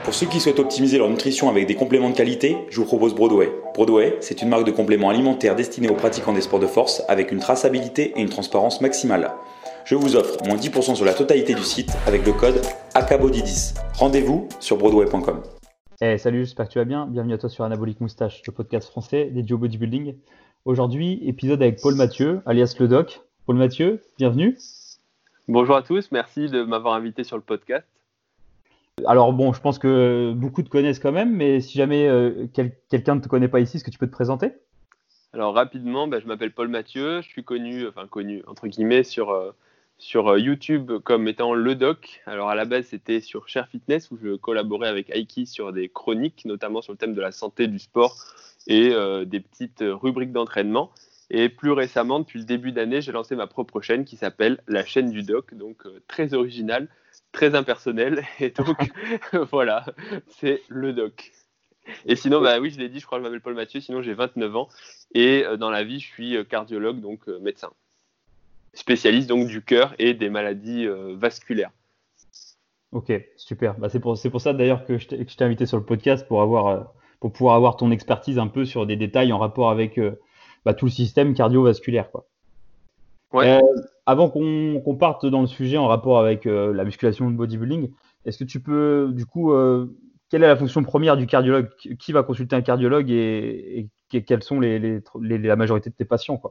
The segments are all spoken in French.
Pour ceux qui souhaitent optimiser leur nutrition avec des compléments de qualité, je vous propose Broadway. Broadway, c'est une marque de compléments alimentaires destinée aux pratiquants des sports de force avec une traçabilité et une transparence maximale. Je vous offre moins 10% sur la totalité du site avec le code AKBODY10. Rendez-vous sur broadway.com. Salut, j'espère que tu vas bien. Bienvenue à toi sur Anabolic Moustache, le podcast français dédié au bodybuilding. Aujourd'hui, épisode avec Paul Mathieu, alias le Doc. Paul Mathieu, bienvenue. Bonjour à tous, merci de m'avoir invité sur le podcast. Alors bon, je pense que beaucoup te connaissent quand même, mais si jamais quelqu'un ne te connaît pas ici, est-ce que tu peux te présenter ? Alors rapidement, je m'appelle Paul Mathieu, je suis connu entre guillemets sur YouTube comme étant le doc. Alors à la base, c'était sur Share Fitness où je collaborais avec Aiki sur des chroniques, notamment sur le thème de la santé, du sport et des petites rubriques d'entraînement. Et plus récemment, depuis le début d'année, j'ai lancé ma propre chaîne qui s'appelle la chaîne du doc, donc très originale, très impersonnelle. Et donc voilà, c'est le doc. Et sinon, oui, je l'ai dit, je crois que je m'appelle Paul Mathieu, sinon j'ai 29 ans. Et dans la vie, je suis cardiologue, donc médecin. Spécialiste donc du cœur et des maladies vasculaires. Ok, super. C'est pour ça d'ailleurs que je t'ai invité sur le podcast pour pouvoir avoir ton expertise un peu sur des détails en rapport avec tout le système cardiovasculaire, quoi. Ouais. Avant qu'on parte dans le sujet en rapport avec la musculation, le bodybuilding, est-ce que tu peux, du coup, quelle est la fonction première du cardiologue ? Qui va consulter un cardiologue et quels sont la majorité de tes patients, quoi ?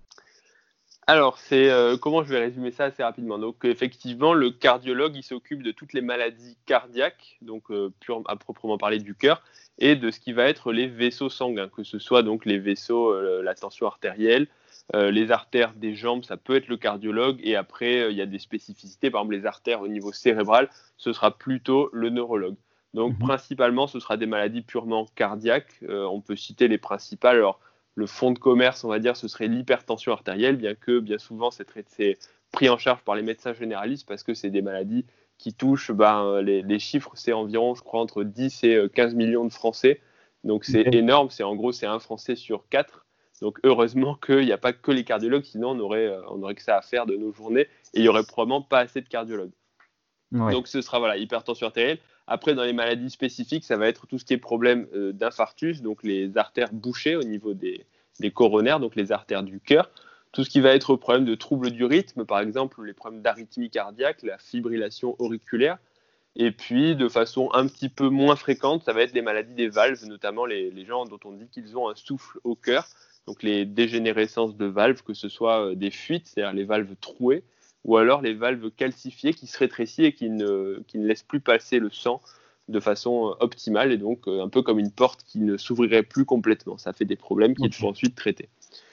Alors, comment je vais résumer ça assez rapidement. Donc, effectivement, le cardiologue, il s'occupe de toutes les maladies cardiaques, donc à proprement parler du cœur, et de ce qui va être les vaisseaux sanguins, que ce soit donc les vaisseaux, la tension artérielle, les artères des jambes, ça peut être le cardiologue, et après, il y a des spécificités, par exemple les artères au niveau cérébral, ce sera plutôt le neurologue. Donc, principalement, ce sera des maladies purement cardiaques. On peut citer les principales. Alors, le fonds de commerce, on va dire, ce serait l'hypertension artérielle, bien que bien souvent c'est pris en charge par les médecins généralistes parce que c'est des maladies qui touchent, les chiffres, c'est environ, je crois, entre 10 et 15 millions de Français. Donc c'est énorme, c'est un Français sur 4. Donc heureusement qu'il n'y a pas que les cardiologues, sinon on aurait que ça à faire de nos journées et il n'y aurait probablement pas assez de cardiologues. Ouais. Donc ce sera hypertension artérielle. Après, dans les maladies spécifiques, ça va être tout ce qui est problème d'infarctus, donc les artères bouchées au niveau des coronaires, donc les artères du cœur. Tout ce qui va être problème de troubles du rythme, par exemple les problèmes d'arythmie cardiaque, la fibrillation auriculaire. Et puis, de façon un petit peu moins fréquente, ça va être les maladies des valves, notamment les gens dont on dit qu'ils ont un souffle au cœur, donc les dégénérescences de valves, que ce soit des fuites, c'est-à-dire les valves trouées, ou alors les valves calcifiées qui se rétrécissent et qui ne laissent plus passer le sang de façon optimale, et donc un peu comme une porte qui ne s'ouvrirait plus complètement. Ça fait des problèmes qu'il faut ensuite traiter.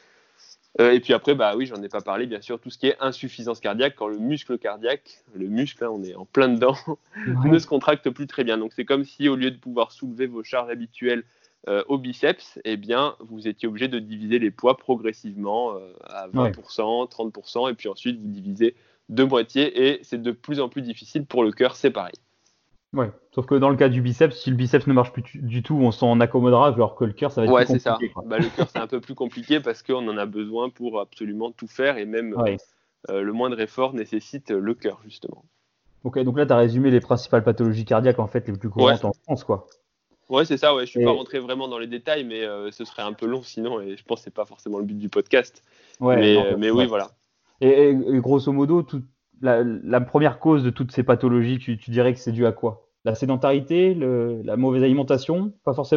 Et puis après, oui, j'en ai pas parlé, bien sûr, tout ce qui est insuffisance cardiaque, quand le muscle cardiaque, on est en plein dedans, ne se contracte plus très bien. Donc c'est comme si au lieu de pouvoir soulever vos charges habituelles au biceps, vous étiez obligé de diviser les poids progressivement à 20%, 30%, et puis ensuite vous divisez de moitié, et c'est de plus en plus difficile pour le cœur, c'est pareil. Ouais, sauf que dans le cas du biceps, si le biceps ne marche plus du tout, on s'en accommodera, alors que le cœur, ça va être plus compliqué. Ouais, c'est ça. Le cœur, c'est un peu plus compliqué parce qu'on en a besoin pour absolument tout faire, et même le moindre effort nécessite le cœur, justement. Ok, donc là, tu as résumé les principales pathologies cardiaques, en fait, les plus courantes en France, quoi. Ouais, c'est ça, je suis pas rentré vraiment dans les détails, mais ce serait un peu long sinon, et je pense que c'est pas forcément le but du podcast. Mais oui, voilà. Et grosso modo, la première cause de toutes ces pathologies, tu dirais que c'est dû à quoi ? La sédentarité, la mauvaise alimentation ? Pas forcément ?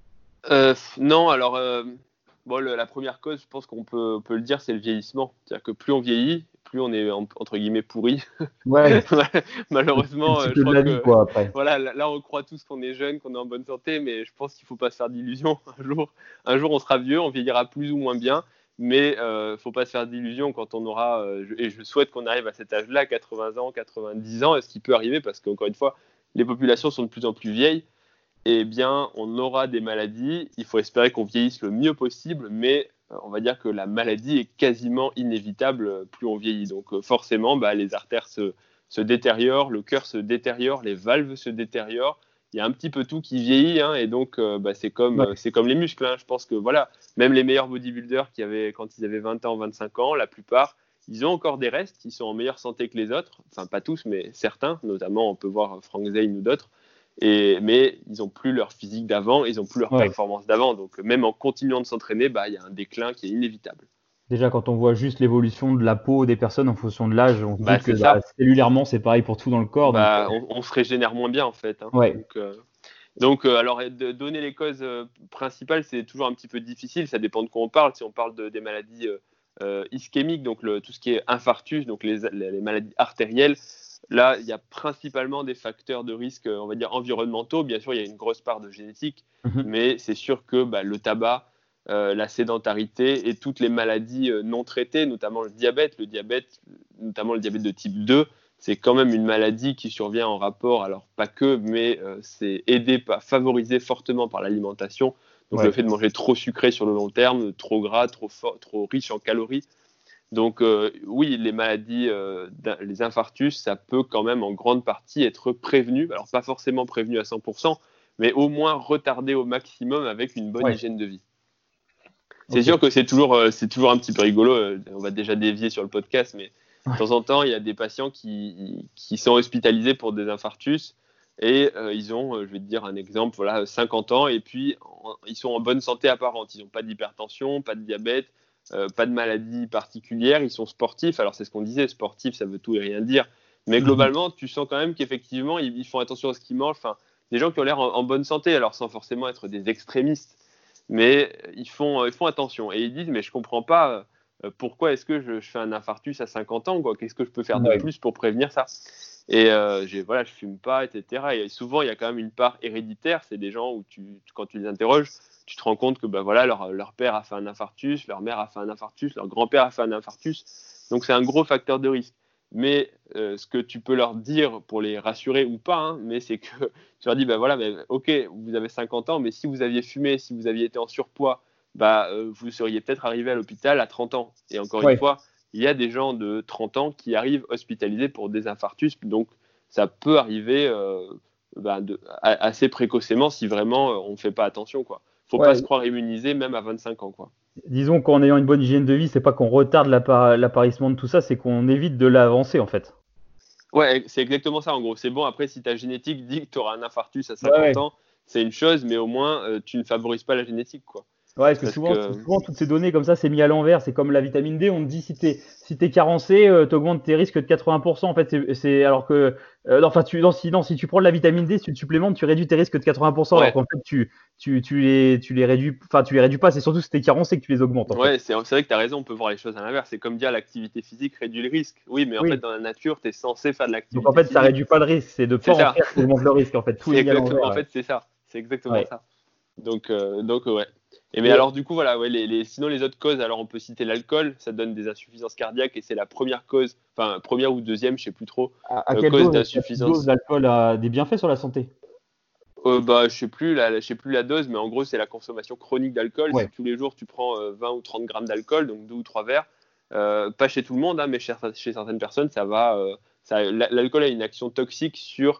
Non, alors la première cause, je pense qu'on peut le dire, c'est le vieillissement. C'est-à-dire que plus on vieillit, plus on est entre guillemets pourri. Ouais. Malheureusement, je crois que quoi, après. Voilà, là on croit tous qu'on est jeune, qu'on est en bonne santé, mais je pense qu'il faut pas se faire d'illusions. Un jour on sera vieux, on vieillira plus ou moins bien, mais faut pas se faire d'illusions quand on aura, et je souhaite qu'on arrive à cet âge-là, 80 ans, 90 ans, ce qui peut arriver parce qu'encore une fois, les populations sont de plus en plus vieilles. On aura des maladies. Il faut espérer qu'on vieillisse le mieux possible, mais on va dire que la maladie est quasiment inévitable plus on vieillit. Donc forcément, les artères se détériorent, le cœur se détériore, les valves se détériorent. Il y a un petit peu tout qui vieillit, et donc c'est comme les muscles. Je pense que même les meilleurs bodybuilders quand ils avaient 20 ans, 25 ans, la plupart, ils ont encore des restes, ils sont en meilleure santé que les autres. Enfin, pas tous, mais certains. Notamment, on peut voir Frank Zane ou d'autres. Mais ils n'ont plus leur physique d'avant, ils n'ont plus leur Ouais. performance d'avant. Donc même en continuant de s'entraîner, il y a un déclin qui est inévitable. Déjà, quand on voit juste l'évolution de la peau des personnes en fonction de l'âge, on se doute que C'est ça. cellulairement, c'est pareil pour tout dans le corps. Donc, On se régénère moins bien en fait. Hein. ouais. Alors, donner les causes principales, c'est toujours un petit peu difficile. Ça dépend de quoi on parle. Si on parle des maladies ischémiques, donc tout ce qui est infarctus, donc les maladies artérielles, là, il y a principalement des facteurs de risque, on va dire, environnementaux. Bien sûr, il y a une grosse part de génétique, mais c'est sûr que le tabac, la sédentarité et toutes les maladies non traitées, notamment le diabète, notamment le diabète de type 2, c'est quand même une maladie qui survient en rapport, alors pas que, mais c'est favorisé fortement par l'alimentation. Donc le fait de manger trop sucré sur le long terme, trop gras, trop riche en calories. Donc oui, les maladies, les infarctus, ça peut quand même en grande partie être prévenu. Alors pas forcément prévenu à 100%, mais au moins retardé au maximum avec une bonne hygiène de vie. C'est sûr que c'est toujours un petit peu rigolo. On va déjà dévier sur le podcast, mais de temps en temps, il y a des patients qui sont hospitalisés pour des infarctus et ils ont, je vais te dire un exemple, 50 ans et puis ils sont en bonne santé apparente. Ils n'ont pas d'hypertension, pas de diabète, pas de maladie particulière. Ils sont sportifs. Alors c'est ce qu'on disait, sportif, ça veut tout et rien dire. Mais globalement, tu sens quand même qu'effectivement, ils font attention à ce qu'ils mangent. Enfin, des gens qui ont l'air en bonne santé, alors sans forcément être des extrémistes. Mais ils font attention. Et ils disent, mais je ne comprends pas pourquoi est-ce que je fais un infarctus à 50 ans, quoi. Qu'est-ce que je peux faire de plus pour prévenir ça? Et je ne fume pas, etc. Et souvent, il y a quand même une part héréditaire. C'est des gens où, quand tu les interroges, tu te rends compte que leur père a fait un infarctus, leur mère a fait un infarctus, leur grand-père a fait un infarctus. Donc, c'est un gros facteur de risque. Mais ce que tu peux leur dire pour les rassurer ou pas, mais c'est que tu leur dis, ok, vous avez 50 ans, mais si vous aviez fumé, si vous aviez été en surpoids, vous seriez peut-être arrivé à l'hôpital à 30 ans. Et encore une fois, il y a des gens de 30 ans qui arrivent hospitalisés pour des infarctus. Donc, ça peut arriver assez précocement si vraiment on ne fait pas attention, quoi. Faut pas se croire immunisé même à 25 ans, quoi. Disons qu'en ayant une bonne hygiène de vie, c'est pas qu'on retarde l'apparition de tout ça, c'est qu'on évite de l'avancer en fait. Ouais, c'est exactement ça en gros. C'est bon, après, si ta génétique dit que tu auras un infarctus à 50 ans, c'est une chose, mais au moins, tu ne favorises pas la génétique, quoi. Ouais, parce que souvent, toutes ces données comme ça, c'est mis à l'envers. C'est comme la vitamine D, on te dit si t'es carencé, t'augmentes tes risques de 80%. En fait, alors que, si tu prends de la vitamine D, si tu te supplémentes, tu réduis tes risques de 80%. Alors qu'en fait, tu les réduis, tu les réduis pas. C'est surtout si t'es carencé que tu les augmentes. C'est vrai que t'as raison. On peut voir les choses à l'inverse. C'est comme dire l'activité physique réduit le risque. Oui, mais en fait, dans la nature, t'es censé faire de l'activité. Donc en fait, ça réduit pas le risque. C'est de pas en faire qui augmente le risque. En fait, tout est mis à l'envers. En fait, c'est ça. C'est exactement ça. Donc ouais. Mais alors du coup sinon les autres causes, alors on peut citer l'alcool, ça donne des insuffisances cardiaques et c'est la première cause, enfin première ou deuxième, je sais plus trop, à quelle cause d'insuffisance. Dose d'alcool a des bienfaits sur la santé? Je sais plus la dose, mais en gros c'est la consommation chronique d'alcool. Si tous les jours tu prends 20 ou 30 grammes d'alcool, donc 2 ou 3 verres, pas chez tout le monde, mais chez certaines personnes ça va. L'alcool a une action toxique sur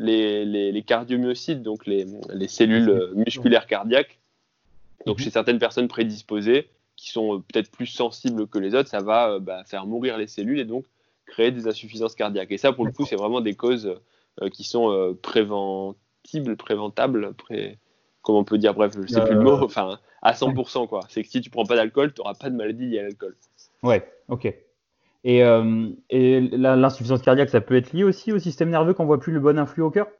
les cardiomyocytes, donc les cellules musculaires cardiaques. Donc chez certaines personnes prédisposées, qui sont peut-être plus sensibles que les autres, ça va faire mourir les cellules et donc créer des insuffisances cardiaques. Et ça, pour le coup, c'est vraiment des causes qui sont préventables, comment on peut dire, bref, je ne sais plus le mot, enfin à 100%, quoi. C'est que si tu prends pas d'alcool, tu n'auras pas de maladie liée à l'alcool. Ouais, ok. Et l'insuffisance cardiaque, ça peut être lié aussi au système nerveux qu'on voit plus le bon influx au cœur?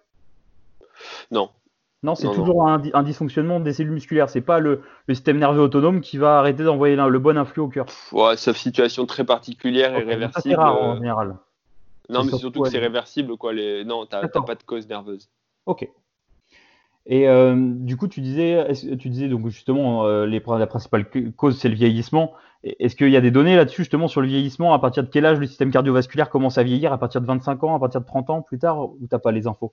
Non. Non, c'est toujours un dysfonctionnement des cellules musculaires. C'est pas le système nerveux autonome qui va arrêter d'envoyer le bon influx au cœur. Sauf situation très particulière et réversible. C'est rare en général. Non, mais c'est surtout que c'est réversible, quoi. Non, t'as pas de cause nerveuse. Ok. Et du coup, tu disais donc justement la principale cause, c'est le vieillissement. Est-ce qu'il y a des données là-dessus justement sur le vieillissement? À partir de quel âge le système cardiovasculaire commence à vieillir? À partir de 25 ans, à partir de 30 ans, plus tard, ou t'as pas les infos?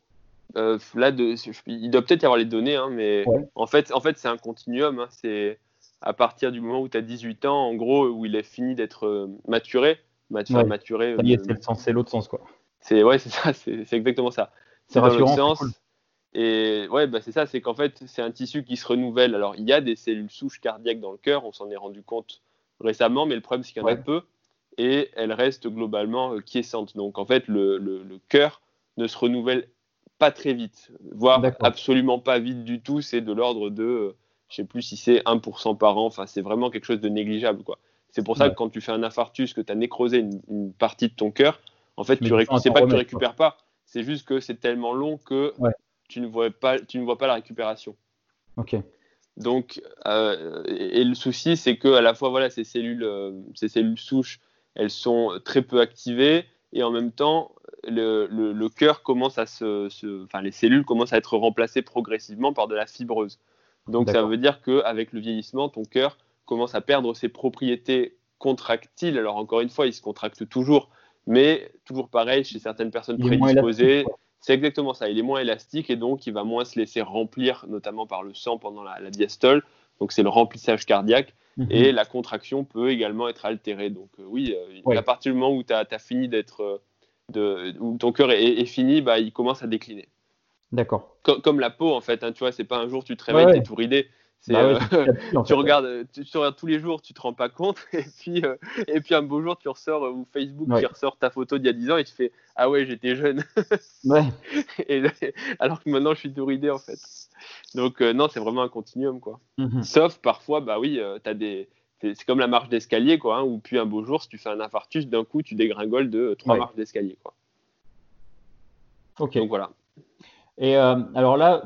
Il doit peut-être y avoir les données, mais en fait c'est un continuum. C'est à partir du moment où tu as 18 ans, en gros, où il est fini d'être maturé. Maturé. C'est l'autre sens, quoi. C'est ça, c'est exactement ça. C'est dans l'autre rassurant. sens. Cool. Et c'est ça, c'est qu'en fait, c'est un tissu qui se renouvelle. Alors, il y a des cellules souches cardiaques dans le cœur, on s'en est rendu compte récemment, mais le problème, c'est qu'il y en a peu, et elles restent globalement quiescentes. Donc, en fait, le cœur ne se renouvelle pas très vite, voire D'accord. absolument pas vite du tout. C'est de l'ordre de, je sais plus si c'est 1% par an. Enfin, c'est vraiment quelque chose de négligeable, quoi. C'est pour ça Ouais. que quand tu fais un infarctus, que tu as nécrosé une partie de ton cœur, en fait, Tu mets du temps à c'est t'en pas que tu remettre, quoi. récupères pas, c'est juste que c'est tellement long que Ouais. tu ne vois pas la récupération. Ok. Donc, et le souci, c'est que à la fois, voilà, ces cellules souches, elles sont très peu activées, et en même temps, le cœur commence enfin, les cellules commencent à être remplacées progressivement par de la fibreuse. Donc, ça D'accord. veut dire qu'avec le vieillissement, ton cœur commence à perdre ses propriétés contractiles. Alors, encore une fois, il se contracte toujours, mais toujours pareil, chez certaines personnes Il est moins élastique, prédisposées, quoi. c'est exactement ça. Il est moins élastique et donc il va moins se laisser remplir, notamment par le sang pendant la diastole. Donc c'est le remplissage cardiaque. Et Mhm. la contraction peut également être altérée. Donc oui, à Ouais. partir du moment où tu as fini où ton cœur est fini, bah, il commence à décliner. D'accord. Comme la peau, en fait, hein, tu vois, c'est pas un jour tu te Ouais, réveilles, tu es ouais. tout ridé. C'est, Bah ouais, c'est petit à petit, en tu fait. Ouais. regardes, tu regardes tous les jours, tu te rends pas compte, et puis un beau jour, tu ressors, ou Facebook qui Ouais. ressort ta photo d'il y a 10 ans, et tu fais ah ouais, j'étais jeune. Ouais. Et, alors que maintenant, je suis tout ridé, en fait. Donc, non, c'est vraiment un continuum, quoi. Mhm. Sauf parfois, bah oui, c'est comme la marche d'escalier, quoi, hein, où puis un beau jour, si tu fais un infarctus, d'un coup, tu dégringoles de 3 Ouais. marches d'escalier, quoi. Ok. Donc voilà. Et alors là,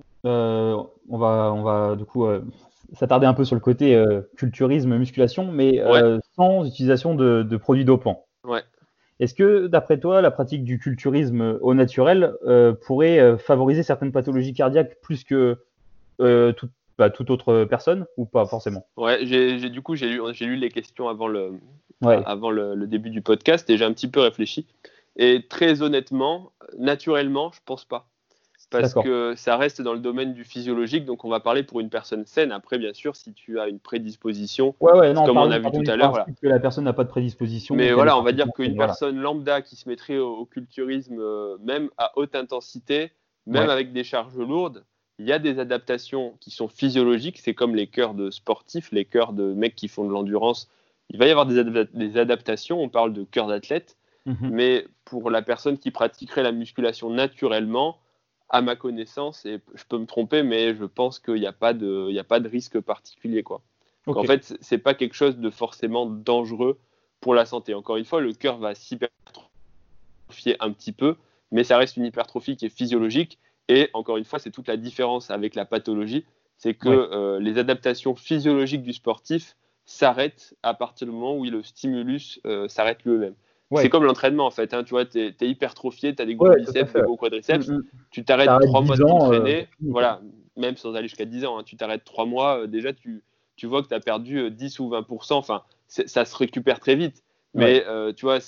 on va du coup s'attarder un peu sur le côté culturisme, musculation, mais Ouais, sans utilisation de produits dopants. ouais. Est-ce que, d'après toi, la pratique du culturisme au naturel pourrait favoriser certaines pathologies cardiaques plus que euh, toute, toute autre personne ou pas forcément? Ouais, du coup, j'ai lu les questions Ouais, avant le début du podcast et j'ai un petit peu réfléchi. Et très honnêtement, naturellement, je pense pas. Parce d'accord. que ça reste dans le domaine du physiologique, donc on va parler pour une personne saine. Après, bien sûr, si tu as une prédisposition, Ouais, ouais, non, comme on a vu partons tout du à l'heure, voilà. principe que la personne n'a pas de prédisposition, Mais qu'elle est voilà, on va dire parfaitement qu'une saine. Voilà. personne lambda qui se mettrait au culturisme, même à haute intensité, même Ouais. avec des charges lourdes, il y a des adaptations qui sont physiologiques. C'est comme les cœurs de sportifs, les cœurs de mecs qui font de l'endurance. Il va y avoir des adaptations. On parle de cœur d'athlète. Mhm. Mais pour la personne qui pratiquerait la musculation naturellement, à ma connaissance, et je peux me tromper, mais je pense qu'il n'y a pas il y a pas de risque particulier, quoi. Ok. Qu'en fait, c'est pas quelque chose de forcément dangereux pour la santé. Encore une fois, le cœur va s'hypertrophier un petit peu, mais ça reste une hypertrophie qui est physiologique. Et encore une fois, c'est toute la différence avec la pathologie, c'est que Ouais. les adaptations physiologiques du sportif s'arrêtent à partir du moment où le stimulus s'arrête lui-même. C'est Ouais. comme l'entraînement, en fait, hein. Tu vois, tu es hypertrophié, tu as des gros Ouais, tout à biceps, fait. des Ouais. gros quadriceps, Mhm. tu t'arrêtes T'arrêtes 3 mois 10 de ans, t'entraîner, c'est fini, quoi. voilà, même sans aller jusqu'à 10 ans, hein, tu t'arrêtes 3 mois, déjà tu vois que tu as perdu 10 ou 20%, enfin, ça se récupère très vite. Ouais. Mais tu vois,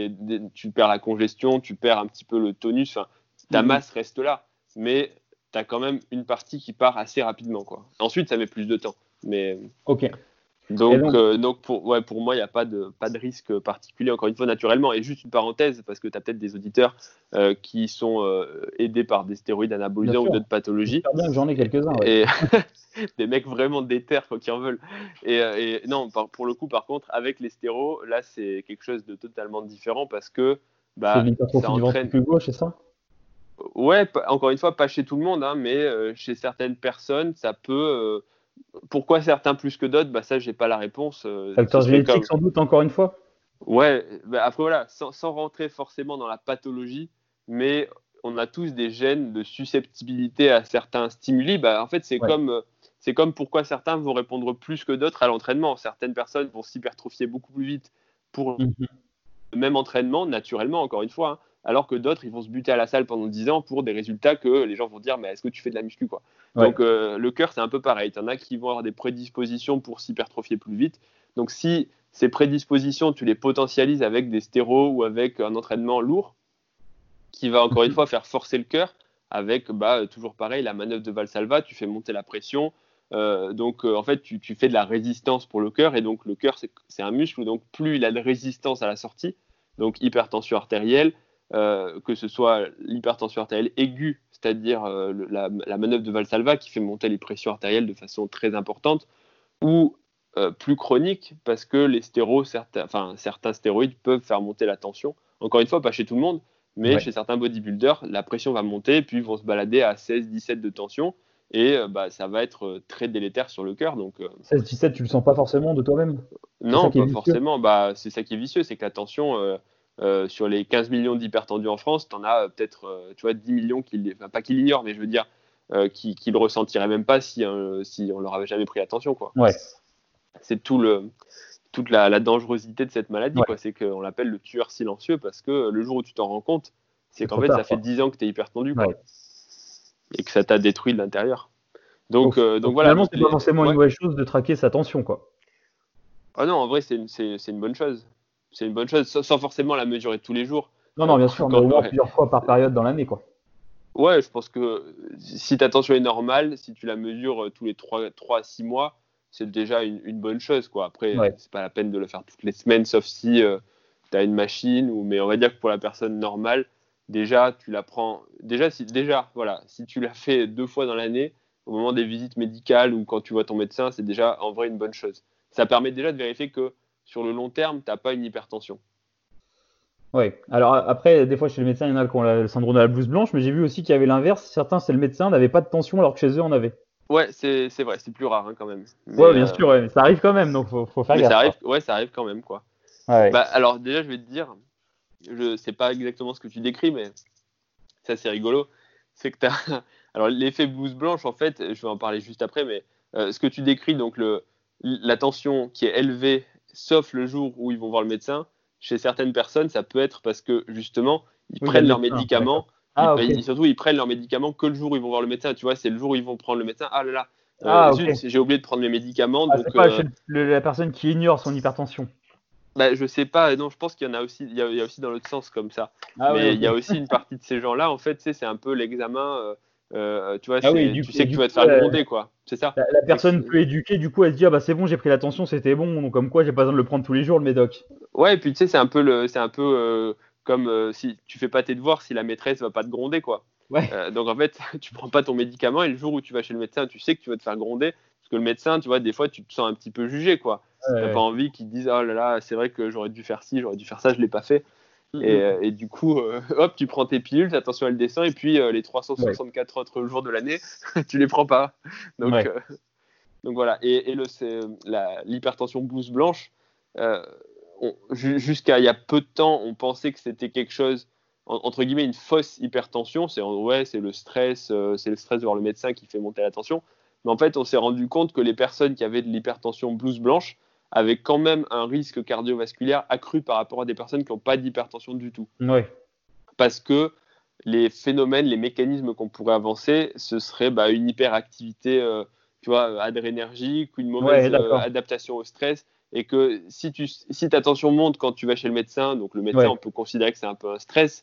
tu perds la congestion, tu perds un petit peu le tonus, enfin, ta Mhm. masse reste là, mais tu as quand même une partie qui part assez rapidement, quoi. Ensuite, ça met plus de temps. Mais Ok. Et donc, donc, pour moi, il n'y a pas de risque particulier, encore une fois, naturellement. Et juste une parenthèse, parce que tu as peut-être des auditeurs qui sont aidés par des stéroïdes bien anabolisants ou sûr, d'autres pathologies, j'espère bien que j'en ai quelques-uns. Ouais. et des mecs vraiment déter quoi, qui en veulent. Et non, pour le coup, par contre, avec les stéros, là, c'est quelque chose de totalement différent parce que C'est bah, ça l'hypertrophie du entraîne. ventricule gauche, c'est ça? Ouais, encore une fois, pas chez tout le monde, hein, mais chez certaines personnes, ça peut. Pourquoi certains plus que d'autres, bah, ça, j'ai pas la réponse. Ce Facteur serait génétique, comme. sans doute, encore une fois? Ouais, bah, après voilà, sans rentrer forcément dans la pathologie, mais on a tous des gènes de susceptibilité à certains stimuli. Bah, en fait, Ouais. c'est comme pourquoi certains vont répondre plus que d'autres à l'entraînement. Certaines personnes vont s'hypertrophier beaucoup plus vite pour Mhm. le même entraînement, naturellement, encore une fois, hein, alors que d'autres, ils vont se buter à la salle pendant 10 ans pour des résultats que les gens vont dire, mais est-ce que tu fais de la muscu, quoi. Ouais. Donc, le cœur, c'est un peu pareil. Il y en a qui vont avoir des prédispositions pour s'hypertrophier plus vite. Donc, si ces prédispositions, tu les potentialises avec des stérols ou avec un entraînement lourd, qui va encore une Mhm. fois faire forcer le cœur, avec bah, toujours pareil, la manœuvre de Valsalva, tu fais monter la pression. Donc, en fait, tu fais de la résistance pour le cœur. Et donc, le cœur, c'est un muscle. Donc, plus il a de résistance à la sortie, donc hypertension artérielle, que ce soit l'hypertension artérielle aiguë, c'est-à-dire la manœuvre de Valsalva qui fait monter les pressions artérielles de façon très importante, ou plus chronique, parce que les certains stéroïdes peuvent faire monter la tension. Encore une fois, pas chez tout le monde, Mais Ouais. chez certains bodybuilders, la pression va monter, puis ils vont se balader à 16-17 de tension, et ça va être très délétère sur le cœur. Donc, 16-17, tu le sens pas forcément de toi-même? C'est ça non, qui est pas vicieux? forcément. C'est ça qui est vicieux, c'est que la tension, sur les 15 millions d'hypertendus en France, tu en as peut-être 10 millions pas qui l'ignorent, mais je veux dire, qui le ressentiraient même pas si on leur avait jamais pris attention, quoi. Ouais. C'est toute la dangerosité de cette maladie, Ouais. quoi. C'est qu'on l'appelle le tueur silencieux parce que le jour où tu t'en rends compte, c'est C'est qu'en trop fait, tard, ça fait quoi. 10 ans que tu es hypertendu, quoi. Ouais. Et que ça t'a détruit de l'intérieur. Donc voilà. Finalement, Donc c'est pas forcément une ouais. mauvaise chose de traquer sa tension, quoi. Ah non, en vrai, c'est une bonne chose. C'est une bonne chose, sans forcément la mesurer tous les jours. Non, non, bien sûr, mais au moins Ouais. plusieurs fois par période dans l'année, quoi. Ouais, je pense que si ta tension est normale, si tu la mesures tous les 3 à 6 mois, c'est déjà une bonne chose, quoi. Après, Ouais. c'est pas la peine de le faire toutes les semaines, sauf si tu as une machine. Mais on va dire que pour la personne normale, déjà, tu la prends. Voilà, si tu la fais 2 fois dans l'année, au moment des visites médicales ou quand tu vois ton médecin, c'est déjà en vrai une bonne chose. Ça permet déjà de vérifier que sur le long terme, tu n'as pas une hypertension. Ouais. Alors après, des fois chez le médecin, il y en a qui ont le syndrome de la blouse blanche, mais j'ai vu aussi qu'il y avait l'inverse. Certains, c'est le médecin, n'avait pas de tension alors que chez eux, on avait. Ouais, c'est vrai, c'est plus rare, hein, quand même. Ouais, bien sûr, ouais, mais ça arrive quand même, donc faut faire Mais ça gaffe, arrive, quoi. ouais, ça arrive quand même, quoi. Ouais. Alors déjà, je vais te dire, je sais pas exactement ce que tu décris, mais ça c'est rigolo. C'est que t'as, alors l'effet blouse blanche, en fait, je vais en parler juste après, mais ce que tu décris, donc la tension qui est élevée, sauf le jour où ils vont voir le médecin, chez certaines personnes, ça peut être parce que justement, ils Oui, il y a prennent le leurs médecin, d'accord. médicaments, Ah, ok. surtout ils prennent leurs médicaments que le jour où ils vont voir le médecin. Tu vois, c'est le jour où ils vont prendre le médecin. Ah là là, Ah, ok. zut, j'ai oublié de prendre mes médicaments, Ah, c'est donc pas chez la personne qui ignore son hypertension. je sais pas, non, je pense qu'il y en a aussi, il y a aussi dans l'autre sens comme ça. Ah ouais, Mais il y a ok. aussi une partie de ces gens-là, en fait, tu sais, c'est un peu l'examen, tu vois, Ah oui, tu sais que du tu vas te coup, faire gronder, quoi. C'est ça. la C'est que personne peut éduquer, du coup, elle se dit, ah bah c'est bon, j'ai pris l'attention, c'était bon, donc comme quoi, j'ai pas besoin de le prendre tous les jours, le médoc. Ouais, et puis tu sais, c'est un peu comme si tu fais pas tes devoirs, si la maîtresse va pas te gronder, quoi. Ouais. Donc en fait, tu prends pas ton médicament et le jour où tu vas chez le médecin, tu sais que tu vas te faire gronder parce que le médecin, tu vois, des fois, tu te sens un petit peu jugé, quoi. T'as pas Ouais. envie qu'ils te disent, oh là là, c'est vrai que j'aurais dû faire ci, j'aurais dû faire ça, je l'ai pas fait. Mm, Et du coup, hop, tu prends tes pilules, ta tension elle descend, et puis les ouais. 364 autres jours de l'année, tu les prends pas. Donc, Ouais. euh, donc voilà. Et l'hypertension blouse blanche, euh, jusqu'à il y a peu de temps, on pensait que c'était quelque chose, entre guillemets, une fausse hypertension. Ouais, c'est le stress de voir le médecin qui fait monter la tension. Mais en fait, on s'est rendu compte que les personnes qui avaient de l'hypertension blouse blanche avaient quand même un risque cardiovasculaire accru par rapport à des personnes qui n'ont pas d'hypertension du tout. Ouais. Parce que les phénomènes, les mécanismes qu'on pourrait avancer, ce serait une hyperactivité tu vois, adrénergique, une Ouais, mauvaise d'accord. adaptation au stress, et que si ta tension monte quand tu vas chez le médecin, donc le médecin, Ouais. on peut considérer que c'est un peu un stress,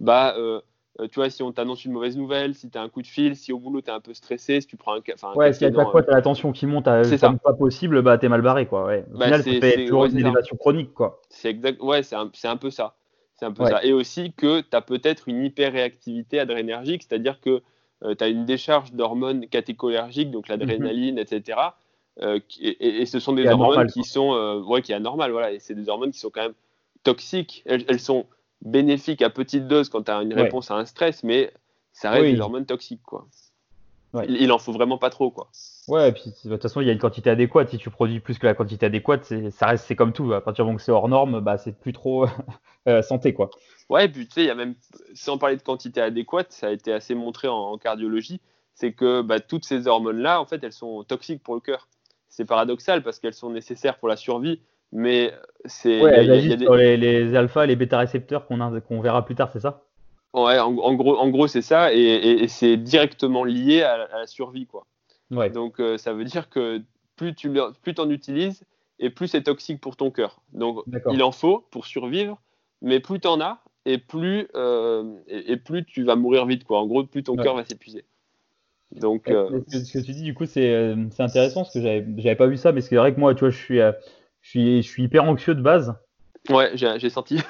tu vois, si on t'annonce une mauvaise nouvelle, si tu as un coup de fil, si au boulot tu es un peu stressé, si tu prends un Ouais, si café, à chaque non, fois t'as la tension qui monte c'est ça. comme pas possible, bah t'es mal barré, quoi. Ouais. Au final, ça fait toujours Ouais, une c'est ça. élévation chronique, quoi. C'est exact, ouais, c'est un peu ça. C'est un peu Ouais. ça. Et aussi que tu as peut-être une hyperréactivité adrénergique, c'est-à-dire que tu as une décharge d'hormones catécholergiques, donc Mhm. l'adrénaline, etc. Et ce sont C'est des hormones anormal, qui quoi. sont, qui est anormal, voilà. Et c'est des hormones qui sont quand même toxiques. Elles sont bénéfiques à petite dose quand tu as une Ouais. réponse à un stress, mais ça reste des Oui. hormones toxiques, quoi. Ouais. Il en faut vraiment pas trop, quoi. Ouais, et puis de toute façon, il y a une quantité adéquate. Si tu produis plus que la quantité adéquate, ça reste, c'est comme tout. À partir du moment que c'est hors norme, bah c'est plus trop santé, quoi. Ouais, et puis tu sais, il y a même, sans parler de quantité adéquate, ça a été assez montré en cardiologie, c'est que toutes ces hormones-là, en fait, elles sont toxiques pour le cœur. C'est paradoxal parce qu'elles sont nécessaires pour la survie, mais Ouais, elles il y a agissent sur des... les alpha et les bêta récepteurs qu'on verra plus tard, c'est ça? Ouais, en gros c'est ça, et c'est directement lié à la survie, quoi. Ouais, Donc ça veut dire que plus t'en utilises, et plus c'est toxique pour ton cœur. Donc d'accord. il en faut pour survivre, mais plus t'en as, et plus tu vas mourir vite, quoi. En gros, plus ton Ouais. cœur va s'épuiser. Donc, Mais ce que tu dis, du coup, c'est intéressant parce que j'avais pas vu ça, mais c'est vrai que moi, tu vois, je suis hyper anxieux de base. ouais, j'ai senti.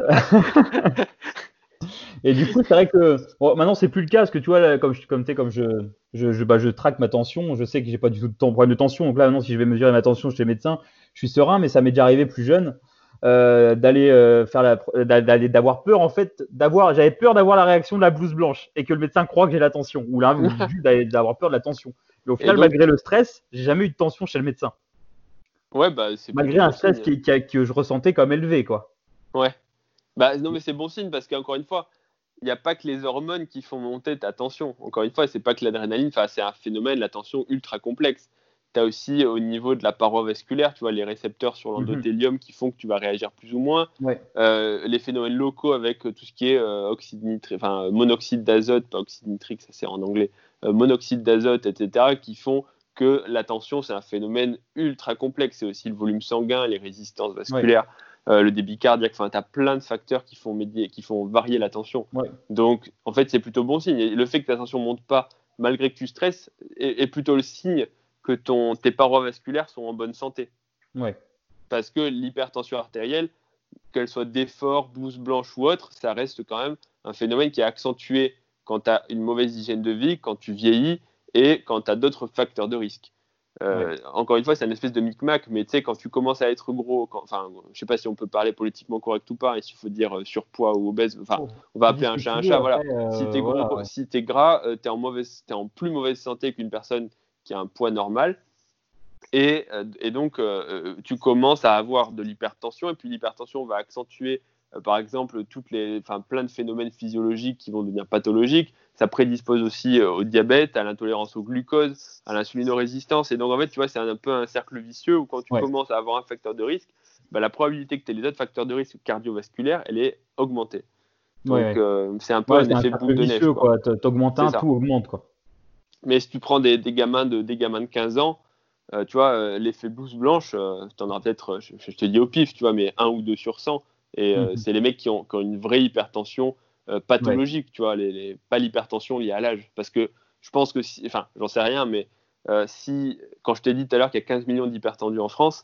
Et du coup, c'est vrai que bon, maintenant, c'est plus le cas parce que tu vois, là, comme je traque ma tension, je sais que j'ai pas du tout de problème de tension. Donc là, maintenant, si je vais mesurer ma tension chez le médecin, je suis serein, mais ça m'est déjà arrivé plus jeune. d'aller d'avoir peur en fait, j'avais peur d'avoir la réaction de la blouse blanche et que le médecin croit que j'ai la tension ou d'avoir peur de la tension. Mais au Et final, donc, malgré le stress, j'ai jamais eu de tension chez le médecin, ouais, bah, c'est plutôt malgré un bon stress signe. que je ressentais comme élevé, quoi. Ouais. Bah, non, mais c'est bon signe parce qu'encore une fois, il n'y a pas que les hormones qui font monter ta tension. Encore une fois, c'est pas que l'adrénaline, enfin, c'est un phénomène, la tension ultra complexe. Tu as aussi au niveau de la paroi vasculaire, tu vois, les récepteurs sur Mhm. l'endothélium qui font que tu vas réagir plus ou moins. Ouais. Les phénomènes locaux avec tout ce qui est monoxyde d'azote, pas oxyde nitrique, ça c'est en anglais, monoxyde d'azote, etc., qui font que la tension, c'est un phénomène ultra complexe. C'est aussi le volume sanguin, les résistances Ouais. vasculaires, le débit cardiaque. Enfin, tu as plein de facteurs qui font varier la tension. Ouais. Donc, en fait, c'est plutôt bon signe. Et le fait que ta tension ne monte pas malgré que tu stresses est plutôt le signe que tes parois vasculaires sont en bonne santé. Ouais. Parce que l'hypertension artérielle, qu'elle soit d'effort, blouse blanche ou autre, ça reste quand même un phénomène qui est accentué quand tu as une mauvaise hygiène de vie, quand tu vieillis et quand tu as d'autres facteurs de risque. Ouais. Encore une fois, c'est une espèce de micmac, mais tu sais, quand tu commences à être gros, je sais pas si on peut parler politiquement correct ou pas, et s'il faut dire surpoids ou obèse, Oh, on va tu dis appeler ce que un chat tu un veux chat, voilà. après, Si t'es voilà. gros, si t'es gras, t'es en plus mauvaise santé qu'une personne qui a un poids normal. Et donc, tu commences à avoir de l'hypertension, et puis l'hypertension va accentuer, par exemple, plein de phénomènes physiologiques qui vont devenir pathologiques. Ça prédispose aussi au diabète, à l'intolérance au glucose, à l'insulinorésistance. Et donc, en fait, tu vois, c'est un peu un cercle vicieux où quand tu Ouais. commences à avoir un facteur de risque, bah, la probabilité que tu aies les autres facteurs de risque cardiovasculaires, elle est augmentée. Ouais. Donc, Ouais. c'est un peu Ouais, un c'est un effet cercle boule de neige, vicieux, quoi. quoi. T'augmentes C'est un, ça. tout augmente, quoi. Mais si tu prends des gamins de 15 ans, tu vois, l'effet blouse blanche, tu en auras peut-être, je te dis au pif, tu vois, mais 1 ou 2 sur 100. Et Mhm. c'est les mecs qui ont une vraie hypertension Ouais. pathologique, tu vois, pas l'hypertension liée à l'âge. Parce que je pense que, enfin, j'en sais rien, mais quand je t'ai dit tout à l'heure qu'il y a 15 millions d'hypertendus en France,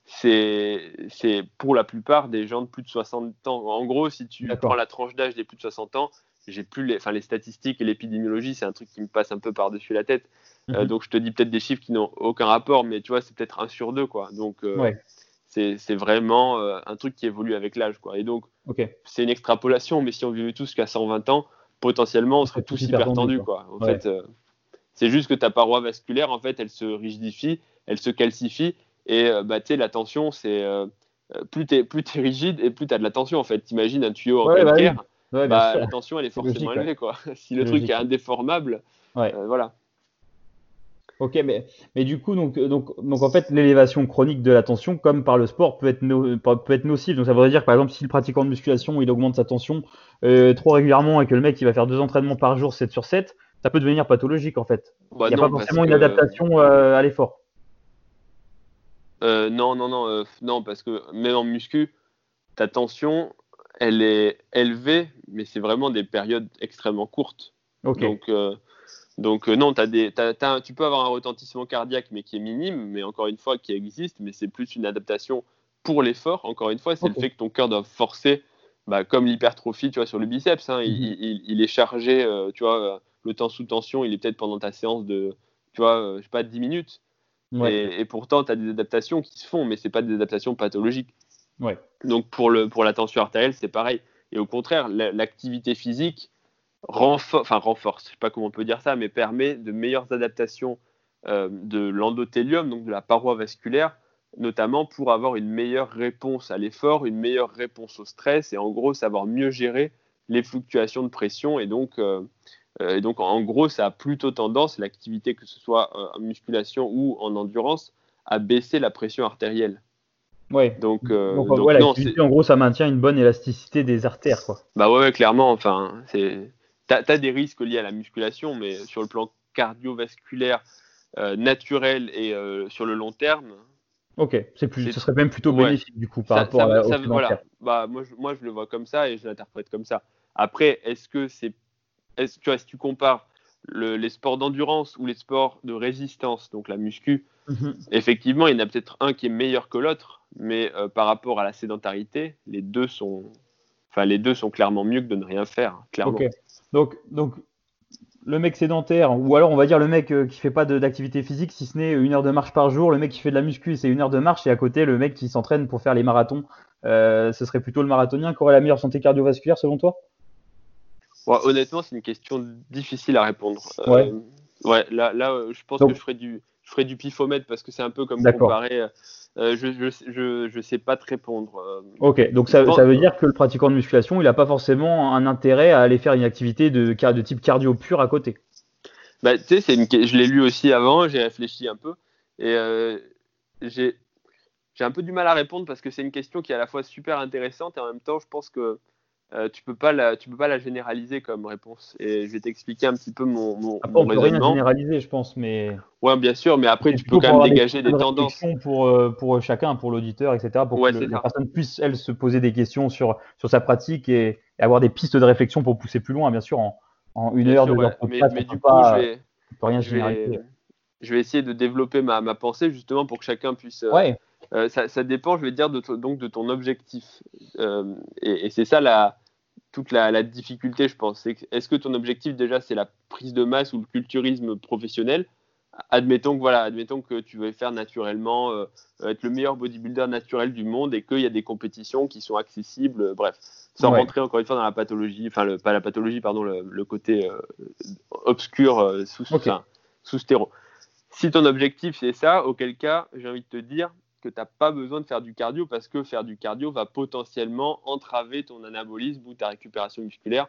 c'est pour la plupart des gens de plus de 60 ans. En gros, si tu prends D'accord. la tranche d'âge des plus de 60 ans, j'ai plus les statistiques et l'épidémiologie, c'est un truc qui me passe un peu par-dessus la tête. Mhm. Donc je te dis peut-être des chiffres qui n'ont aucun rapport, mais tu vois, c'est peut-être 1 sur 2, quoi. Donc Ouais. c'est vraiment un truc qui évolue avec l'âge, quoi. Et donc Ok. c'est une extrapolation, mais si on vivait tous qu'à 120 ans, potentiellement on On serait serait tous tous hyper hyper tendus, tendus, quoi. quoi. En Ouais. fait, c'est juste que ta paroi vasculaire, en fait, elle se rigidifie, elle se calcifie, et bah, tu sais, la tension, c'est plus t'es rigide et plus t'as de la tension, en fait. T'imagines un tuyau en Ouais, bah oui. calcaire, Ouais, bien bah sûr. la tension, elle est C'est forcément logique, ouais. élevée, quoi. Si le C'est truc est logique. indéformable, Ouais. voilà. Ok, mais du coup, donc en fait, l'élévation chronique de la tension, comme par le sport, peut être nocive. Donc ça voudrait dire que par exemple, si le pratiquant de musculation, il augmente sa tension trop régulièrement et que le mec, il va faire 2 entraînements par jour, 7 sur 7, ça peut devenir pathologique en fait. Bah Il n'y a pas non, parce forcément une que adaptation à l'effort. non, parce que même en muscu, ta tension, elle est élevée, mais c'est vraiment des périodes extrêmement courtes. Ok, Donc, non, tu peux avoir un retentissement cardiaque, mais qui est minime, mais encore une fois, qui existe, mais c'est plus une adaptation pour l'effort. Encore une fois, c'est le ok. fait que ton cœur doit forcer, bah, comme l'hypertrophie, tu vois, sur le biceps, hein, Mhm. il est chargé, tu vois, le temps sous tension, il est peut-être pendant ta séance de, tu vois, je sais pas, 10 minutes. Ouais, Et pourtant, tu as des adaptations qui se font, mais c'est pas des adaptations pathologiques. ouais, Donc, pour la tension artérielle, c'est pareil. Et au contraire, l'activité physique renforce, je sais pas comment on peut dire ça, mais permet de meilleures adaptations de l'endothélium, donc de la paroi vasculaire, notamment pour avoir une meilleure réponse à l'effort, une meilleure réponse au stress, et en gros savoir mieux gérer les fluctuations de pression. Et donc en gros, ça a plutôt tendance, l'activité, que ce soit en musculation ou en endurance, à baisser la pression artérielle. ouais. Donc Ouais, non, l'activité, en gros, ça maintient une bonne élasticité des artères, quoi. bah ouais, clairement, enfin, t'as des risques liés à la musculation, mais sur le plan cardiovasculaire, naturel et sur le long terme, Ok, c'est ce serait même plutôt ouais, bénéfique du coup par rapport au sédentaire. voilà. Bah moi je le vois comme ça et je l'interprète comme ça. Après, tu vois, si tu compares les sports d'endurance ou les sports de résistance, donc la muscu, Mhm. effectivement, il y en a peut-être un qui est meilleur que l'autre, mais par rapport à la sédentarité, les deux sont clairement mieux que de ne rien faire, hein, Ok. clairement. Donc le mec sédentaire, ou alors on va dire le mec qui fait pas d'activité physique, si ce n'est 1 heure de marche par jour, le mec qui fait de la muscu, c'est 1 heure de marche, et à côté, le mec qui s'entraîne pour faire les marathons, ce serait plutôt le marathonien qui aurait la meilleure santé cardiovasculaire selon toi? Ouais, honnêtement, c'est une question difficile à répondre. Ouais, Ouais, je pense que donc je ferais du pifomètre parce que c'est un peu comme d'accord. comparer. Je sais pas te répondre. Ok, donc Je pense, ça veut dire que le pratiquant de musculation, il n'a pas forcément un intérêt à aller faire une activité de type cardio pur à côté. bah, tu sais, je l'ai lu aussi avant, j'ai réfléchi un peu et j'ai j'ai un peu du mal à répondre parce que c'est une question qui est à la fois super intéressante et en même temps, je pense que tu peux pas la généraliser comme réponse. Et je vais t'expliquer un petit peu mon, mon, Après, mon on peut rien raisonnement. généraliser, je pense, mais Ouais, bien sûr, mais après, c'est tu peux plutôt quand pour même avoir des dégager pistes de des tendances. réflexion pour chacun, pour l'auditeur, etc., pour que Ouais, c'est la ça. personne puisse, elle, se poser des questions sur sa pratique et avoir des pistes de réflexion pour pousser plus loin. Bien sûr, en une Bien heure, sûr, 2 heures ouais. de Mais, podcast, mais du coup, on peut rien je vais, généraliser. je vais essayer de développer ma pensée justement pour que chacun puisse. Ouais, Ça dépend, je vais dire, donc de ton objectif. Et c'est ça toute la difficulté, je pense. Est-ce que ton objectif déjà c'est la prise de masse ou le culturisme professionnel? Admettons que tu veux faire naturellement, être le meilleur bodybuilder naturel du monde et qu'il y a des compétitions qui sont accessibles, bref, sans ouais, rentrer encore une fois dans la pathologie, enfin pas la pathologie, pardon, le côté obscur ok. sous stéro. Si ton objectif c'est ça, auquel cas, j'ai envie de te dire que tu n'as pas besoin de faire du cardio parce que faire du cardio va potentiellement entraver ton anabolisme ou ta récupération musculaire.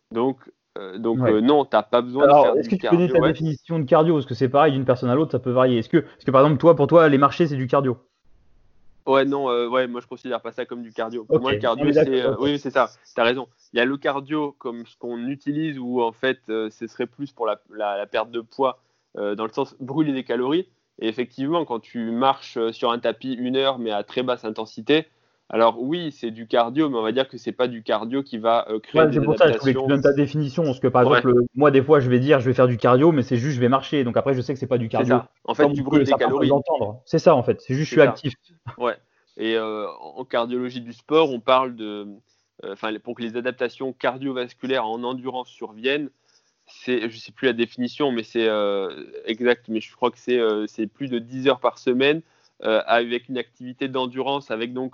Donc, Ouais. non, tu n'as pas besoin de Alors, faire est-ce du que tu peux donner cardio. ta Ouais. définition de cardio? Parce que c'est pareil, d'une personne à l'autre, ça peut varier. Est-ce que par exemple, pour toi, les marchés, c'est du cardio? Ouais, non, ouais, moi je considère pas ça comme du cardio. Pour Ok, moi, le on cardio, est c'est. d'accord. Ok. Oui, c'est ça, tu as raison. Il y a le cardio comme ce qu'on utilise où en fait, ce serait plus pour la perte de poids, dans le sens brûler des calories. Et effectivement, quand tu marches sur un tapis 1 heure, mais à très basse intensité, alors oui, c'est du cardio, mais on va dire que c'est pas du cardio qui va créer Ouais, c'est des pour ça, je voulais que tu adaptations. donnes ta définition. Parce que par Ouais, exemple, moi, des fois, je vais dire, je vais faire du cardio, mais c'est juste, je vais marcher. Donc après, je sais que c'est pas du c'est cardio. ça. En fait, Comme tu que brûles des certains peuvent calories. l'entendre. C'est ça, en fait. C'est juste, je C'est suis ça. actif. Ouais. Et en cardiologie du sport, on parle enfin, pour que les adaptations cardiovasculaires en endurance surviennent, je sais plus la définition, mais c'est exact, mais je crois que c'est plus de 10 heures par semaine avec une activité d'endurance, avec donc,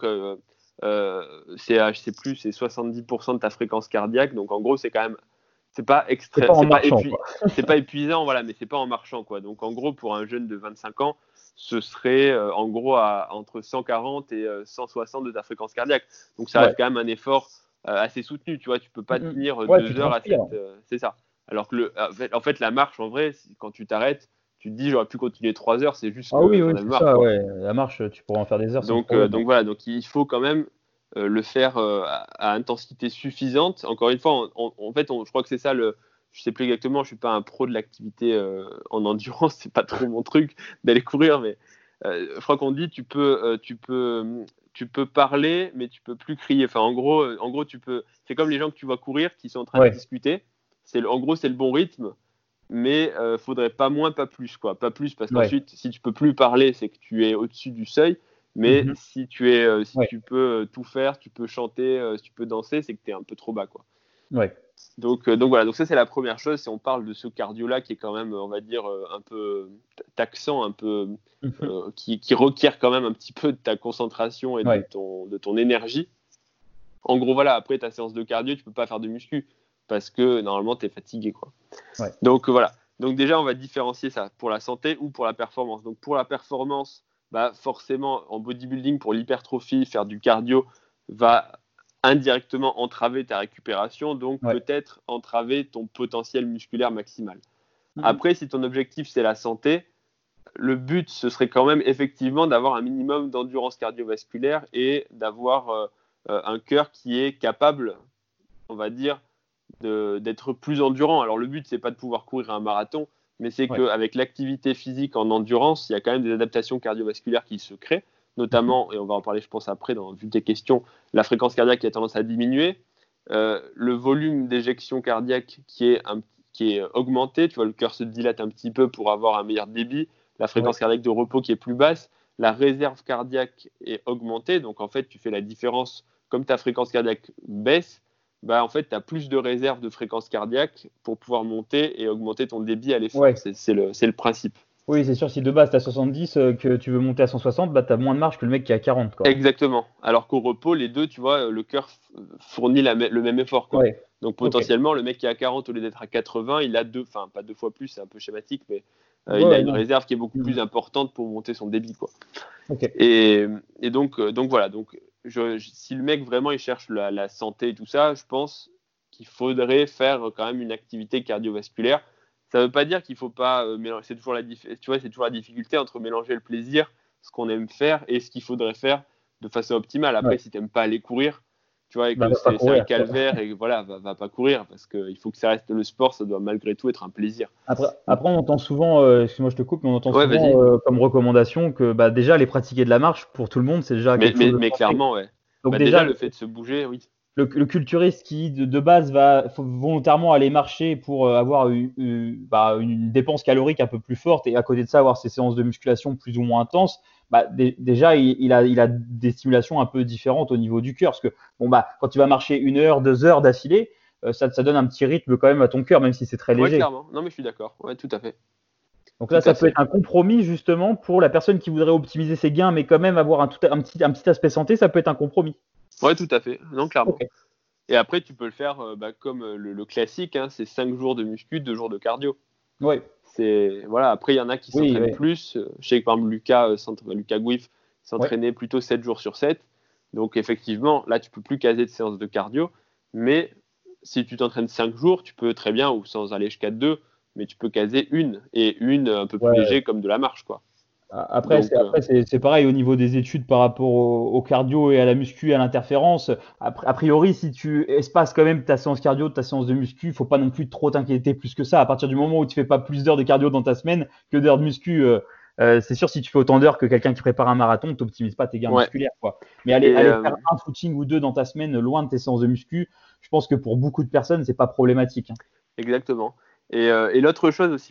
je sais plus, c'est 70% de ta fréquence cardiaque. Donc en gros, c'est quand même, c'est pas C'est pas extrait, en marchant, quoi. c'est pas épuisant, voilà, mais c'est pas en marchant, quoi. Donc en gros, pour un jeune de 25 ans, ce serait en gros entre 140 et 160 de ta fréquence cardiaque. Donc ça Ouais. reste quand même un effort assez soutenu, tu vois. Tu peux pas Mm, mm. tenir Ouais, tu 2 heures à transpires. cette. C'est ça. Alors que en fait, la marche, en vrai, quand tu t'arrêtes, tu te dis j'aurais pu continuer 3 heures, c'est juste Ah que oui, j'en oui, avais c'est marre, ça, quoi. ouais. La marche, tu pourras en faire des heures sans Donc, problème. donc voilà, donc il faut quand même le faire à intensité suffisante. Encore une fois, en fait, je crois que c'est ça je sais plus exactement, je suis pas un pro de l'activité en endurance, c'est pas trop mon truc d'aller courir, mais je crois qu'on dit tu peux parler, mais tu peux plus crier. Enfin, en gros, c'est comme les gens que tu vois courir qui sont en train de Ouais, discuter. En gros, c'est le bon rythme, mais faudrait pas moins, pas plus, quoi. Pas plus, parce ouais. qu'ensuite, si tu peux plus parler, c'est que tu es au-dessus du seuil. Mais Mhm. si Ouais, tu peux tout faire, tu peux chanter, si tu peux danser, c'est que tu es un peu trop bas, quoi. ouais. Donc voilà, donc ça c'est la première chose. Si on parle de ce cardio-là qui est quand même, on va dire, un peu taxant, un peu Mhm. qui requiert quand même un petit peu de ta concentration et de Ouais, ton énergie. En gros, voilà, après ta séance de cardio, tu peux pas faire de muscu parce que normalement tu es fatigué, quoi. ouais. Donc voilà. Donc déjà, on va différencier ça pour la santé ou pour la performance. Donc pour la performance, bah forcément en bodybuilding pour l'hypertrophie, faire du cardio va indirectement entraver ta récupération, donc Ouais. peut-être entraver ton potentiel musculaire maximal. Mhm. Après, si ton objectif c'est la santé, le but ce serait quand même effectivement d'avoir un minimum d'endurance cardiovasculaire et d'avoir un cœur qui est capable, on va dire, d'être plus endurant. Alors le but, c'est pas de pouvoir courir un marathon, mais c'est Ouais. qu'avec l'activité physique en endurance, il y a quand même des adaptations cardiovasculaires qui se créent, Mhm. notamment, et on va en parler je pense après dans vu tes questions, la fréquence cardiaque qui a tendance à diminuer, le volume d'éjection cardiaque qui est augmenté, tu vois, le cœur se dilate un petit peu pour avoir un meilleur débit, la Ouais. fréquence cardiaque de repos qui est plus basse, la réserve cardiaque est augmentée, donc en fait tu fais la différence, comme ta fréquence cardiaque baisse, bah, en fait, tu as plus de réserve de fréquence cardiaque pour pouvoir monter et augmenter ton débit à l'effort. Ouais. C'est le principe. Oui, c'est sûr, si de base tu as 70, que tu veux monter à 160, bah, tu as moins de marge que le mec qui a 40, quoi. Exactement. Alors qu'au repos, les deux, tu vois, le cœur fournit le même effort, quoi. Ouais, Donc ok. potentiellement, le mec qui est à 40 au lieu d'être à 80, il a enfin pas 2 fois plus, c'est un peu schématique, mais Ouais, il a ouais, une non. réserve qui est beaucoup Mhm. plus importante pour monter son débit, quoi. Ok. Et donc voilà. Donc si le mec vraiment il cherche la santé et tout ça, je pense qu'il faudrait faire quand même une activité cardiovasculaire. Ça ne veut pas dire qu'il faut pas mélanger. C'est toujours tu vois, c'est toujours la difficulté entre mélanger le plaisir, ce qu'on aime faire, et ce qu'il faudrait faire de façon optimale. Après, Ouais. si tu n'aimes pas aller courir, tu vois, et Bah, que va pas c'est un courir, quoi. calvaire, et voilà, va pas courir parce qu'il faut que ça reste le sport. Ça doit malgré tout être un plaisir. Après, on entend souvent, excuse-moi, je te coupe, mais on entend Ouais, souvent vas-y. comme recommandation que bah, déjà, les pratiquer de la marche, pour tout le monde, c'est déjà Mais, quelque chose mais, de mais sensé. clairement, ouais. Donc Bah déjà, déjà, le fait de se bouger, oui. le culturiste qui, de base, faut volontairement aller marcher pour avoir bah, une dépense calorique un peu plus forte et à côté de ça, avoir ses séances de musculation plus ou moins intenses, bah, déjà, il a des stimulations un peu différentes au niveau du cœur. Parce que bon, bah, quand tu vas marcher 1 heure, 2 heures d'affilée, ça donne un petit rythme quand même à ton cœur, même si c'est très Ouais, léger. clairement. Non, mais je suis d'accord. Ouais, tout à fait. Donc là, Tout à ça peut fait. être un compromis justement pour la personne qui voudrait optimiser ses gains, mais quand même avoir un petit aspect santé, ça peut être un compromis. Ouais, tout à fait. Non, Ok. clairement. Et après, tu peux le faire bah, comme le classique, hein, c'est 5 jours de muscu, 2 jours de cardio. Oui, Voilà. Après, il y en a qui oui, s'entraînent oui. plus. Je sais que par exemple, Lucas Gouif Ouais. s'entraînait plutôt 7 jours sur 7. Donc, effectivement, là, tu peux plus caser de séances de cardio. Mais si tu t'entraînes 5 jours, tu peux très bien, ou sans aller jusqu'à 2, mais tu peux caser une. Et une un peu plus Ouais. léger comme de la marche, quoi. Après, Donc, c'est pareil au niveau des études par rapport au cardio et à la muscu et à l'interférence. A priori, si tu espaces quand même ta séance cardio de ta séance de muscu, faut pas non plus trop t'inquiéter plus que ça. À partir du moment où tu fais pas plus d'heures de cardio dans ta semaine que d'heures de muscu, c'est sûr si tu fais autant d'heures que quelqu'un qui prépare un marathon, tu n'optimises pas tes gains ouais. musculaires, quoi. Mais Et aller faire un footing ou deux dans ta semaine loin de tes séances de muscu, je pense que pour beaucoup de personnes, c'est pas problématique, hein. exactement. Et l'autre chose aussi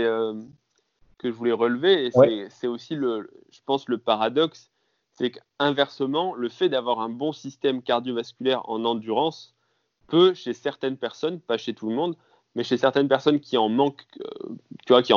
que je voulais relever, et Ouais. c'est aussi, je pense, le paradoxe, c'est qu'inversement, le fait d'avoir un bon système cardiovasculaire en endurance peut, chez certaines personnes, pas chez tout le monde, mais chez certaines personnes qui en manquent, tu vois,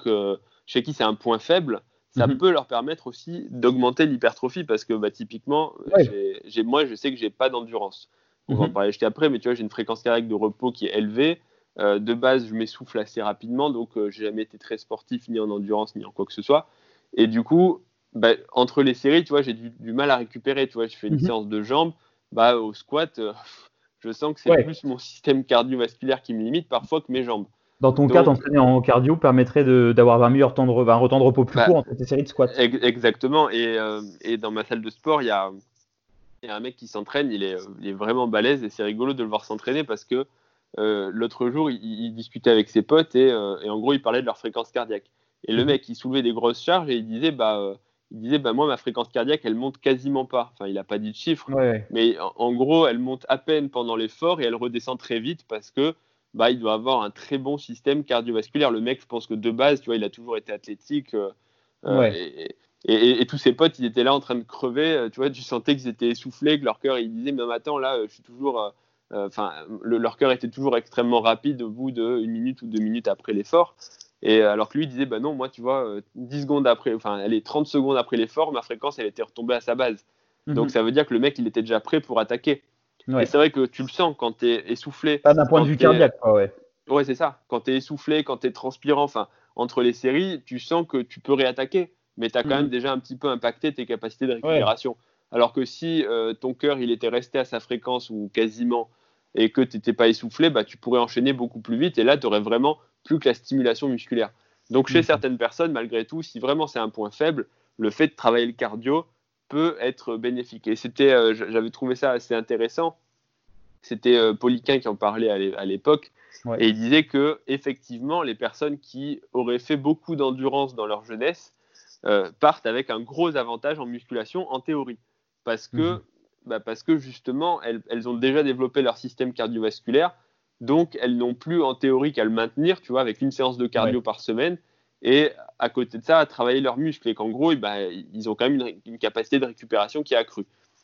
chez qui c'est un point faible, ça Mhm. peut leur permettre aussi d'augmenter l'hypertrophie parce que bah, typiquement, Ouais. moi, je sais que j'ai pas d'endurance. On va en Mhm. parler juste après, mais tu vois, j'ai une fréquence cardiaque de repos qui est élevée. De base, je m'essouffle assez rapidement, donc j'ai jamais été très sportif, ni en endurance, ni en quoi que ce soit. Et du coup, bah, entre les séries, tu vois, j'ai du mal à récupérer. Tu vois, je fais une Mhm. séance de jambes, bah, au squat, je sens que c'est Ouais. plus mon système cardiovasculaire qui me limite parfois que mes jambes. Dans ton cas, Donc, t'entraîner en cardio permettrait d'avoir un meilleur un temps de repos plus bah, court entre tes séries de squats. exactement. Et dans ma salle de sport, il y a un mec qui s'entraîne, il est vraiment balèze et c'est rigolo de le voir s'entraîner parce que l'autre jour, il discutait avec ses potes et en gros, il parlait de leur fréquence cardiaque. Et le Mhm. mec, il soulevait des grosses charges et il disait, moi, ma fréquence cardiaque, elle monte quasiment pas. Enfin, il n'a pas dit de chiffre, Ouais, ouais. mais en gros, elle monte à peine pendant l'effort et elle redescend très vite parce que bah, il doit avoir un très bon système cardiovasculaire. Le mec, je pense que de base, tu vois, il a toujours été athlétique. Euh, Ouais. et, et tous ses potes, ils étaient là en train de crever. Tu vois, tu sentais qu'ils étaient essoufflés, que leur cœur, ils disaient, mais attends, là, je suis toujours. Enfin, leur cœur était toujours extrêmement rapide au bout d'1 minute ou 2 minutes après l'effort. Et alors que lui, il disait, bah non, moi, tu vois, 10 secondes après, enfin, elle est 30 secondes après l'effort, ma fréquence, elle était retombée à sa base. Donc, Mhm. ça veut dire que le mec, il était déjà prêt pour attaquer. Et Ouais. c'est vrai que tu le sens quand tu es essoufflé, Pas d'un point de quand vue tu es. cardiaque, quoi, ouais. Ouais, c'est ça. Quand tu es essoufflé, quand tu es transpirant, enfin, entre les séries, tu sens que tu peux réattaquer, mais tu as quand même Mhm. déjà un petit peu impacté tes capacités de Ouais. récupération. Alors que si ton cœur il était resté à sa fréquence ou quasiment et que tu n'étais pas essoufflé, bah, tu pourrais enchaîner beaucoup plus vite et là, tu aurais vraiment plus que la stimulation musculaire. Donc, chez Mhm. certaines personnes, malgré tout, si vraiment c'est un point faible, le fait de travailler le cardio peut être bénéfique. Et j'avais trouvé ça assez intéressant. C'était Poliquin qui en parlait à l'époque. Ouais. Et il disait que effectivement, les personnes qui auraient fait beaucoup d'endurance dans leur jeunesse partent avec un gros avantage en musculation en théorie. Parce Mhm. que, parce que justement, elles ont déjà développé leur système cardiovasculaire. Donc, elles n'ont plus en théorie qu'à le maintenir, tu vois, avec une séance de Ouais. cardio par semaine. Et à côté de ça, à travailler leurs muscles. Et qu'en gros, ils ont quand même une capacité de récupération qui est accrue.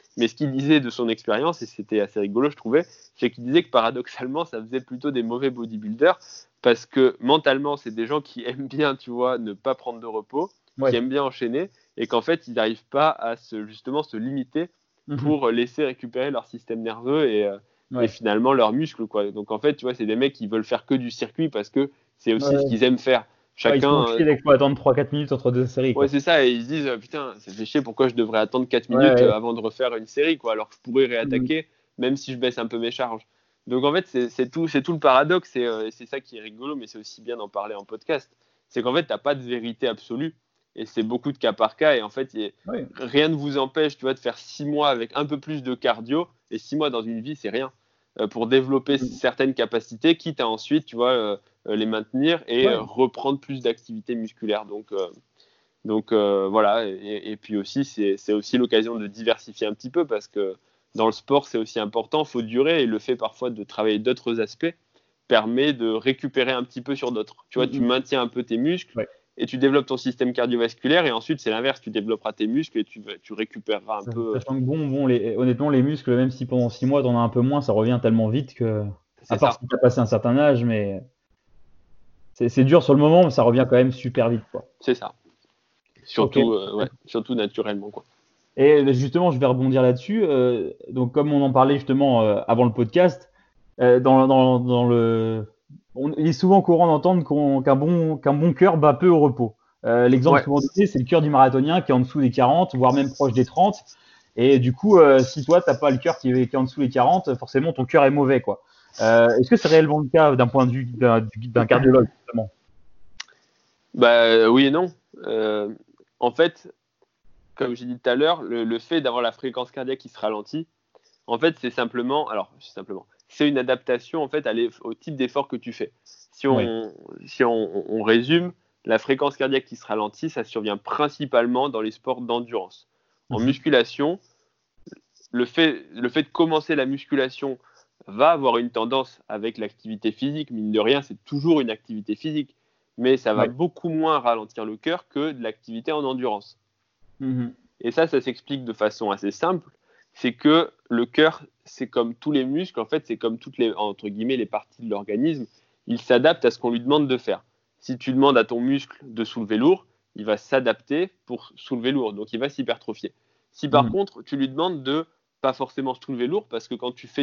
Mais ce qu'il disait de son expérience, et c'était assez rigolo, je trouvais, c'est qu'il disait que paradoxalement, ça faisait plutôt des mauvais bodybuilders parce que mentalement, c'est des gens qui aiment bien, tu vois, ne pas prendre de repos, qui aiment bien enchaîner, et qu'en fait, ils n'arrivent pas à justement se limiter pour laisser récupérer leur système nerveux et finalement leurs muscles, quoi. Donc en fait, tu vois, c'est des mecs qui veulent faire que du circuit parce que c'est aussi ce qu'ils aiment faire. Ils sont chiés dès qu'il faut attendre 3-4 minutes entre deux séries. Ouais, c'est ça, et ils se disent putain, ça fait chier, pourquoi je devrais attendre 4 minutes avant de refaire une série, quoi, alors que je pourrais réattaquer, même si je baisse un peu mes charges. Donc en fait, c'est tout le paradoxe, et c'est ça qui est rigolo, mais c'est aussi bien d'en parler en podcast. C'est qu'en fait, tu n'as pas de vérité absolue, et c'est beaucoup de cas par cas, et en fait, rien ne vous empêche, tu vois, de faire 6 mois avec un peu plus de cardio, et 6 mois dans une vie, c'est rien, pour développer certaines capacités, quitte à ensuite, tu vois, les maintenir et reprendre plus d'activité musculaire. Donc voilà, et puis aussi, c'est aussi l'occasion de diversifier un petit peu parce que dans le sport, c'est aussi important, il faut durer, et le fait parfois de travailler d'autres aspects permet de récupérer un petit peu sur d'autres. Tu vois, tu maintiens un peu tes muscles et tu développes ton système cardiovasculaire, et ensuite, c'est l'inverse, tu développeras tes muscles et tu récupéreras un peu. Sachant que honnêtement, les muscles, même si pendant 6 mois, t'en as un peu moins, ça revient tellement vite que. À part si t'as passé un certain âge, mais. C'est dur sur le moment, mais ça revient quand même super vite, quoi. C'est ça. Surtout, surtout naturellement, quoi. Et justement, je vais rebondir là-dessus. Donc, comme on en parlait justement avant le podcast, il est souvent courant d'entendre qu'un bon cœur bat peu au repos. L'exemple souvent donné, c'est le cœur du marathonien qui est en dessous des 40, voire même proche des 30. Et du coup, si toi, t'as pas le cœur qui est en dessous des 40, forcément, ton cœur est mauvais, quoi. Est-ce que c'est réellement le cas d'un point de vue d'un cardiologue, justement? Bah, oui et non. En fait, comme j'ai dit tout à l'heure, le fait d'avoir la fréquence cardiaque qui se ralentit, en fait, c'est une adaptation en fait au type d'effort que tu fais. Si on résume, la fréquence cardiaque qui se ralentit, ça survient principalement dans les sports d'endurance. En musculation, le fait de commencer la musculation va avoir une tendance avec l'activité physique, mine de rien, c'est toujours une activité physique, mais ça va beaucoup moins ralentir le cœur que de l'activité en endurance. Et ça s'explique de façon assez simple, c'est que le cœur, c'est comme tous les muscles, en fait, c'est comme toutes les, entre guillemets, les parties de l'organisme, il s'adapte à ce qu'on lui demande de faire. Si tu demandes à ton muscle de soulever lourd, il va s'adapter pour soulever lourd, donc il va s'hypertrophier. Si par contre, tu lui demandes de pas forcément soulever lourd, parce que quand tu fais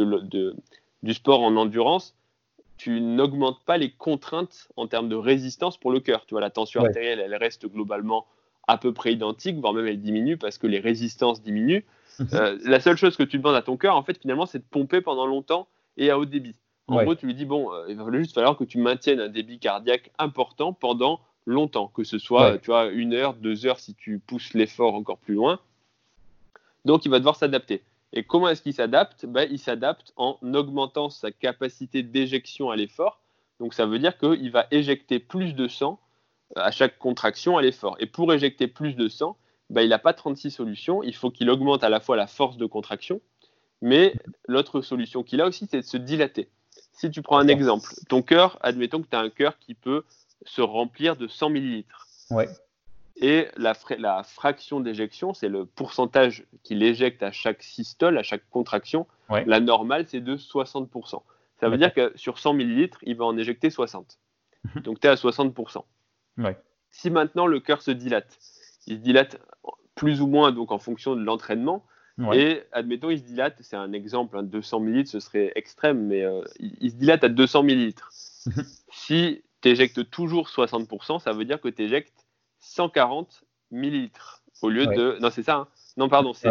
du sport en endurance, tu n'augmentes pas les contraintes en termes de résistance pour le cœur. Tu vois, la tension artérielle, elle reste globalement à peu près identique, voire même elle diminue parce que les résistances diminuent. La seule chose que tu demandes à ton cœur, en fait, finalement, c'est de pomper pendant longtemps et à haut débit. En gros, tu lui dis, bon, il va juste falloir que tu maintiennes un débit cardiaque important pendant longtemps, que ce soit, tu vois, 1 heure, 2 heures si tu pousses l'effort encore plus loin. Donc, il va devoir s'adapter. Et comment est-ce qu'il s'adapte ? Il s'adapte en augmentant sa capacité d'éjection à l'effort. Donc, ça veut dire qu'il va éjecter plus de sang à chaque contraction à l'effort. Et pour éjecter plus de sang, il n'a pas 36 solutions. Il faut qu'il augmente à la fois la force de contraction, mais l'autre solution qu'il a aussi, c'est de se dilater. Si tu prends un exemple, ton cœur, admettons que tu as un cœur qui peut se remplir de 100 millilitres. Et la fraction d'éjection, c'est le pourcentage qu'il éjecte à chaque systole, à chaque contraction. La normale, c'est de 60%. Ça veut dire que sur 100 millilitres, il va en éjecter 60. Donc, tu es à 60%. Si maintenant le cœur se dilate, il se dilate plus ou moins donc en fonction de l'entraînement, et admettons il se dilate, c'est un exemple, 200 millilitres, ce serait extrême, mais il se dilate à 200 millilitres. Si tu éjectes toujours 60%, ça veut dire que tu éjectes 140 millilitres au lieu de... Non, c'est ça, hein. Non, pardon, c'est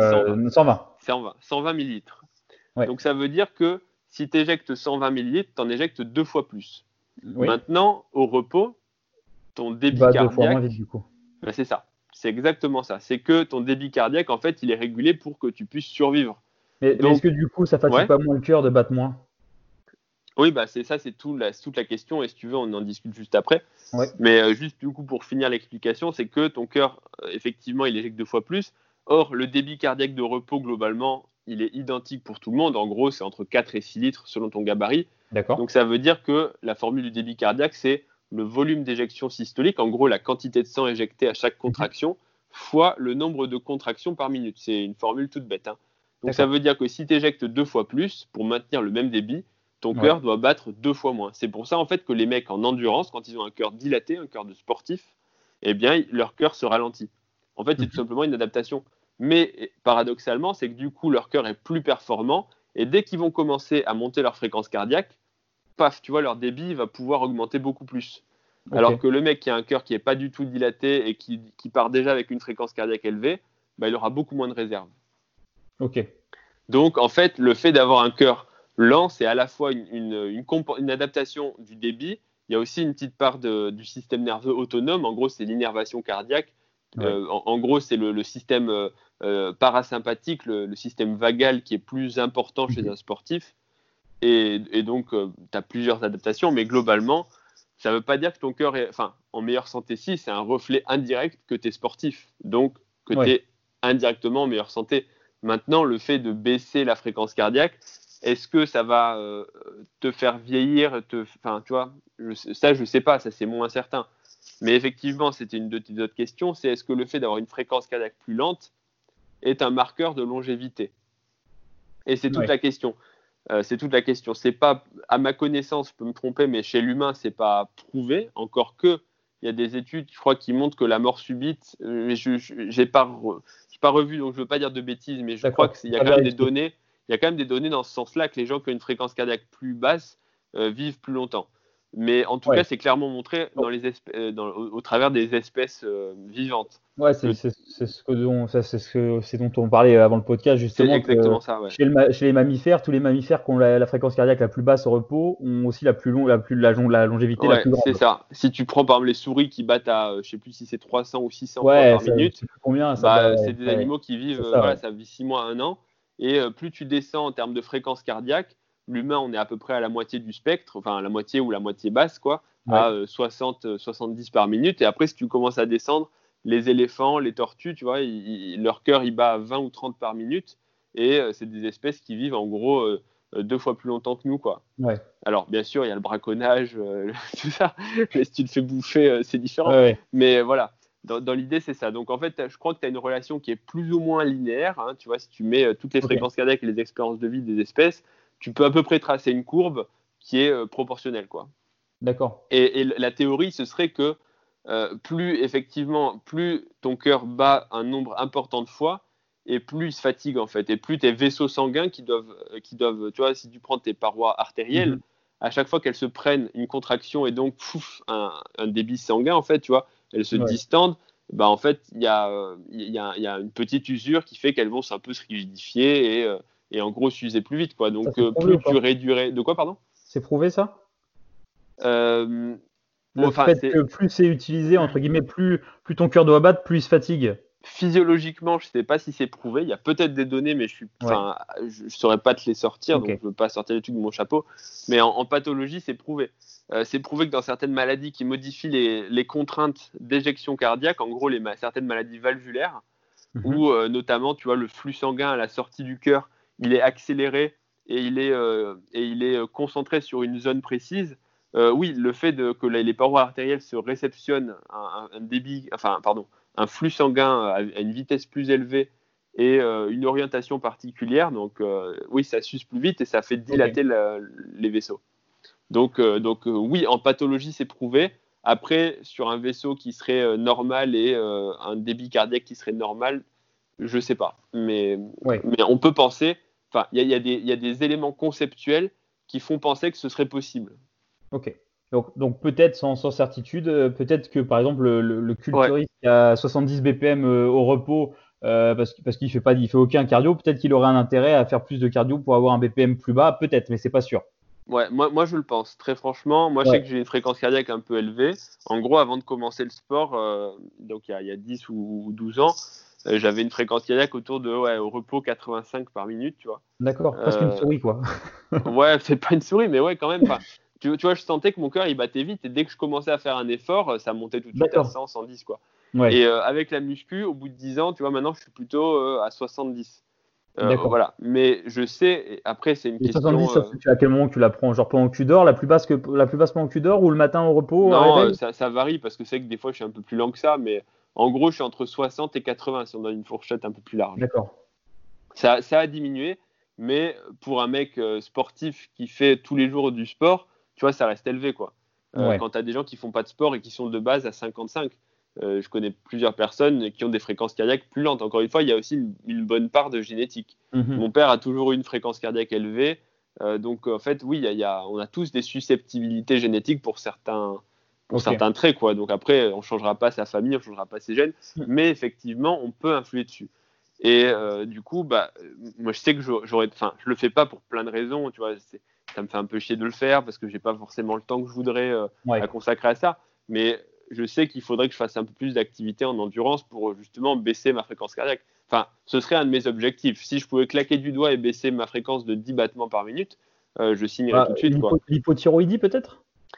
120 millilitres. Donc ça veut dire que si tu éjectes 120 millilitres, tu en éjectes 2 fois plus. Maintenant, au repos, ton débit cardiaque, 2 fois moins vite, du coup. C'est ça, c'est exactement ça. C'est que ton débit cardiaque, en fait, il est régulé pour que tu puisses survivre. Mais est-ce que du coup, ça fatigue pas moins le cœur de battre moins ? Oui, c'est toute la question, et si tu veux, on en discute juste après. Mais juste du coup, pour finir l'explication, c'est que ton cœur, effectivement, il éjecte 2 fois plus. Or, le débit cardiaque de repos, globalement, il est identique pour tout le monde. En gros, c'est entre 4 et 6 litres selon ton gabarit. Donc, ça veut dire que la formule du débit cardiaque, c'est le volume d'éjection systolique, en gros la quantité de sang éjecté à chaque contraction, fois le nombre de contractions par minute. C'est une formule toute bête. Hein. Donc D'accord. ça veut dire que si tu éjectes 2 fois plus, pour maintenir le même débit, ton Ouais. cœur doit battre 2 fois moins. C'est pour ça en fait que les mecs en endurance, quand ils ont un cœur dilaté, un cœur de sportif, eh bien leur cœur se ralentit. En fait, c'est tout simplement une adaptation. Mais paradoxalement, c'est que du coup, leur cœur est plus performant et dès qu'ils vont commencer à monter leur fréquence cardiaque, paf, tu vois, leur débit va pouvoir augmenter beaucoup plus. Ok. Alors que le mec qui a un cœur qui n'est pas du tout dilaté et qui part déjà avec une fréquence cardiaque élevée, bah, il aura beaucoup moins de réserve. Ok. Donc, en fait, le fait d'avoir un cœur lent, c'est à la fois une adaptation du débit, il y a aussi une petite part du système nerveux autonome. En gros, c'est l'innervation cardiaque. Ouais. En gros, c'est le système parasympathique, le système vagal qui est plus important chez un sportif. Et donc, tu as plusieurs adaptations, mais globalement, ça ne veut pas dire que ton cœur est en meilleure santé. Si, c'est un reflet indirect que tu es sportif, donc que tu es indirectement en meilleure santé. Maintenant, le fait de baisser la fréquence cardiaque, est-ce que ça va te faire vieillir tu vois, ça, je ne sais pas, ça c'est moins certain. Mais effectivement, c'était une de tes autres questions, c'est est-ce que le fait d'avoir une fréquence cardiaque plus lente est un marqueur de longévité? Et c'est toute la question. C'est toute la question. C'est pas, à ma connaissance, je peux me tromper, mais chez l'humain, c'est pas prouvé. Encore que, il y a des études, je crois, qui montrent que la mort subite. Je n'ai pas revu, donc je veux pas dire de bêtises, mais je crois qu'il y a quand même des données. Il y a quand même des données dans ce sens-là que les gens qui ont une fréquence cardiaque plus basse vivent plus longtemps. Mais en tout cas, c'est clairement montré au travers des espèces vivantes. Ouais, c'est ce dont on parlait avant le podcast, justement. C'est exactement ça, ouais. Chez les mammifères, tous les mammifères qui ont la fréquence cardiaque la plus basse au repos ont aussi la longévité la plus grande. C'est ça. Si tu prends par exemple les souris qui battent à, je sais plus si c'est 300 ou 600 fois par minute, combien, c'est des animaux qui vivent, ça vit 6 mois, 1 an. Et plus tu descends en termes de fréquence cardiaque, l'humain, on est à peu près à la moitié du spectre, enfin la moitié ou la moitié basse, quoi, à 60, 70 par minute. Et après, si tu commences à descendre, les éléphants, les tortues, tu vois, leur cœur, il bat à 20 ou 30 par minute. Et c'est des espèces qui vivent en gros 2 fois plus longtemps que nous, quoi. Ouais. Alors, bien sûr, il y a le braconnage, tout ça. Mais si tu te fais bouffer, c'est différent. Ouais. Mais voilà, dans l'idée, c'est ça. Donc, en fait, je crois que tu as une relation qui est plus ou moins linéaire. Hein. Tu vois, si tu mets toutes les fréquences cardiaques et les expériences de vie des espèces, tu peux à peu près tracer une courbe qui est proportionnelle, quoi. D'accord. Et la théorie, ce serait que plus ton cœur bat un nombre important de fois, et plus il se fatigue en fait, et plus tes vaisseaux sanguins qui doivent, tu vois, si tu prends tes parois artérielles, à chaque fois qu'elles se prennent une contraction et donc un débit sanguin en fait, tu vois, elles se distendent, bah en fait il y a une petite usure qui fait qu'elles vont un peu se rigidifier et en gros s'user plus vite, quoi. Donc plus tu réduirais, de quoi, pardon? C'est prouvé ça? Le fait que plus c'est utilisé, entre guillemets, plus ton cœur doit battre, plus il se fatigue. Physiologiquement, je ne sais pas si c'est prouvé. Il y a peut-être des données, mais je ne saurais pas te les sortir, donc je ne veux pas sortir les trucs de mon chapeau. Mais en pathologie, c'est prouvé. C'est prouvé que dans certaines maladies qui modifient les contraintes d'éjection cardiaque, en gros certaines maladies valvulaires, où notamment, tu vois, le flux sanguin à la sortie du cœur, il est accéléré et il est concentré sur une zone précise. Oui, le fait que les parois artérielles se réceptionnent un flux sanguin à une vitesse plus élevée et une orientation particulière, donc oui, ça s'use plus vite et ça fait dilater les vaisseaux. Donc oui, en pathologie, c'est prouvé. Après, sur un vaisseau qui serait normal et un débit cardiaque qui serait normal, je ne sais pas. Mais on peut penser, il y a des éléments conceptuels qui font penser que ce serait possible. Ok. Donc peut-être sans certitude, peut-être que par exemple le culturiste qui a 70 BPM au repos parce qu'il fait aucun cardio, peut-être qu'il aurait un intérêt à faire plus de cardio pour avoir un BPM plus bas, peut-être, mais c'est pas sûr. Ouais, moi je le pense, très franchement. Moi je sais que j'ai une fréquence cardiaque un peu élevée. En gros, avant de commencer le sport, donc il y a 10 ou 12 ans, j'avais une fréquence cardiaque autour de, au repos 85 par minute, tu vois. D'accord, presque une souris, quoi. Ouais, c'est pas une souris, mais ouais, quand même. Tu vois, je sentais que mon cœur il battait vite et dès que je commençais à faire un effort, ça montait tout de suite à 100, 110, quoi. Ouais. Et avec la muscu, au bout de 10 ans, tu vois, maintenant je suis plutôt à 70. Voilà, mais je sais, après c'est une question. 70, à quel moment tu la prends? Genre pendant que tu dors, la plus basse pendant que tu dors ou le matin au repos? Non, ça varie parce que c'est que des fois je suis un peu plus lent que ça, mais En gros, je suis entre 60 et 80 si on donne une fourchette un peu plus large. D'accord. Ça a diminué, mais pour un mec sportif qui fait tous les jours du sport, tu vois, ça reste élevé, quoi. Ouais. Quand tu as des gens qui font pas de sport et qui sont de base à 55, je connais plusieurs personnes qui ont des fréquences cardiaques plus lentes. Encore une fois, il y a aussi une bonne part de génétique. Mhm. Mon père a toujours eu une fréquence cardiaque élevée. Donc, en fait, oui, on a tous des susceptibilités génétiques pour certains traits, quoi. Donc, après, on ne changera pas sa famille, on ne changera pas ses gènes. Mais effectivement, on peut influer dessus. Et du coup, moi, je sais que je ne le fais pas pour plein de raisons. Tu vois, ça me fait un peu chier de le faire parce que je n'ai pas forcément le temps que je voudrais à consacrer à ça. Mais je sais qu'il faudrait que je fasse un peu plus d'activité en endurance pour justement baisser ma fréquence cardiaque. Enfin, ce serait un de mes objectifs. Si je pouvais claquer du doigt et baisser ma fréquence de 10 battements par minute, je signerais tout de suite. L'hypothyroïdie peut-être?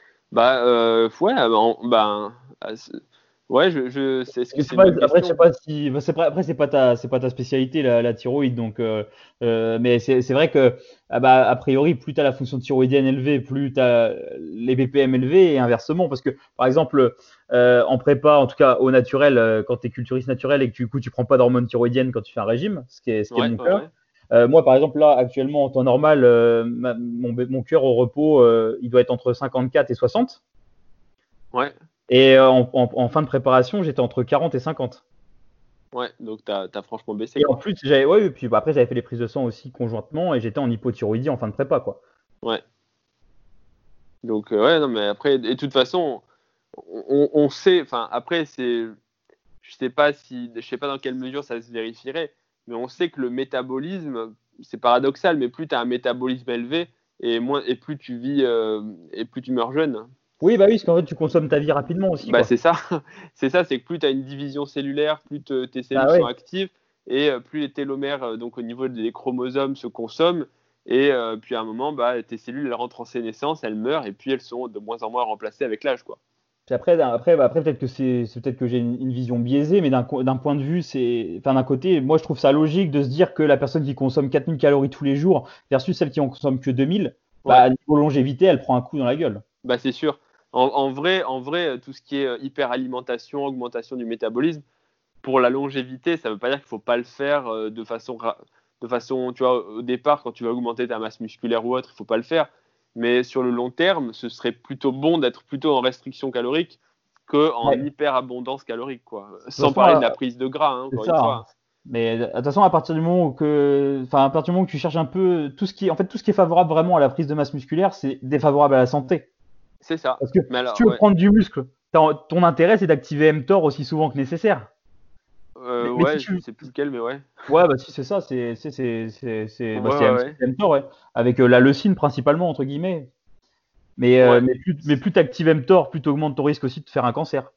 Ouais, c'est ce que c'est après, je sais pas si après c'est pas ta spécialité la thyroïde, donc mais c'est vrai que a priori plus tu as la fonction thyroïdienne élevée, plus tu as les BPM élevés et inversement, parce que par exemple en prépa, en tout cas au naturel, quand tu es culturiste naturel et que du coup tu prends pas d'hormones thyroïdiennes quand tu fais un régime, ce qui est mon cas. Moi, par exemple, là, actuellement, en temps normal, mon cœur au repos, il doit être entre 54 et 60. Ouais. Et en fin de préparation, j'étais entre 40 et 50. Ouais, donc tu as franchement baissé. Et en plus, puis après, j'avais fait les prises de sang aussi conjointement et j'étais en hypothyroïdie en fin de prépa, quoi. Ouais. Donc, non, mais après, et de toute façon, on sait, enfin, après, je sais pas dans quelle mesure ça se vérifierait, mais on sait que le métabolisme, c'est paradoxal, mais plus tu as un métabolisme élevé et plus tu vis et plus tu meurs jeune. Oui, parce qu'en fait, tu consommes ta vie rapidement aussi, quoi. C'est ça, c'est que plus tu as une division cellulaire, plus tes cellules sont actives et plus les télomères, donc au niveau des chromosomes, se consomment. Et puis à un moment, tes cellules elles rentrent en sénescence, elles meurent et puis elles sont de moins en moins remplacées avec l'âge, quoi. Puis après peut-être que c'est peut-être que j'ai une vision biaisée, mais d'un point de vue, d'un côté, moi je trouve ça logique de se dire que la personne qui consomme 4000 calories tous les jours versus celle qui en consomme que 2000, niveau longévité, elle prend un coup dans la gueule. C'est sûr. En vrai, tout ce qui est hyperalimentation, augmentation du métabolisme, pour la longévité, ça ne veut pas dire qu'il ne faut pas le faire de façon, tu vois, au départ, quand tu vas augmenter ta masse musculaire ou autre, il ne faut pas le faire. Mais sur le long terme, ce serait plutôt bon d'être plutôt en restriction calorique qu'en hyperabondance calorique, quoi. Sans parler de la prise de gras, encore une fois. Mais de toute façon, à partir du moment où tu cherches un peu tout ce qui est favorable vraiment à la prise de masse musculaire, c'est défavorable à la santé. C'est ça. Parce que si tu veux prendre du muscle, ton intérêt c'est d'activer mTOR aussi souvent que nécessaire. Je ne sais plus lequel, mais ouais. Ouais, si c'est ça, c'est mTOR, ouais. Avec la leucine principalement entre guillemets. Mais plus tu actives mTOR, plus tu augmentes ton risque aussi de faire un cancer.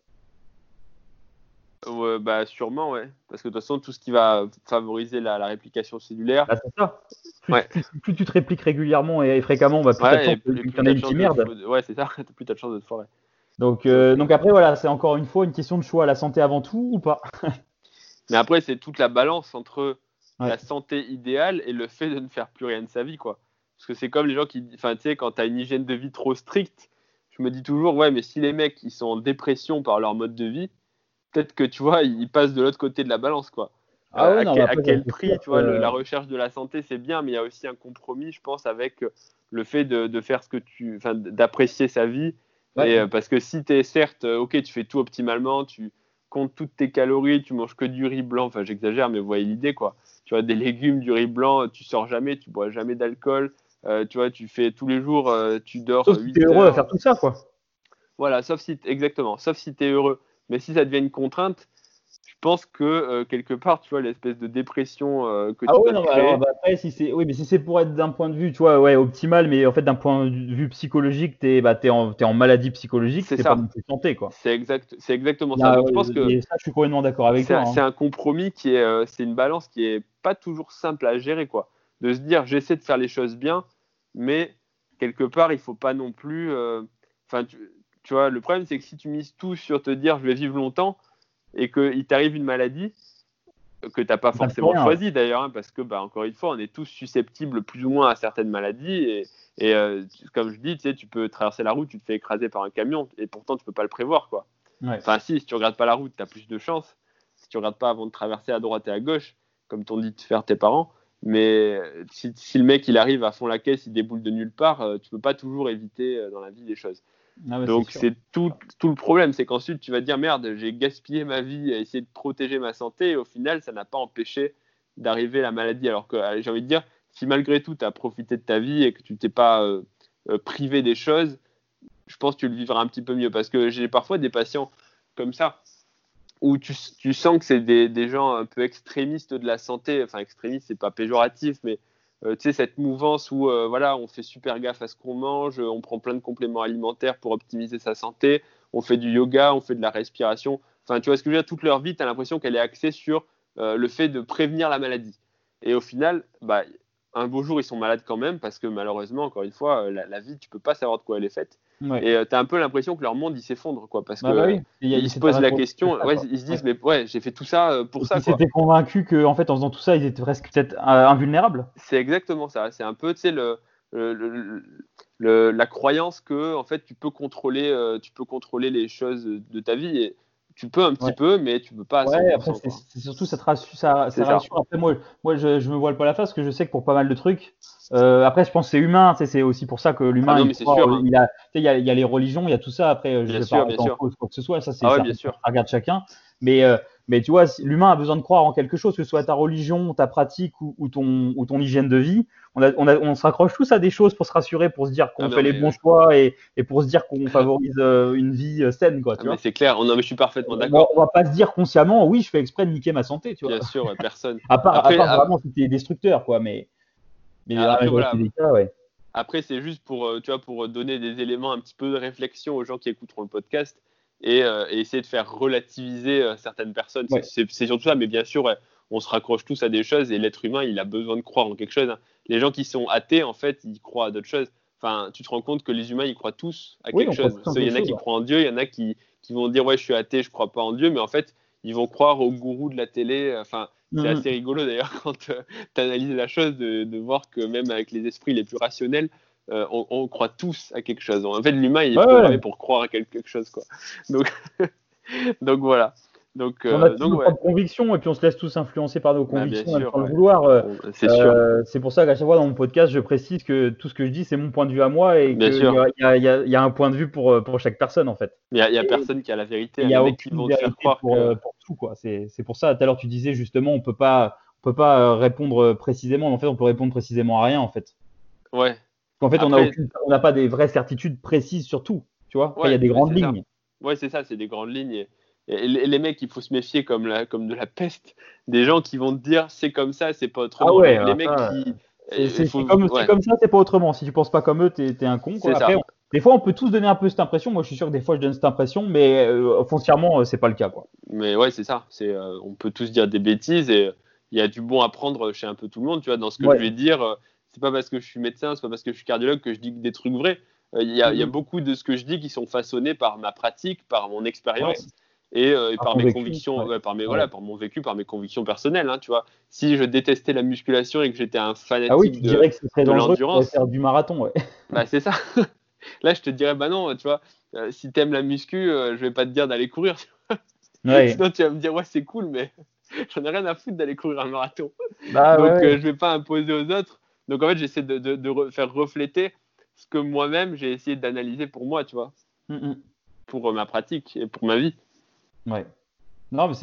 Sûrement, ouais. Parce que de toute façon, tout ce qui va favoriser la réplication cellulaire. C'est ça. Plus tu te répliques régulièrement et fréquemment, plus tu as de chance que tu en aies une petite merde. Ouais, c'est ça. Plus tu as de chance de te foirer. Donc après, voilà, c'est encore une fois une question de choix. La santé avant tout ou pas? Mais après, c'est toute la balance entre la santé idéale et le fait de ne faire plus rien de sa vie, quoi. Parce que c'est comme les gens qui, enfin, tu sais, quand tu as une hygiène de vie trop stricte, je me dis toujours, ouais, mais si les mecs, ils sont en dépression par leur mode de vie, peut-être que, tu vois, ils passent de l'autre côté de la balance, quoi. À quel prix, tu vois, la recherche de la santé, c'est bien, mais il y a aussi un compromis, je pense, avec le fait de faire d'apprécier sa vie. Et, parce que si tu es certes, tu fais tout optimalement, tu comptes toutes tes calories, tu manges que du riz blanc, enfin j'exagère, mais vous voyez l'idée, quoi. Tu vois, des légumes, du riz blanc, tu sors jamais, tu bois jamais d'alcool, tu vois, tu fais tous les jours, tu dors 8 heures. Sauf si tu es heureux à faire tout ça, quoi. Voilà, sauf si tu es heureux. Mais si ça devient une contrainte, je pense que quelque part, tu vois, l'espèce de dépression que tu dois créer. Après, si c'est pour être d'un point de vue, tu vois, optimal, mais en fait, d'un point de vue psychologique, t'es en maladie psychologique, c'est pas de santé, quoi. C'est exactement ça. Donc, je pense que et ça, je suis complètement d'accord avec toi. C'est un compromis c'est une balance qui est pas toujours simple à gérer, quoi. De se dire, j'essaie de faire les choses bien, mais quelque part, il faut pas non plus. Tu vois, le problème, c'est que si tu mises tout sur te dire, je vais vivre longtemps, et qu'il t'arrive une maladie que tu n'as pas forcément choisie d'ailleurs, hein, parce que, encore une fois, on est tous susceptibles plus ou moins à certaines maladies. Et comme je dis, tu sais, tu peux traverser la route, tu te fais écraser par un camion, et pourtant, tu ne peux pas le prévoir, quoi. Ouais. Enfin, si tu regardes pas la route, tu as plus de chance. Si tu regardes pas avant de traverser à droite et à gauche, comme t'ont dit de faire tes parents. Mais si le mec il arrive à fond la caisse, il déboule de nulle part, tu peux pas toujours éviter dans la vie des choses. Ah ouais, Donc sûr. c'est tout le problème, c'est qu'ensuite tu vas te dire merde, j'ai gaspillé ma vie à essayer de protéger ma santé et au final ça n'a pas empêché d'arriver la maladie. Alors que j'ai envie de dire, si malgré tout tu as profité de ta vie et que tu t'es pas privé des choses, je pense que tu le vivras un petit peu mieux parce que j'ai parfois des patients comme ça où tu sens que c'est des gens un peu extrémistes de la santé. Enfin, extrémistes, c'est pas péjoratif, mais tu sais, cette mouvance où voilà, on fait super gaffe à ce qu'on mange, on prend plein de compléments alimentaires pour optimiser sa santé, on fait du yoga, on fait de la respiration. Enfin, tu vois ce que je veux dire, toute leur vie, tu as l'impression qu'elle est axée sur le fait de prévenir la maladie. Et au final, bah, un beau jour, ils sont malades quand même parce que malheureusement, encore une fois, la vie, tu peux pas savoir de quoi elle est faite. Ouais. Et tu as un peu l'impression que leur monde, il s'effondre, quoi, parce Bah que oui. ils se C'était posent rien la pour question, ça, ouais, quoi. ils se disent, Ouais. mais ouais, j'ai fait tout ça pour Et ça, qu'ils quoi. s'étaient convaincus qu'en fait, en faisant tout ça, ils étaient presque peut-être invulnérables. C'est exactement ça. C'est un peu, tu sais, la croyance que, en fait, tu peux contrôler les choses de ta vie. Et tu peux un Ouais. petit peu, mais tu peux pas à Ouais, après, 100%, quoi. c'est surtout, ça te rassure, ça C'est ça. rassure. Après, moi je me voile pas la face, parce que je sais que pour pas mal de trucs, après, je pense que c'est humain, tu sais, c'est aussi pour ça que Ah l'humain, non, il mais c'est croit, sûr, hein. tu sais, il y a les religions, il y a tout ça. Après, je Bien vais pas sûr, bien remettre en sûr. cause quoi que ce soit, ça, Ah ouais, ça bien sûr. regarde chacun. Mais, mais tu vois, l'humain a besoin de croire en quelque chose, que ce soit ta religion, ta pratique ou ton hygiène de vie. On se raccroche tous à des choses pour se rassurer, pour se dire Ah qu'on fait non, les mais bons ouais. choix et pour se dire qu'on favorise une vie saine, quoi, Ah, tu mais vois. c'est clair. Non, mais je suis parfaitement Bon, d'accord. on va pas se dire consciemment, oui, je fais exprès de niquer ma santé, tu vois. Bien sûr, ouais, personne. À Après, part vraiment si t'es destructeur, quoi. Mais dans la après majorité voilà. des cas, ouais. Après, c'est juste pour, tu vois, pour donner des éléments un petit peu de réflexion aux gens qui écouteront le podcast et essayer de faire relativiser certaines personnes. Ouais. C'est surtout ça, mais bien sûr, ouais, on se raccroche tous à des choses et l'être humain, il a besoin de croire en quelque chose, hein. Les gens qui sont athées, en fait, ils croient à d'autres choses. Enfin, tu te rends compte que les humains, ils croient tous à Oui, quelque on croit chose. tous en Il y quelque en a chose, qui ouais. croient en Dieu, il y en a qui vont dire, ouais, je suis athée, je crois pas en Dieu, mais en fait, ils vont croire au gourou de la télé. Enfin, c'est Mhm. assez rigolo d'ailleurs quand tu analyses la chose de voir que même avec les esprits les plus rationnels, on croit tous à quelque chose. En fait, l'humain, il est Ouais, programmé ouais. pour croire à quelque chose, quoi. Donc, donc voilà. On a tous Donc nos ouais, propres convictions et puis on se laisse tous influencer par nos bah, bien convictions, même sûr, sans le ouais. vouloir. C'est sûr, C'est pour ça qu'à chaque fois dans mon podcast, je précise que tout ce que je dis, c'est mon point de vue à moi et bien qu'il y sûr. a, il y a un point de vue pour chaque personne, en fait. Il y a Et personne qui a la vérité, il hein. n'y Les a mecs qui aucune vont te faire vérité croire que, pour tout, quoi. C'est pour ça, tout à l'heure, tu disais justement, on peut pas répondre précisément. Mais en fait, on peut répondre précisément à rien, en fait. ouais. En fait, Après, on n'a pas des vraies certitudes précises sur tout, tu vois. Après, il y a ouais, des mais grandes c'est ça. lignes. Ouais, c'est ça, c'est des grandes lignes. Et les mecs, il faut se méfier comme de la peste. Des gens qui vont te dire c'est comme ça, c'est pas Ah autrement. ouais, Les alors mecs ça, qui. Il faut, c'est ouais, comme ça, c'est pas autrement. Si tu penses pas comme eux, t'es un con, c'est quoi. Après, ça. des fois, on peut tous donner un peu cette impression. Moi, je suis sûr que des fois, je donne cette impression, mais foncièrement, c'est pas le cas, quoi. Mais ouais, c'est ça. On peut tous dire des bêtises et il y a du bon à prendre chez un peu tout le monde. Tu vois, dans ce que je Ouais. vais dire, c'est pas parce que je suis médecin, c'est pas parce que je suis cardiologue que je dis des trucs vrais. Il y a Mhm. beaucoup de ce que je dis qui sont façonnés par ma pratique, par mon Ouais. expérience et Par par ton mes vécu. convictions, Ouais. ouais, Ouais. par mon vécu, par mes convictions personnelles, hein, tu vois. Si je détestais la musculation et que j'étais un Ah oui, fanatique tu dirais que ce serait de dangereux de l'endurance, faire du marathon, ouais. bah c'est ça. Là, je te dirais, bah non, tu vois, si t'aimes la muscu, je vais pas te dire d'aller courir. Ouais. Sinon, tu vas me dire, ouais, c'est cool, mais j'en ai rien à foutre d'aller courir un marathon. Bah ouais, Donc, ouais. je vais pas imposer aux autres. Donc, en fait, j'essaie faire refléter ce que moi-même, j'ai essayé d'analyser pour moi, tu vois, Mhm. pour ma pratique et pour ma vie. Ouais. Non, mais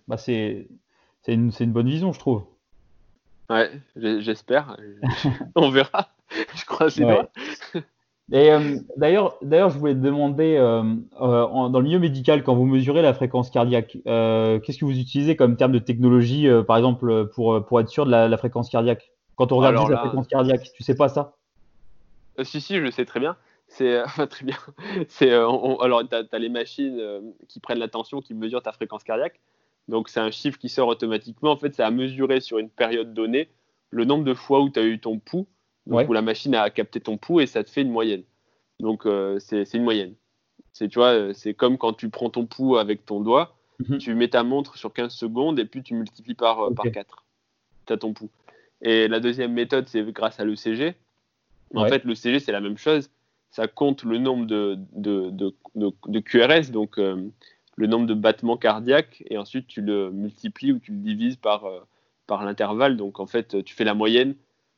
c'est une bonne vision, je trouve. Ouais, j'espère. On verra. Je croise les Ouais. doigts. Et d'ailleurs, je voulais te demander, dans le milieu médical, quand vous mesurez la fréquence cardiaque, qu'est-ce que vous utilisez comme terme de technologie, par exemple, pour être sûr de la fréquence cardiaque? Quand on regarde Alors juste la là, fréquence cardiaque, tu sais pas ça? si, je le sais très bien. C'est enfin, très bien. Alors, tu as les machines qui prennent la tension, qui mesurent ta fréquence cardiaque. Donc, c'est un chiffre qui sort automatiquement. En fait, c'est à mesurer sur une période donnée le nombre de fois où tu as eu ton pouls, donc Ouais. où la machine a capté ton pouls et ça te fait une moyenne. Donc, c'est une moyenne. Tu vois, c'est comme quand tu prends ton pouls avec ton doigt, Mhm. tu mets ta montre sur 15 secondes et puis tu multiplies par Ok. 4. Tu as ton pouls. Et la deuxième méthode, c'est grâce à l'ECG. En Ouais. fait, l'ECG, c'est la même chose. Ça compte le nombre de QRS, donc le nombre de battements cardiaques et ensuite tu le multiplies ou tu le divises par l'intervalle. Donc en fait, tu fais la moyenne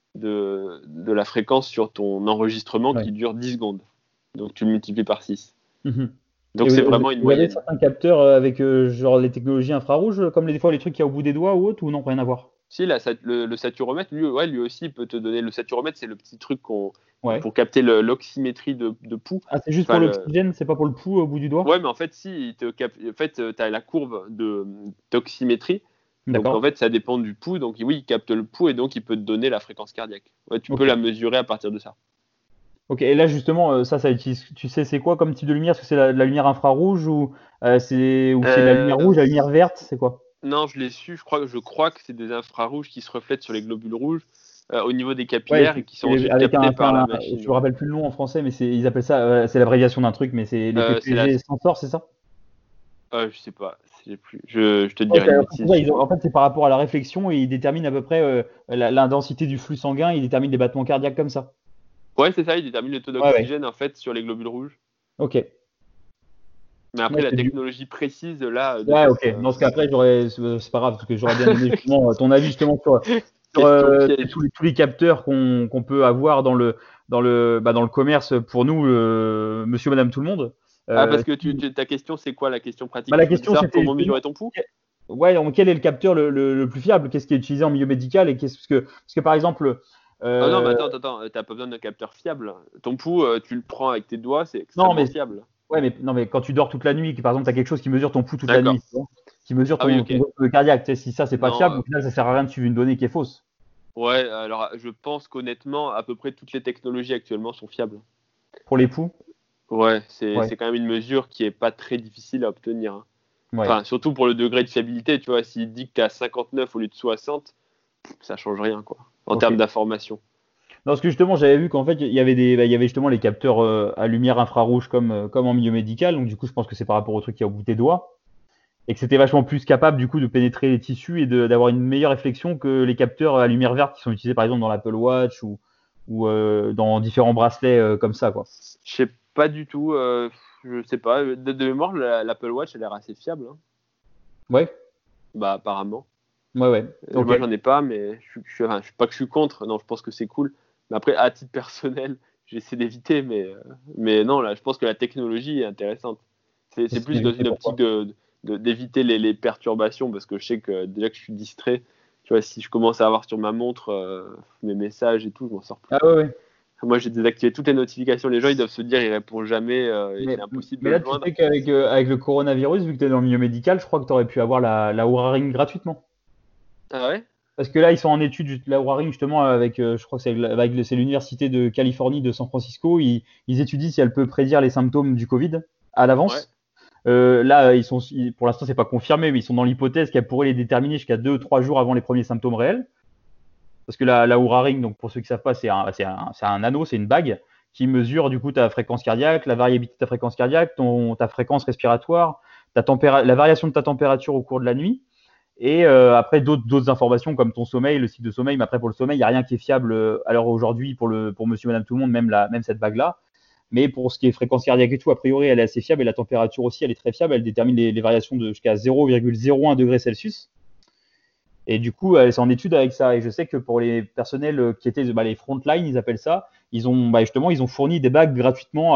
de la fréquence sur ton enregistrement qui dure 10 secondes. Donc tu le multiplies par 6. Donc c'est vraiment une moyenne. Vous avez certains capteurs avec genre les technologies infrarouges, comme des fois les trucs qu'il y a au bout des doigts ou autre, ou non, rien à voir? Si, le saturomètre, lui aussi, il peut te donner. Le saturomètre, c'est le petit truc pour capter l'oxymétrie de pouls. Ah, c'est juste pour l'oxygène, c'est pas pour le pouls au bout du doigt? Ouais, mais en fait, si, tu as la courbe d'oxymétrie. Donc en fait, ça dépend du pouls. Donc oui, il capte le pouls et donc il peut te donner la fréquence cardiaque. Ouais, tu peux la mesurer à partir de ça. Ok, et là justement, ça utilise, tu sais, c'est quoi comme type de lumière? Est-ce que c'est la lumière infrarouge ou c'est la lumière rouge, la lumière verte, c'est quoi? Non, je l'ai su, je crois que c'est des infrarouges qui se reflètent sur les globules rouges au niveau des capillaires et qui sont ensuite captés par la machine. Je me rappelle plus le nom en français, mais ils appellent ça, c'est l'abréviation d'un truc, mais c'est les PPG Sensor, c'est ça? Je sais pas, je te dirai une bêtise. En fait, c'est par rapport à la réflexion et ils déterminent à peu près l'intensité du flux sanguin, ils déterminent les battements cardiaques comme ça. Ouais, c'est ça, ils déterminent le taux d'oxygène en fait sur les globules rouges. Ok. Mais après, la technologie précise, là. Ok. Dans ce cas, après, c'est pas grave, parce que j'aurais bien aimé justement ton avis justement sur tous les capteurs qu'on peut avoir dans le commerce pour nous, monsieur, madame, tout le monde. Parce que ta question, c'est quoi la question pratique? La question, c'était comment mesurer ton pouls? Ouais, donc quel est le capteur le plus fiable? Qu'est-ce qui est utilisé en milieu médical? Parce que par exemple. Non, mais attends, t'as pas besoin d'un capteur fiable. Ton pouls, tu le prends avec tes doigts, c'est extrêmement fiable. Ouais, mais quand tu dors toute la nuit, par exemple, tu as quelque chose qui mesure ton pouls toute la nuit, qui mesure ton rythme cardiaque. Si ça, c'est pas fiable, au final, ça sert à rien de suivre une donnée qui est fausse. Ouais, alors je pense qu'honnêtement, à peu près toutes les technologies actuellement sont fiables. Pour les pouls? Ouais, c'est quand même une mesure qui est pas très difficile à obtenir. Hein. Ouais. Enfin, surtout pour le degré de fiabilité, tu vois, s'il dit que tu es à 59 au lieu de 60, ça change rien, quoi, en termes d'information. Non, parce que justement, j'avais vu qu'en fait, il y avait justement les capteurs à lumière infrarouge comme en milieu médical. Donc, du coup, je pense que c'est par rapport au truc qui est au bout des doigts. Et que c'était vachement plus capable, du coup, de pénétrer les tissus et d'avoir une meilleure réflexion que les capteurs à lumière verte qui sont utilisés, par exemple, dans l'Apple Watch ou dans différents bracelets comme ça, quoi. Je sais pas du tout. Je sais pas. De mémoire, l'Apple Watch a l'air assez fiable. Hein. Ouais. Bah, apparemment. Ouais. Moi, j'en ai pas, mais je suis pas que je suis contre. Non, je pense que c'est cool. Mais après, à titre personnel, j'essaie d'éviter. Mais non, là, je pense que la technologie est intéressante. C'est plus dans une optique d'éviter les perturbations parce que je sais que déjà que je suis distrait, tu vois, si je commence à avoir sur ma montre mes messages et tout, je m'en sors plus. Ah ouais. Moi, j'ai désactivé toutes les notifications. Les gens, ils doivent se dire, ils répondent jamais et c'est impossible de le joindre. Mais là, tu sais qu'avec le coronavirus, vu que tu es dans le milieu médical, je crois que tu aurais pu avoir la Oura Ring gratuitement. Ah ouais? Parce que là, ils sont en étude, la Oura Ring, justement, avec, je crois que c'est l'université de Californie de San Francisco. Ils étudient si elle peut prédire les symptômes du Covid à l'avance. Ouais. Là, pour l'instant, c'est pas confirmé, mais ils sont dans l'hypothèse qu'elle pourrait les déterminer jusqu'à 2 ou 3 jours avant les premiers symptômes réels. Parce que la Oura Ring, donc pour ceux qui savent pas, c'est un anneau, c'est une bague qui mesure du coup ta fréquence cardiaque, la variabilité de ta fréquence cardiaque, ta fréquence respiratoire, la variation de ta température au cours de la nuit. Et après d'autres informations comme ton sommeil, le cycle de sommeil. Mais après pour le sommeil, il n'y a rien qui est fiable alors aujourd'hui pour monsieur, madame, tout le monde, même cette bague-là. Mais pour ce qui est fréquence cardiaque et tout, a priori, elle est assez fiable et la température aussi, elle est très fiable. Elle détermine les variations de jusqu'à 0,01 degré Celsius. Et du coup, elle est en étude avec ça. Et je sais que pour les personnels qui étaient les frontline, ils appellent ça, ils ont fourni des bagues gratuitement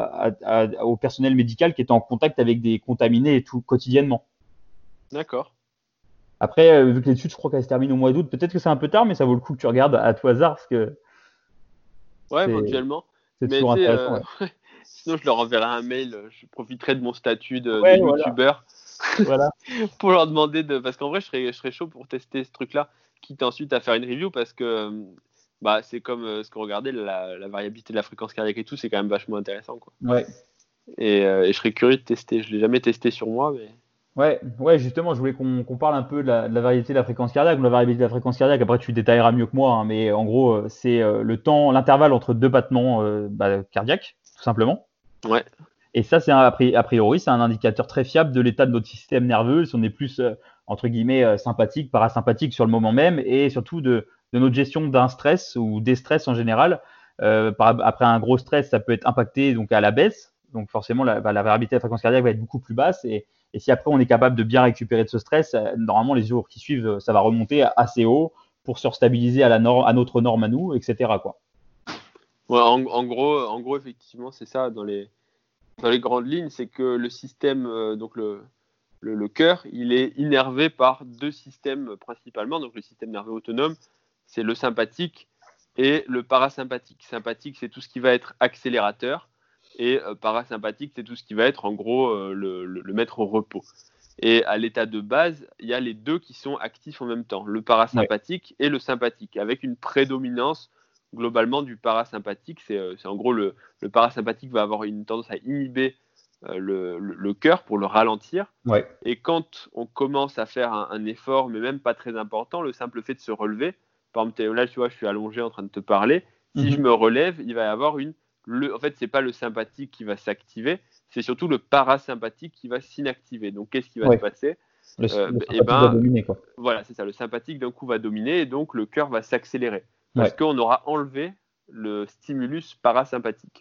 au personnel médical qui était en contact avec des contaminés et tout quotidiennement. D'accord. Après, vu que l'étude, je crois qu'elle se termine au mois d'août, peut-être que c'est un peu tard, mais ça vaut le coup que tu regardes à tout hasard parce que. Ouais, éventuellement. C'est toujours intéressant. Ouais. Sinon, je leur enverrai un mail. Je profiterai de mon statut de youtubeur. Voilà. Pour leur demander parce qu'en vrai je serais chaud pour tester ce truc là, quitte ensuite à faire une review parce que c'est comme ce qu'on regardait, la variabilité de la fréquence cardiaque et tout, c'est quand même vachement intéressant, quoi. Ouais. Et je serais curieux de tester. Je l'ai jamais testé sur moi, mais ouais, justement, je voulais qu'on parle un peu de la variabilité de la fréquence cardiaque. La variabilité de la fréquence cardiaque, après tu détailleras mieux que moi, hein, mais en gros c'est l'intervalle entre deux battements cardiaques, tout simplement. Ouais. Et ça, a priori, c'est un indicateur très fiable de l'état de notre système nerveux, si on est plus, entre guillemets, sympathique, parasympathique sur le moment même, et surtout de notre gestion d'un stress ou des stress en général. Après un gros stress, ça peut être impacté donc à la baisse. Donc forcément, la variabilité de la fréquence cardiaque va être beaucoup plus basse. Et Et si après on est capable de bien récupérer de ce stress, normalement les jours qui suivent, ça va remonter assez haut pour se restabiliser à notre norme à nous, etc., quoi. Ouais, en gros, effectivement, c'est ça dans les grandes lignes, c'est que le système, donc le cœur, il est innervé par deux systèmes principalement. Donc le système nerveux autonome, c'est le sympathique et le parasympathique. Sympathique, c'est tout ce qui va être accélérateur, et parasympathique, c'est tout ce qui va être en gros le mettre au repos. Et à l'état de base, il y a les deux qui sont actifs en même temps, le parasympathique et le sympathique, avec une prédominance globalement du parasympathique. C'est en gros le parasympathique va avoir une tendance à inhiber le cœur pour le ralentir. Ouais. Et quand on commence à faire un effort, mais même pas très important, le simple fait de se relever, par exemple, là, tu vois, je suis allongé en train de te parler, si je me relève, il va y avoir en fait, c'est pas le sympathique qui va s'activer, c'est surtout le parasympathique qui va s'inactiver. Donc, qu'est-ce qui va se passer? Le sympathique va dominer, quoi. Voilà, c'est ça. Le sympathique, d'un coup, va dominer et donc le cœur va s'accélérer parce qu'on aura enlevé le stimulus parasympathique.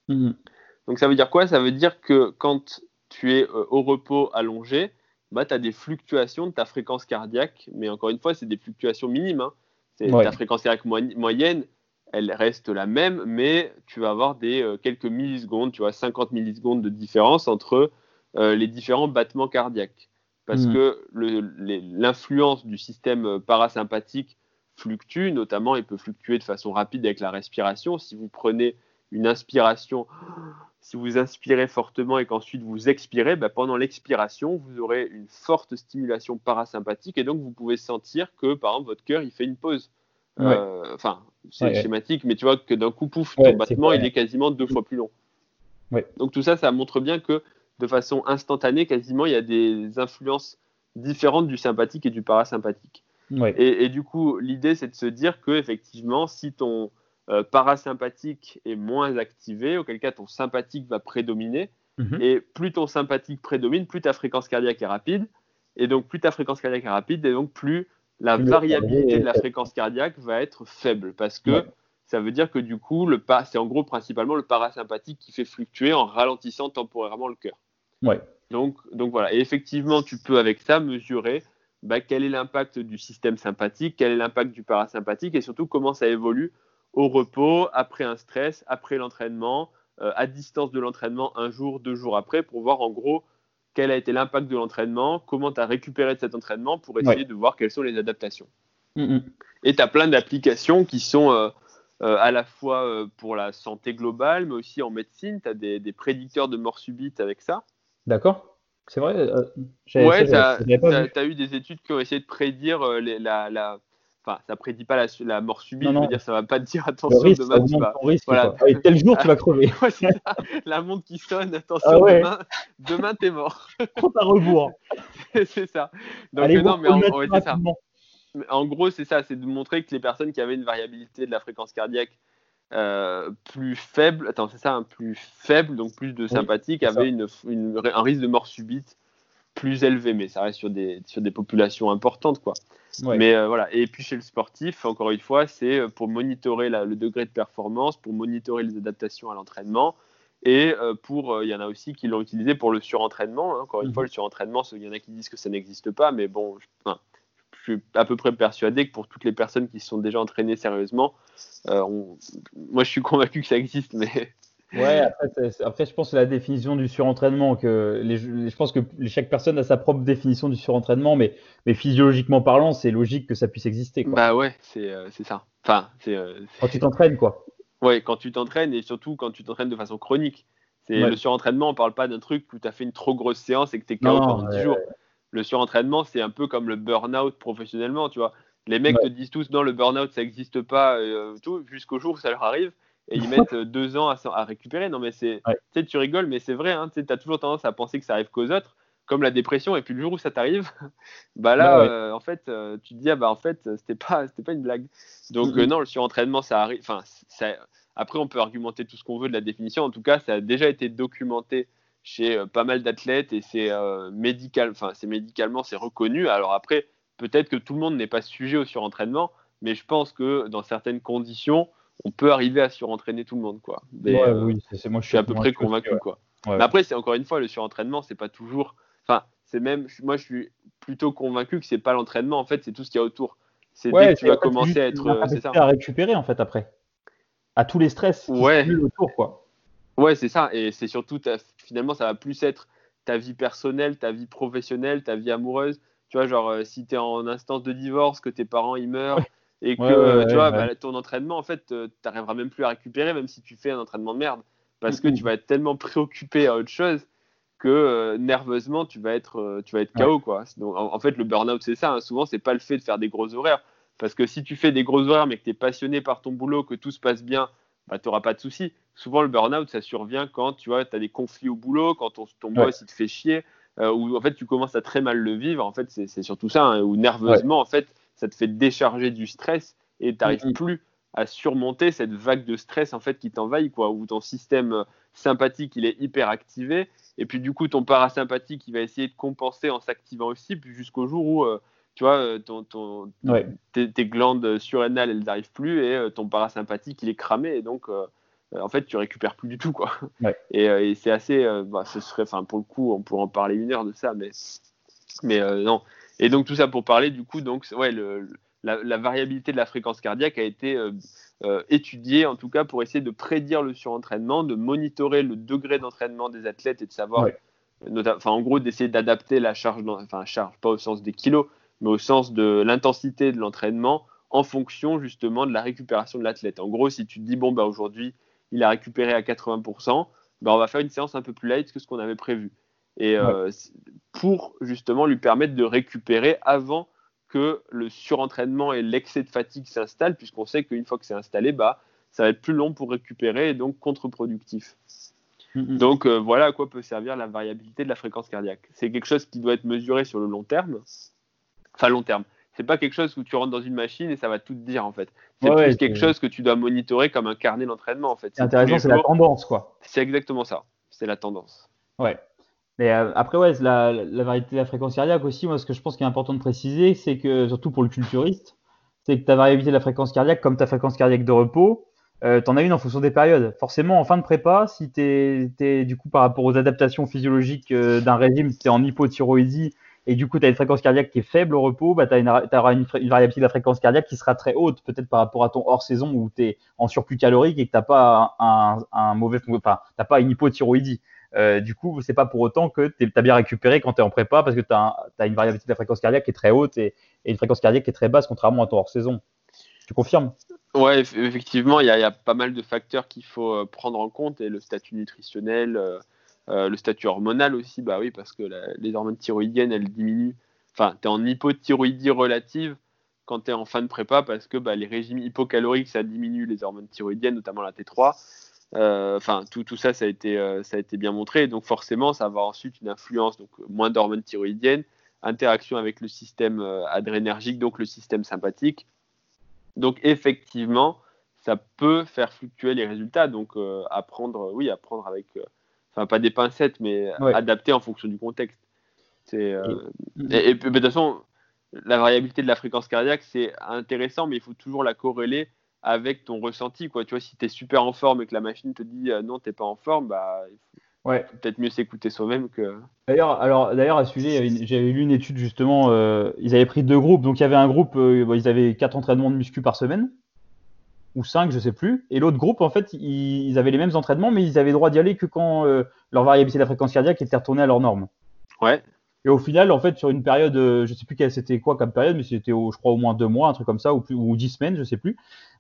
Donc, ça veut dire quoi? Ça veut dire que quand tu es au repos allongé, bah, tu as des fluctuations de ta fréquence cardiaque, mais encore une fois, c'est des fluctuations minimes. Hein. Ta fréquence cardiaque moyenne, elle reste la même, mais tu vas avoir des quelques millisecondes, tu vois, 50 millisecondes de différence entre les différents battements cardiaques. Parce que l'influence du système parasympathique fluctue, notamment, il peut fluctuer de façon rapide avec la respiration. Si vous prenez une inspiration, si vous inspirez fortement et qu'ensuite vous expirez, bah, pendant l'expiration, vous aurez une forte stimulation parasympathique et donc vous pouvez sentir que, par exemple, votre cœur, il fait une pause. Enfin, c'est schématique, mais tu vois que d'un coup, pouf, ton battement, il est quasiment 2 fois plus long. Donc tout ça, ça montre bien que de façon instantanée, quasiment, il y a des influences différentes du sympathique et du parasympathique. Et du coup, l'idée, c'est de se dire que effectivement, si ton parasympathique est moins activé, auquel cas ton sympathique va prédominer, et plus ton sympathique prédomine, plus ta fréquence cardiaque est rapide, et donc plus ta fréquence cardiaque est rapide, et donc plus la variabilité de la fréquence cardiaque va être faible, parce que ça veut dire que du coup, c'est en gros principalement le parasympathique qui fait fluctuer en ralentissant temporairement le cœur. Donc voilà, et effectivement, tu peux avec ça mesurer quel est l'impact du système sympathique, quel est l'impact du parasympathique, et surtout comment ça évolue au repos, après un stress, après l'entraînement, à distance de l'entraînement, 1 jour, 2 jours après, pour voir en gros quel a été l'impact de l'entraînement, comment tu as récupéré de cet entraînement pour essayer de voir quelles sont les adaptations. Et tu as plein d'applications qui sont à la fois pour la santé globale, mais aussi en médecine. Tu as des prédicteurs de mort subite avec ça. D'accord. C'est vrai. Tu as eu des études qui ont essayé de prédire Enfin, ça prédit pas la mort subite, je veux dire, ça va pas te dire attention, risque, demain tu vas. Voilà. Tel jour, tu vas crever. C'est ça. La montre qui sonne, attention, demain t'es mort. Compte à rebours. C'est ça. Donc, non, mais c'est ça. En gros, c'est ça, c'est de montrer que les personnes qui avaient une variabilité de la fréquence cardiaque plus faible, plus faible, donc plus de sympathique, avaient un risque de mort subite plus élevé, mais ça reste sur des populations importantes, quoi. Mais voilà. Et puis chez le sportif, encore une fois, c'est pour monitorer le degré de performance, pour monitorer les adaptations à l'entraînement, et il y en a aussi qui l'ont utilisé pour le surentraînement. Hein. Encore une fois, le surentraînement, il y en a qui disent que ça n'existe pas, mais bon, je suis à peu près persuadé que pour toutes les personnes qui se sont déjà entraînées sérieusement, moi je suis convaincu que ça existe, mais après, je pense que c'est la définition du surentraînement. Je pense que chaque personne a sa propre définition du surentraînement, mais physiologiquement parlant, c'est logique que ça puisse exister, quoi. Bah ouais, c'est ça. Enfin, quand tu t'entraînes, quoi. Ouais, quand tu t'entraînes, et surtout quand tu t'entraînes de façon chronique. Le surentraînement, on parle pas d'un truc où tu as fait une trop grosse séance et que tu es KO pendant 10 jours. Le surentraînement, c'est un peu comme le burn-out professionnellement, tu vois. Les mecs te disent tous, non, le burn-out, ça n'existe pas, tout, jusqu'au jour où ça leur arrive. Et ils mettent 2 ans à récupérer. Non, mais tu sais, tu rigoles, mais c'est vrai. Hein, tu as toujours tendance à penser que ça arrive qu'aux autres, comme la dépression. Et puis le jour où ça t'arrive, en fait, tu te dis, en fait, c'était pas une blague. Donc, non, le surentraînement, ça arrive. Enfin, après, on peut argumenter tout ce qu'on veut de la définition. En tout cas, ça a déjà été documenté chez pas mal d'athlètes et c'est médicalement, c'est reconnu. Alors après, peut-être que tout le monde n'est pas sujet au surentraînement, mais je pense que dans certaines conditions, on peut arriver à surentraîner tout le monde, quoi. Mais, moi je suis à peu près convaincu, quoi. Mais après, c'est encore une fois, le surentraînement, c'est pas toujours. enfin, moi, je suis plutôt convaincu que c'est pas l'entraînement, en fait, c'est tout ce qu'il y a autour. C'est dès Ouais, que tu vas commencer à juste être, c'est ça. l'incapacité à récupérer en fait après, à tous les stress qui se Ouais, cumulent autour, quoi. ouais, c'est ça. Et c'est surtout, finalement, ça va plus être ta vie personnelle, ta vie professionnelle, ta vie amoureuse. Tu vois, genre, si tu es en instance de divorce, que tes parents ils Ouais, meurent, et ouais, que, ouais, tu ouais, vois, bah, bah, ton entraînement, en fait, tu n'arriveras même plus à récupérer, même si tu fais un entraînement de merde. mm, Parce que tu mm. vas être tellement préoccupé à autre chose que nerveusement, tu vas être Ouais, KO, quoi. Donc, en fait, le burn-out, c'est ça, hein. Souvent, c'est pas le fait de faire des gros horaires. Parce que si tu fais des gros horaires, mais que tu es passionné par ton boulot, que tout se passe bien, bah, tu n'auras pas de soucis. Souvent, le burn-out, ça survient quand tu vois, as des conflits au boulot, quand ton ouais, boss il te fait chier, ou en fait, tu commences à très mal le vivre. En fait, c'est surtout ça, hein, ou ouais. nerveusement, en fait, ça te fait décharger du stress et tu Mm, n'arrives mm. plus à surmonter cette vague de stress en fait qui t'envahit, quoi, où ton système sympathique il est hyper activé et puis du coup ton parasympathique il va essayer de compenser en s'activant aussi puis jusqu'au jour où tu vois Ouais, tes glandes surrénales elles n'arrivent plus et ton parasympathique il est cramé et donc en fait tu récupères plus du tout, quoi. ouais. Et c'est assez bah, ce serait, enfin, pour le coup on pourrait en parler 1 heure de ça, mais non. Et donc tout ça pour parler du coup, donc ouais, la variabilité de la fréquence cardiaque a été étudiée en tout cas pour essayer de prédire le surentraînement, de monitorer le degré d'entraînement des athlètes et de savoir, Ouais. enfin en gros d'essayer d'adapter la charge, enfin charge pas au sens des kilos, mais au sens de l'intensité de l'entraînement en fonction justement de la récupération de l'athlète. En gros, si tu te dis bon bah aujourd'hui il a récupéré à 80%, bah, on va faire une séance un peu plus light que ce qu'on avait prévu. Et Ouais. pour justement lui permettre de récupérer avant que le surentraînement et l'excès de fatigue s'installent, puisqu'on sait qu'une fois que c'est installé, bah, ça va être plus long pour récupérer et donc contre-productif. Mm, mm. Donc voilà à quoi peut servir la variabilité de la fréquence cardiaque. C'est quelque chose qui doit être mesuré sur le long terme. Enfin, long terme. C'est pas quelque chose où tu rentres dans une machine et ça va tout te dire, en fait. C'est Ouais, plus ouais, quelque chose que tu dois monitorer comme un carnet d'entraînement, en fait. ce qui est C'est tous intéressant, les c'est la jours. tendance, quoi. C'est exactement ça. C'est la tendance. Ouais. Mais après, ouais, la variété de la fréquence cardiaque aussi, moi, ce que je pense qu'il est important de préciser, c'est que, surtout pour le culturiste, c'est que ta variabilité de la fréquence cardiaque, comme ta fréquence cardiaque de repos, tu en as une en fonction des périodes. Forcément, en fin de prépa, si du coup, par rapport aux adaptations physiologiques d'un régime, tu es en hypothyroïdie et du coup, tu as une fréquence cardiaque qui est faible au repos, bah, tu auras une variabilité de la fréquence cardiaque qui sera très haute, peut-être par rapport à ton hors-saison où tu es en surplus calorique et que tu n'as pas un mauvais, enfin, t'as pas une hypothyroïdie. Du coup, c'est pas pour autant que tu as bien récupéré quand tu es en prépa parce que tu as une variabilité de la fréquence cardiaque qui est très haute et une fréquence cardiaque qui est très basse, contrairement à ton hors-saison. Tu confirmes? Ouais, effectivement, il y a pas mal de facteurs qu'il faut prendre en compte et le statut nutritionnel, le statut hormonal aussi, bah oui, parce que les hormones thyroïdiennes, elles diminuent. Enfin, tu es en hypothyroïdie relative quand tu es en fin de prépa parce que bah, les régimes hypocaloriques, ça diminue les hormones thyroïdiennes, notamment la T3. Enfin, tout ça, ça a été bien montré. Donc forcément, ça va avoir ensuite une influence, donc moins d'hormones thyroïdiennes, interaction avec le système adrénergique, donc le système sympathique. Donc effectivement, ça peut faire fluctuer les résultats. Donc apprendre avec, enfin pas des pincettes, mais Ouais. adapter en fonction du contexte. C'est, Et, et puis, de toute façon, la variabilité de la fréquence cardiaque, c'est intéressant, mais il faut toujours la corréler avec ton ressenti, quoi. Tu vois, si tu es super en forme et que la machine te dit non, t'es pas en forme, bah, il ouais. faut peut-être mieux s'écouter soi-même que. D'ailleurs, à ce sujet, j'avais lu une étude justement. Ils avaient pris 2 groupes. Donc, il y avait un groupe, bon, ils avaient 4 entraînements de muscu par semaine, ou 5, je sais plus. Et l'autre groupe, en fait, ils avaient les mêmes entraînements, mais ils avaient le droit d'y aller que quand leur variabilité de la fréquence cardiaque était retournée à leur norme. Ouais. Et au final, en fait, sur une période, je sais plus c'était quoi comme période, mais c'était, je crois, au moins 2 mois, un truc comme ça, ou 10 semaines, je sais plus.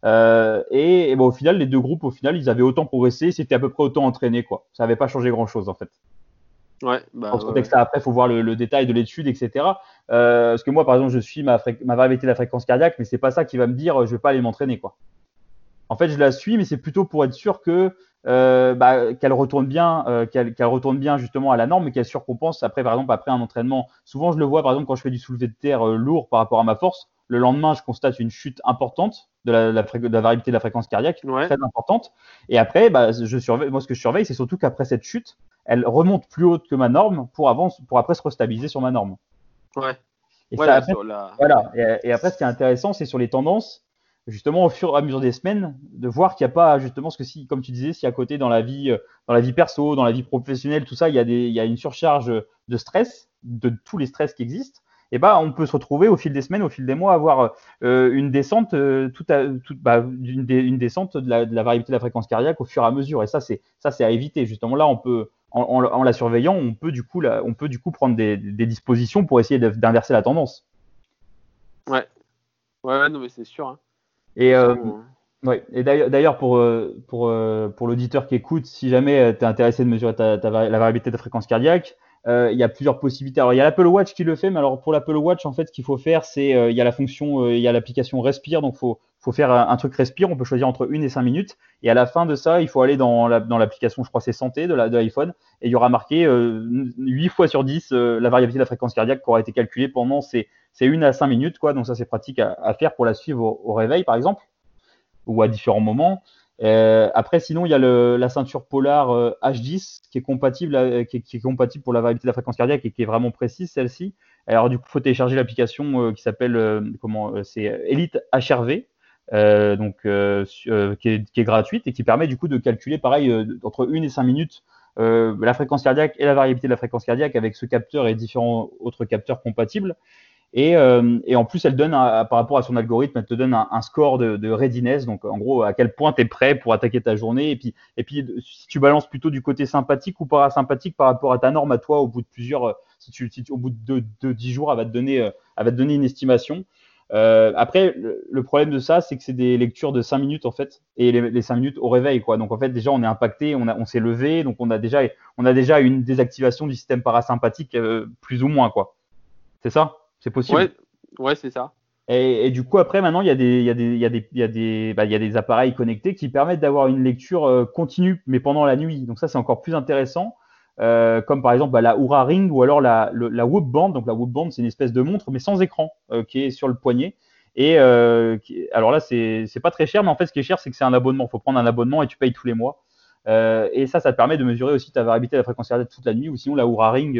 Et bon, au final, les 2 groupes, au final, ils avaient autant progressé, c'était à peu près autant entraîné, quoi. Ça n'avait pas changé grand-chose, en fait. Ouais, bah, Dans ce ouais, ouais. contexte-là, après, il faut voir le détail de l'étude, etc. Parce que moi, par exemple, je suis ma variabilité de la fréquence cardiaque, mais c'est pas ça qui va me dire, je vais pas aller m'entraîner, quoi. En fait, je la suis, mais c'est plutôt pour être sûr que qu'elle retourne bien, qu'elle retourne bien justement à la norme, mais qu'elle surcompense après, par exemple, après un entraînement. Souvent, je le vois, par exemple, quand je fais du soulevé de terre lourd par rapport à ma force. Le lendemain, je constate une chute importante de la variabilité de la fréquence cardiaque, Ouais, très importante. Et après, bah, moi, ce que je surveille, c'est surtout qu'après cette chute, elle remonte plus haute que ma norme pour après se restabiliser sur ma norme. ouais. Et Ouais, ça, là, après, sur la. voilà. Et après, ce qui est intéressant, c'est sur les tendances. justement au fur et à mesure des semaines, de voir qu'il n'y a pas justement ce que si, comme tu disais, si à côté dans la vie perso, dans la vie professionnelle, tout ça, il y a une surcharge de stress, de tous les stress qui existent. Et bah, on peut se retrouver au fil des semaines, au fil des mois, avoir une descente, une descente de la variabilité de la fréquence cardiaque au fur et à mesure. Et ça, c'est à éviter. Justement, là, on peut, en la surveillant, on peut du coup prendre des dispositions pour essayer d'inverser la tendance. Ouais, ouais, non, mais c'est sûr. Hein. Et, Façon, ouais. Et d'ailleurs, pour l'auditeur qui écoute, si jamais tu es intéressé de mesurer la variabilité de fréquence cardiaque, il y a plusieurs possibilités. Alors, il y a l'Apple Watch qui le fait, mais alors pour l'Apple Watch, en fait, ce qu'il faut faire, c'est il y a la fonction, il y a l'application Respire, donc faut faire un truc Respire. On peut choisir entre 1 et 5 minutes. Et à la fin de ça, il faut aller dans l'application, je crois, c'est Santé de l'iPhone, et il y aura marqué 8 fois sur 10 la variabilité de la fréquence cardiaque qui aura été calculée pendant ces 1 à 5 minutes, quoi. Donc ça, c'est pratique à faire pour la suivre au réveil, par exemple, ou à différents moments. Après, sinon, il y a la ceinture Polar H10 qui est compatible, qui est compatible pour la variabilité de la fréquence cardiaque et qui est vraiment précise, celle-ci. Alors, du coup, il faut télécharger l'application qui s'appelle c'est Elite HRV, qui est gratuite et qui permet du coup de calculer, pareil, entre 1 et 5 minutes la fréquence cardiaque et la variabilité de la fréquence cardiaque avec ce capteur et différents autres capteurs compatibles. Et en plus, elle donne, par rapport à son algorithme, elle te donne un score de readiness, donc en gros, à quel point tu es prêt pour attaquer ta journée. Et puis, si tu balances plutôt du côté sympathique ou parasympathique par rapport à ta norme à toi, au bout de au bout de 10 jours, elle va te donner une estimation. Après, le problème de ça, c'est que c'est des lectures de 5 minutes en fait, et les 5 minutes au réveil, quoi. Donc en fait, déjà, on est impacté, on s'est levé, donc on a déjà une désactivation du système parasympathique, plus ou moins, quoi. C'est ça? C'est possible. ouais, ouais, c'est ça. Et du coup, après, maintenant, il y a des appareils connectés qui permettent d'avoir une lecture continue, mais pendant la nuit. Donc ça, c'est encore plus intéressant. Comme par exemple la Oura Ring ou alors la Whoop Band. Donc la Whoop Band, c'est une espèce de montre, mais sans écran, qui est sur le poignet. Et alors là, c'est pas très cher, mais en fait, ce qui est cher, c'est que c'est un abonnement. Il faut prendre un abonnement et tu payes tous les mois. Et ça te permet de mesurer aussi ta variabilité de la fréquence cardiaque toute la nuit. Ou sinon, la Oura Ring,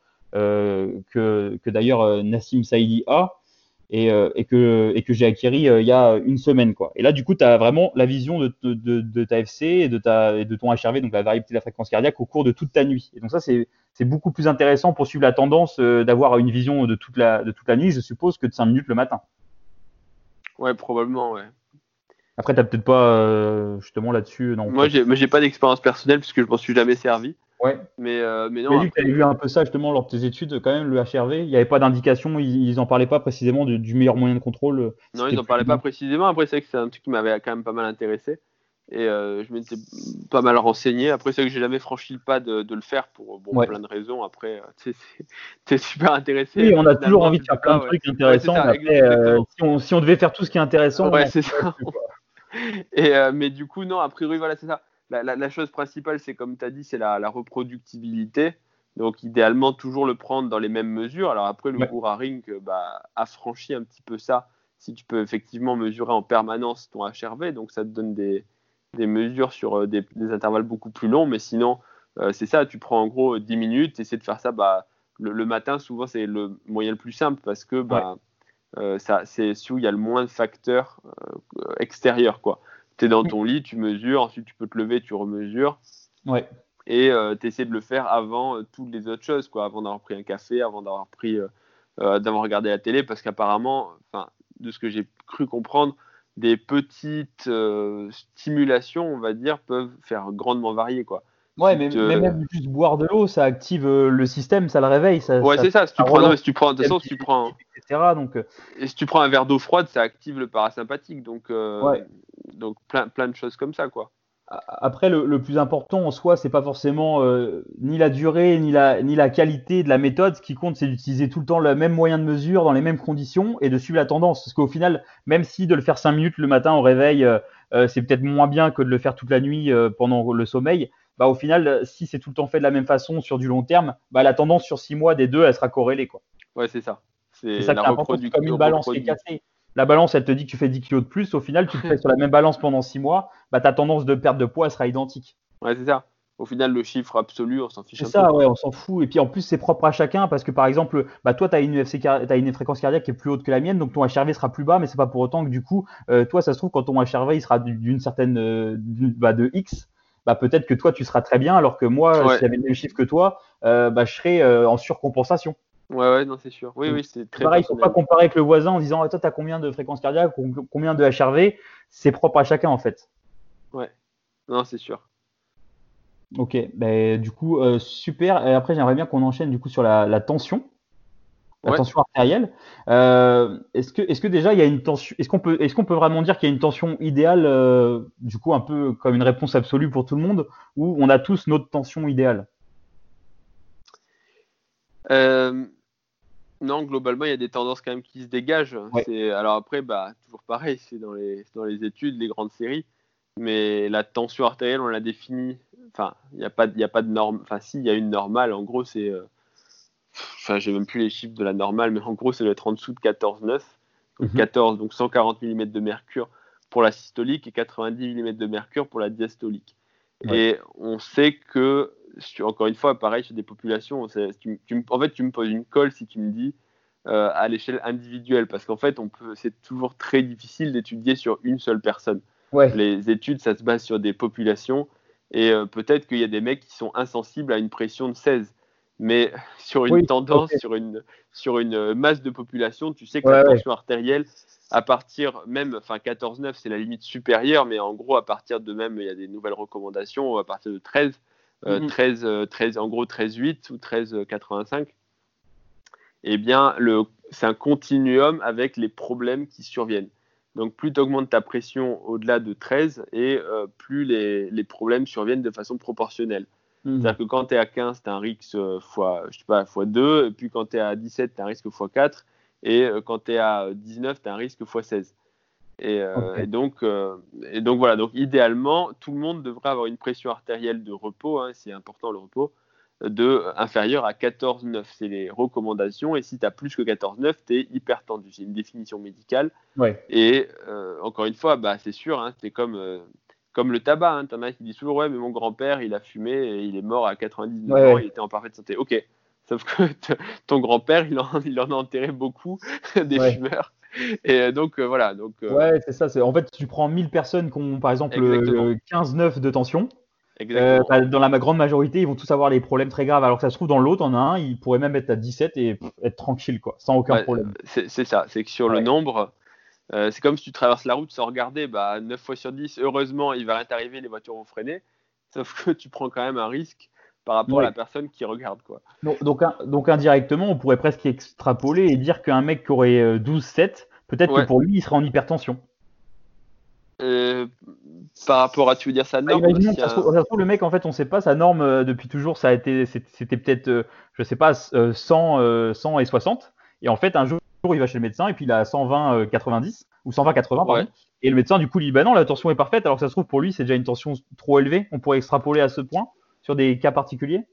que d'ailleurs Nassim Saïdi a et que j'ai acquis il y a une semaine, quoi. Et là, du coup, tu as vraiment la vision de ta FC et de ton HRV, donc la variabilité de la fréquence cardiaque au cours de toute ta nuit. Et donc ça, c'est beaucoup plus intéressant pour suivre la tendance d'avoir une vision de toute la nuit, je suppose, que de 5 minutes le matin. Ouais, probablement, ouais. Après, tu n'as peut-être pas justement là-dessus. Non, Moi, j'ai pas d'expérience personnelle puisque je m'en suis jamais servi. ouais. Mais non. J'ai lu que tu avais vu un peu ça justement lors de tes études, quand même, le HRV. Il n'y avait pas d'indication, ils n'en parlaient pas précisément du meilleur moyen de contrôle. Non, ils n'en parlaient pas précisément. Après, c'est vrai que c'est un truc qui m'avait quand même pas mal intéressé. Et je m'étais pas mal renseigné. Après, c'est vrai que j'ai jamais franchi le pas de le faire pour plein de raisons. Après, t'es super intéressé. Oui, on a toujours envie de faire plein de trucs intéressants. Ouais, après, si on devait faire tout ce qui est intéressant, ouais, c'est ça. Et, mais du coup, non, a priori, voilà, c'est ça. La chose principale, c'est comme tu as dit, c'est la reproductibilité. Donc, idéalement, toujours le prendre dans les mêmes mesures. Alors, après, le Oura Ring a franchi un petit peu ça. Si tu peux effectivement mesurer en permanence ton HRV, donc ça te donne des mesures sur des intervalles beaucoup plus longs. Mais sinon, c'est ça, tu prends en gros 10 minutes, essaie de faire ça le matin. Souvent, c'est le moyen le plus simple parce que c'est où il y a le moins de facteurs extérieurs, quoi. Tu es dans ton lit, tu mesures, ensuite tu peux te lever, tu remesures. Ouais. Et tu essaies de le faire avant toutes les autres choses, quoi, avant d'avoir pris un café, avant d'avoir d'avoir regardé la télé, parce qu'apparemment, de ce que j'ai cru comprendre, des petites stimulations, on va dire, peuvent faire grandement varier, quoi. Ouais, mais même juste boire de l'eau, ça active le système, ça le réveille. Ouais, c'est ça. Si tu prends, de toute façon, si tu prends, etc. Donc, et si tu prends un verre d'eau froide, ça active le parasympathique. Donc plein de choses comme ça, quoi. Après, le plus important en soi, c'est pas forcément ni la durée ni la qualité de la méthode. Ce qui compte, c'est d'utiliser tout le temps le même moyen de mesure dans les mêmes conditions et de suivre la tendance. Parce qu'au final, même si de le faire 5 minutes le matin au réveil, c'est peut-être moins bien que de le faire toute la nuit pendant le sommeil. Bah, au final, si c'est tout le temps fait de la même façon sur du long terme, bah, la tendance sur 6 mois des deux, elle sera corrélée, quoi. Ouais, c'est ça. C'est ça qui est important, c'est comme une balance qui est cassée. La balance, elle te dit que tu fais 10 kilos de plus. Au final, tu le fais sur la même balance pendant 6 mois, bah, ta tendance de perte de poids elle sera identique. Ouais, c'est ça. au final, le chiffre absolu, on s'en fiche C'est un peu, ça, quoi. ouais, on s'en fout. Et puis en plus, c'est propre à chacun parce que par exemple, bah, toi, tu as t'as une fréquence cardiaque qui est plus haute que la mienne, donc ton HRV sera plus bas, mais c'est pas pour autant que du coup, toi, ça se trouve, quand ton HRV il sera d'une certaine, bah, de X, bah, peut-être que toi, tu seras très bien, alors que moi, si Ouais, j'avais le même chiffre que toi, bah, je serais en surcompensation. ouais, non, c'est sûr. Oui, Donc, oui, c'est c'est très pareil, il faut pas personnel. comparer avec le voisin en disant, ah, toi, tu as combien de fréquences cardiaques, combien de HRV, c'est propre à chacun en fait. Ouais, non, c'est sûr. Ok, ben, du coup, super. Et après, j'aimerais bien qu'on enchaîne du coup sur la tension. La Ouais. tension artérielle. Est-ce que déjà il y a une tension, est-ce qu'on peut vraiment dire qu'il y a une tension idéale, du coup un peu comme une réponse absolue pour tout le monde, ou on a tous notre tension idéale? Euh, non, globalement, il y a des tendances quand même qui se dégagent. Ouais. Alors après, bah, toujours pareil, c'est dans les études, les grandes séries. Mais la tension artérielle, on l'a définit. Enfin, il y a pas de norme. Enfin, si, il y a une normale. En gros, enfin, j'ai même plus les chiffres de la normale, mais en gros, ça doit être en dessous de 14,9. Donc Mhm. 14, donc 140 mm de mercure pour la systolique et 90 mm de mercure pour la diastolique. Ouais. Et on sait que, encore une fois, pareil, sur des populations, en fait, tu me poses une colle si tu me dis à l'échelle individuelle, parce qu'en fait, c'est toujours très difficile d'étudier sur une seule personne. Ouais. Les études, ça se base sur des populations, et peut-être qu'il y a des mecs qui sont insensibles à une pression de 16. Mais sur une Oui. Ok. tendance, sur une masse de population, tu sais que la Ouais. Ouais. tension artérielle, à partir même, enfin 14,9 c'est la limite supérieure, mais en gros, à partir de même, il y a des nouvelles recommandations, à partir de 13, Mhm. 13 en gros 13,8 ou 13,85, eh bien, c'est un continuum avec les problèmes qui surviennent. Donc, plus tu augmentes ta pression au-delà de 13 et plus les problèmes surviennent de façon proportionnelle. Mhm. C'est-à-dire que quand tu es à 15, tu as un risque fois, je sais pas, fois 2, et puis quand tu es à 17, tu as un risque fois 4, et quand tu es à 19, tu as un risque fois 16. Et, Ok. euh, et, donc, euh, et donc voilà, donc idéalement, tout le monde devrait avoir une pression artérielle de repos, hein, c'est important le repos, inférieure à 14,9. C'est les recommandations. Et si tu as plus que 14,9, tu es hypertendu. C'est une définition médicale. Ouais. Et encore une fois, bah, c'est sûr, hein, c'est comme le tabac. Hein. Tu en as qui disent toujours, ouais, mais mon grand-père, il a fumé et il est mort à 99 Ouais. ans, Ouais. il était en parfaite santé. Ok, sauf que ton grand-père, il en a enterré beaucoup des Ouais. fumeurs. Et donc, voilà. Donc, Ouais, c'est ça. En fait, si tu prends 1000 personnes qui ont, par exemple, exactement. 15,9 de tension. Exactement. Bah, dans la grande majorité, ils vont tous avoir des problèmes très graves. Alors que ça se trouve, dans l'autre, on a un, il pourrait même être à 17 et être tranquille, quoi, sans aucun Bah, problème. c'est ça. C'est que sur le Ouais. nombre, c'est comme si tu traverses la route sans regarder. Bah, 9 fois sur 10, heureusement, il va rien t'arriver, les voitures vont freiner. Sauf que tu prends quand même un risque par rapport à la Ouais. personne qui regarde, quoi. Donc, indirectement, on pourrait presque extrapoler et dire qu'un mec qui aurait 12,7, peut-être que Ouais. pour lui, il serait en hypertension. Euh, Par rapport à, tu veux dire, sa Bah, norme, imaginons que si ça se trouve, le mec, en fait, on sait pas, sa norme depuis toujours, c'était peut-être, je sais pas, 100, 100 et 60. Et en fait, un jour, il va chez le médecin et puis il a 120, 90, ou 120, 80, ouais. pardon. Et le médecin, du coup, lui dit, bah non, la tension est parfaite, alors que ça se trouve, pour lui, c'est déjà une tension trop élevée. On pourrait extrapoler à ce point sur des cas particuliers.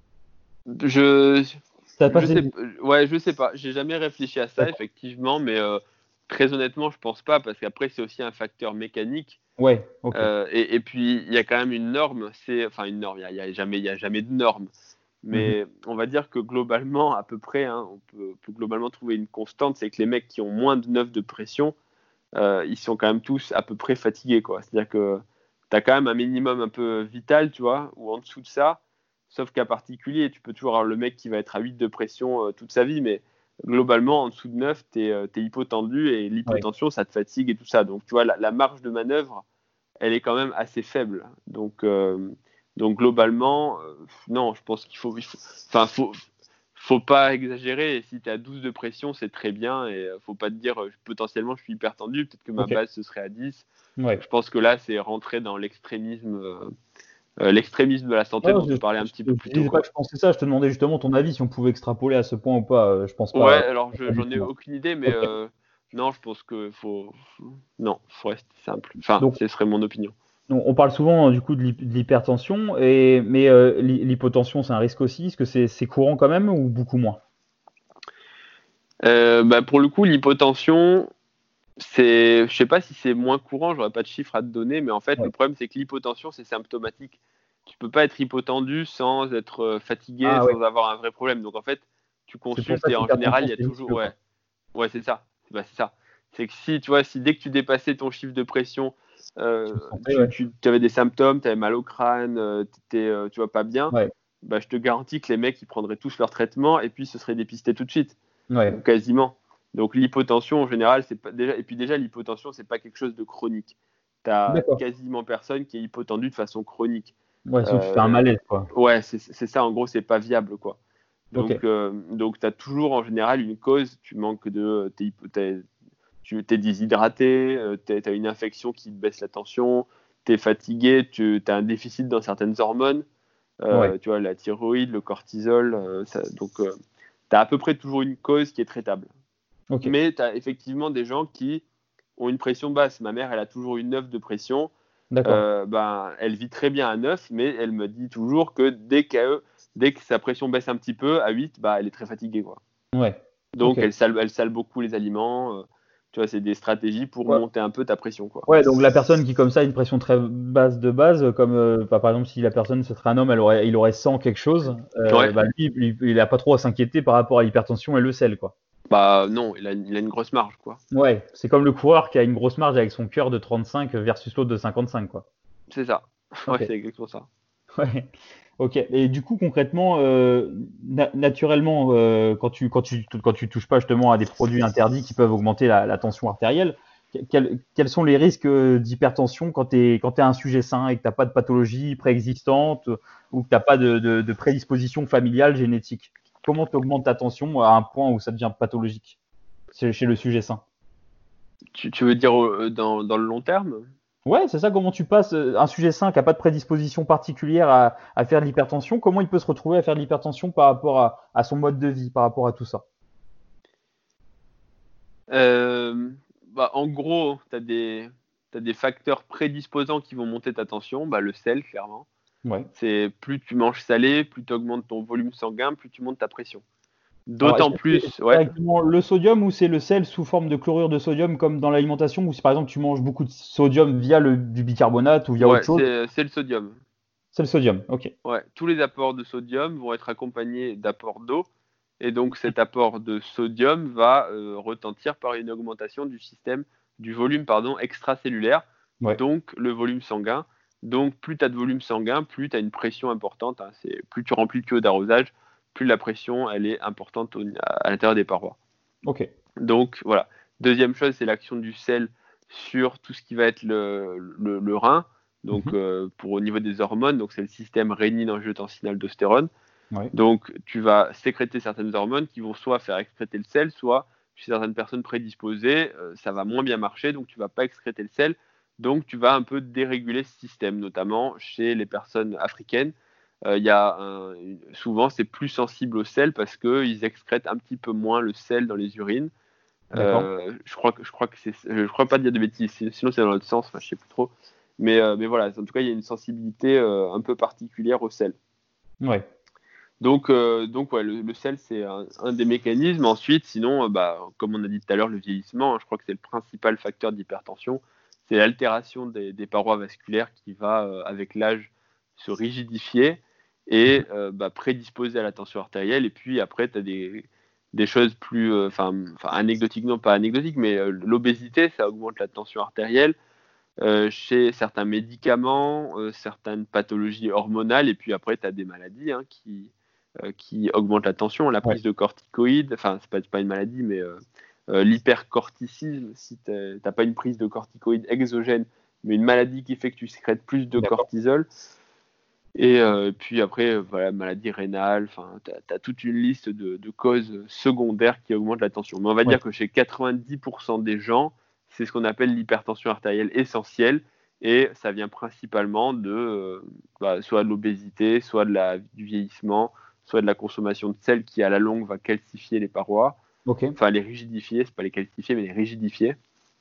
Je, Ça je passe. sais, ouais, je sais pas. J'ai jamais réfléchi à ça, D'accord. effectivement, mais très honnêtement, je pense pas, parce qu'après, c'est aussi un facteur mécanique. Ouais, ok. Et puis, il y a quand même une norme, enfin une norme, il y a jamais de norme. Mhm. Mais on va dire que globalement, à peu près, hein, on peut globalement trouver une constante, c'est que les mecs qui ont moins de 9 de pression, ils sont quand même tous à peu près fatigués, quoi. C'est-à-dire que tu as quand même un minimum un peu vital, tu vois, ou en dessous de ça, sauf qu'à particulier, tu peux toujours avoir le mec qui va être à 8 de pression toute sa vie, mais globalement, en dessous de 9, tu es hypotendu, et Ouais. l'hypotension, ça te fatigue et tout ça. Donc, tu vois, la marge de manœuvre, elle est quand même assez faible. Donc globalement, non, je pense enfin, faut pas exagérer. Et si tu as 12 de pression, c'est très bien. Et faut pas te dire, potentiellement, je suis hyper tendu, peut-être que ma Ok. base, ce serait à 10. Ouais. Je pense que là, c'est rentrer dans l'extrémisme de la santé Ouais, dont on parlait un petit peu plus je tôt, disais pas que quoi. je pensais ça, je te demandais justement ton avis, si on pouvait extrapoler à ce point ou pas. Je pense Ouais, pas, alors pas du j'en ai tout, moi. aucune idée, mais Ok. non, je pense que non, faut rester simple. Enfin, Donc, ce serait mon opinion. on parle souvent du coup de l'hypertension, mais l'hypotension, c'est un risque aussi. Est-ce que c'est courant quand même ou beaucoup moins? Bah, pour le coup, l'hypotension, je sais pas si c'est moins courant, j'aurais pas de chiffres à te donner, mais en fait, le Ouais. problème, c'est que l'hypotension, c'est symptomatique. tu peux pas être hypotendu sans être fatigué, Ah ouais, sans avoir un vrai problème. Donc en fait, tu c'est pour consultes ça et que en général, l'hypertension, il y a c'est toujours, vicieux, quoi. ouais, c'est ça. C'est ça. C'est que si, tu vois, si dès que tu dépassais ton chiffre de pression, Tu le sentais, ouais. tu avais des symptômes, tu avais mal au crâne, tu vois, pas bien, Ouais, bah, je te garantis que les mecs, ils prendraient tous leur traitement et puis ce serait dépisté tout de suite, ou ouais, quasiment. Donc l'hypotension, en général, c'est pas déjà, et puis déjà, l'hypotension, c'est pas quelque chose de chronique. Tu as d'accord. quasiment personne qui est hypotendu de façon chronique. Ouais, sinon tu fais un Euh, malaise, quoi. ouais, c'est ça, en gros, c'est pas viable, quoi. Ok, Donc tu as toujours en général une cause, tu manques de. Tu es déshydraté, tu as une infection qui te baisse la tension, tu es fatigué, tu as un déficit dans certaines hormones, ouais, tu vois, la thyroïde, le cortisol, tu as à peu près toujours une cause qui est traitable. ok, Mais tu as effectivement des gens qui ont une pression basse. Ma mère, elle a toujours une 9 de pression. d'accord. Ben, elle vit très bien à 9, mais elle me dit toujours que dès que sa pression baisse un petit peu, à 8, bah, elle est très fatiguée, quoi. Ouais, ok. Donc, elle sale beaucoup les aliments. Tu vois, c'est des stratégies pour Ouais, monter un peu ta pression, quoi. ouais, donc la personne qui, comme ça, a une pression très basse de base, comme bah, par exemple, si la personne, ce serait un homme, il aurait 100 quelque chose, Ouais, bah, il a pas trop à s'inquiéter par rapport à l'hypertension et le sel, quoi. bah non, il a une grosse marge, quoi. Ouais, c'est comme le coureur qui a une grosse marge avec son cœur de 35 versus l'autre de 55, quoi. C'est ça. Ouais, Ok. c'est exactement ça. Ouais. Ok. Et du coup, concrètement, naturellement, quand tu touches pas justement à des produits interdits qui peuvent augmenter la tension artérielle, quels sont les risques d'hypertension quand t'es un sujet sain et que t'as pas de pathologie préexistante ou que t'as pas de prédisposition familiale génétique? Comment tu augmentes ta tension à un point où ça devient pathologique chez le sujet sain? Tu veux dire dans le long terme? Ouais, c'est ça. Comment tu passes un sujet sain qui n'a pas de prédisposition particulière à faire de l'hypertension, comment il peut se retrouver à faire de l'hypertension par rapport à son mode de vie, par rapport à tout ça? Euh, Bah, en gros, t'as des facteurs prédisposants qui vont monter ta tension. Bah, le sel, clairement. Ouais. C'est plus tu manges salé, plus tu augmentes ton volume sanguin, plus tu montes ta pression. Alors, D'autant est-ce que plus, c'est ouais, directement le sodium ou c'est le sel sous forme de chlorure de sodium comme dans l'alimentation ou si par exemple tu manges beaucoup de sodium via du bicarbonate ou via autre ouais, chose? c'est le sodium. C'est le sodium. Ok. Ouais, tous les apports de sodium vont être accompagnés d'apports d'eau. Et donc cet apport de sodium va retentir par une augmentation du volume pardon, extracellulaire, Ouais. donc le volume sanguin. Donc plus tu as de volume sanguin, plus tu as une pression importante, hein. Plus tu remplis le tuyau d'arrosage, plus la pression elle est importante à l'intérieur des parois. Ok. Donc voilà. Deuxième chose, c'est l'action du sel sur tout ce qui va être le rein. Donc Mhm. au niveau des hormones, donc c'est le système rénine-angiotensin-aldostérone. Ouais. Donc tu vas sécréter certaines hormones qui vont soit faire excréter le sel, soit chez certaines personnes prédisposées, ça va moins bien marcher, donc tu vas pas excréter le sel. Donc tu vas un peu déréguler ce système, notamment chez les personnes africaines. Souvent c'est plus sensible au sel parce qu'ils excrètent un petit peu moins le sel dans les urines. D'accord. Je crois que je crois pas dire de bêtises, sinon c'est dans l'autre sens, enfin, je sais plus trop. Mais voilà, en tout cas, il y a une sensibilité un peu particulière au sel. Ouais. Donc ouais, le sel, c'est un des mécanismes. Ensuite, sinon, bah, comme on a dit tout à l'heure, le vieillissement, hein, je crois que c'est le principal facteur d'hypertension. C'est l'altération des parois vasculaires qui va, avec l'âge, se rigidifier et Mhm. bah, prédisposer à la tension artérielle. Et puis après, tu as des choses plus anecdotiques, non pas anecdotiques, mais l'obésité, ça augmente la tension artérielle. Chez certains médicaments, certaines pathologies hormonales, et puis après, tu as des maladies hein, qui augmentent la tension. La Ouais. prise de corticoïdes, enfin, c'est pas une maladie, mais l'hypercorticisme, si tu n'as pas une prise de corticoïdes exogène, mais une maladie qui fait que tu sécrètes plus de D'accord. cortisol. Et puis après, voilà, maladie rénale, enfin, tu as toute une liste de causes secondaires qui augmentent la tension. Mais on va Ouais. dire que chez 90% des gens, c'est ce qu'on appelle l'hypertension artérielle essentielle. Et ça vient principalement soit de l'obésité, soit du vieillissement, soit de la consommation de sel qui, à la longue, va calcifier les parois. Ok. Enfin, les rigidifier, c'est pas les calcifier, mais les rigidifier.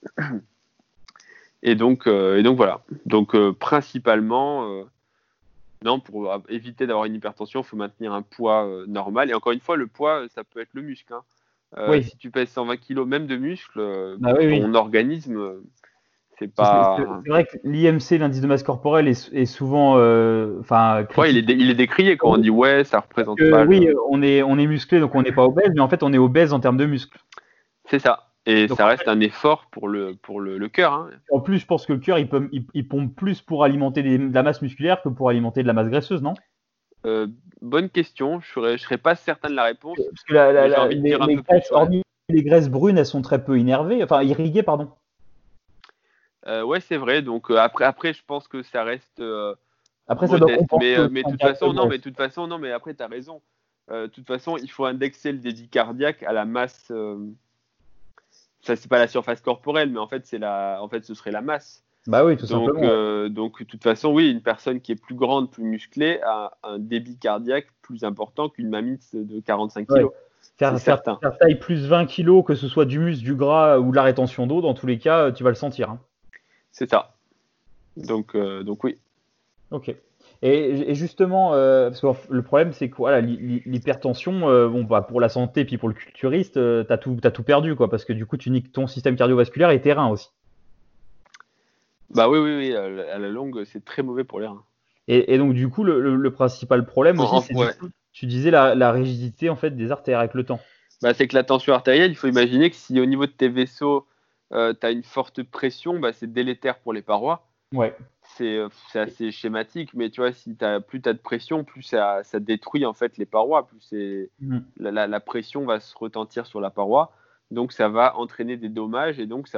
Et donc voilà. Donc principalement, non, pour éviter d'avoir une hypertension, il faut maintenir un poids normal. Et encore une fois, le poids, ça peut être le muscle, hein. Oui. Si tu pèses 120 kg, même de muscle, Bah pour oui, oui. ton organisme, C'est C'est pas. c'est vrai que l'IMC, l'indice de masse corporelle, est souvent Ouais, critiqué. il est décrié quand on dit ouais, ça représente Que, pas oui, le. on est musclé, donc on n'est pas obèse, mais en fait, on est obèse en termes de muscles. C'est ça. Et Donc ça reste un effort pour le cœur. Hein. en plus, je pense que le cœur, il pompe plus pour alimenter de la masse musculaire que pour alimenter de la masse graisseuse, non? Euh, Bonne question. Je serais pas certain de la réponse, Parce que mais j'ai envie de dire un les peu plus. graisses, Ouais. hormis les graisses brunes, elles sont très peu innervées, enfin irriguées, pardon. Ouais, c'est vrai. Donc après, je pense que ça reste Après, ça doit modeste. Mais aussi Mais de en toute termes de façon, non. graisse. Mais de toute façon, non. Mais après, tu as raison. De toute façon, il faut indexer le débit cardiaque à la masse. Ça, c'est pas la surface corporelle, mais en fait, en fait, ce serait la masse. Bah oui, tout simplement. Donc, de toute façon, oui, une personne qui est plus grande, plus musclée, a un débit cardiaque plus important qu'une mamie de 45 Ouais. kilos. C'est certain. Faire taille plus 20 kilos, que ce soit du muscle, du gras ou de la rétention d'eau, dans tous les cas, tu vas le sentir, hein. C'est ça. Donc oui. Ok. Et justement, parce que le problème, c'est que voilà, l'hypertension, bon, bah, pour la santé, puis pour le culturiste, t'as tout perdu, quoi, parce que du coup, tu niques ton système cardiovasculaire et tes reins aussi. Bah oui, à la longue, c'est très mauvais pour les reins. Et donc, du coup, le principal problème aussi, c'est du Ouais. coup, tu disais la rigidité en fait des artères avec le temps. Bah, c'est que la tension artérielle, il faut imaginer que si au niveau de tes vaisseaux, tu as une forte pression, bah, c'est délétère pour les parois. Ouais. C'est assez schématique, mais tu vois, si plus tu as de pression, plus ça détruit en fait les parois, plus Mhm. la pression va se retentir sur la paroi, donc ça va entraîner des dommages et donc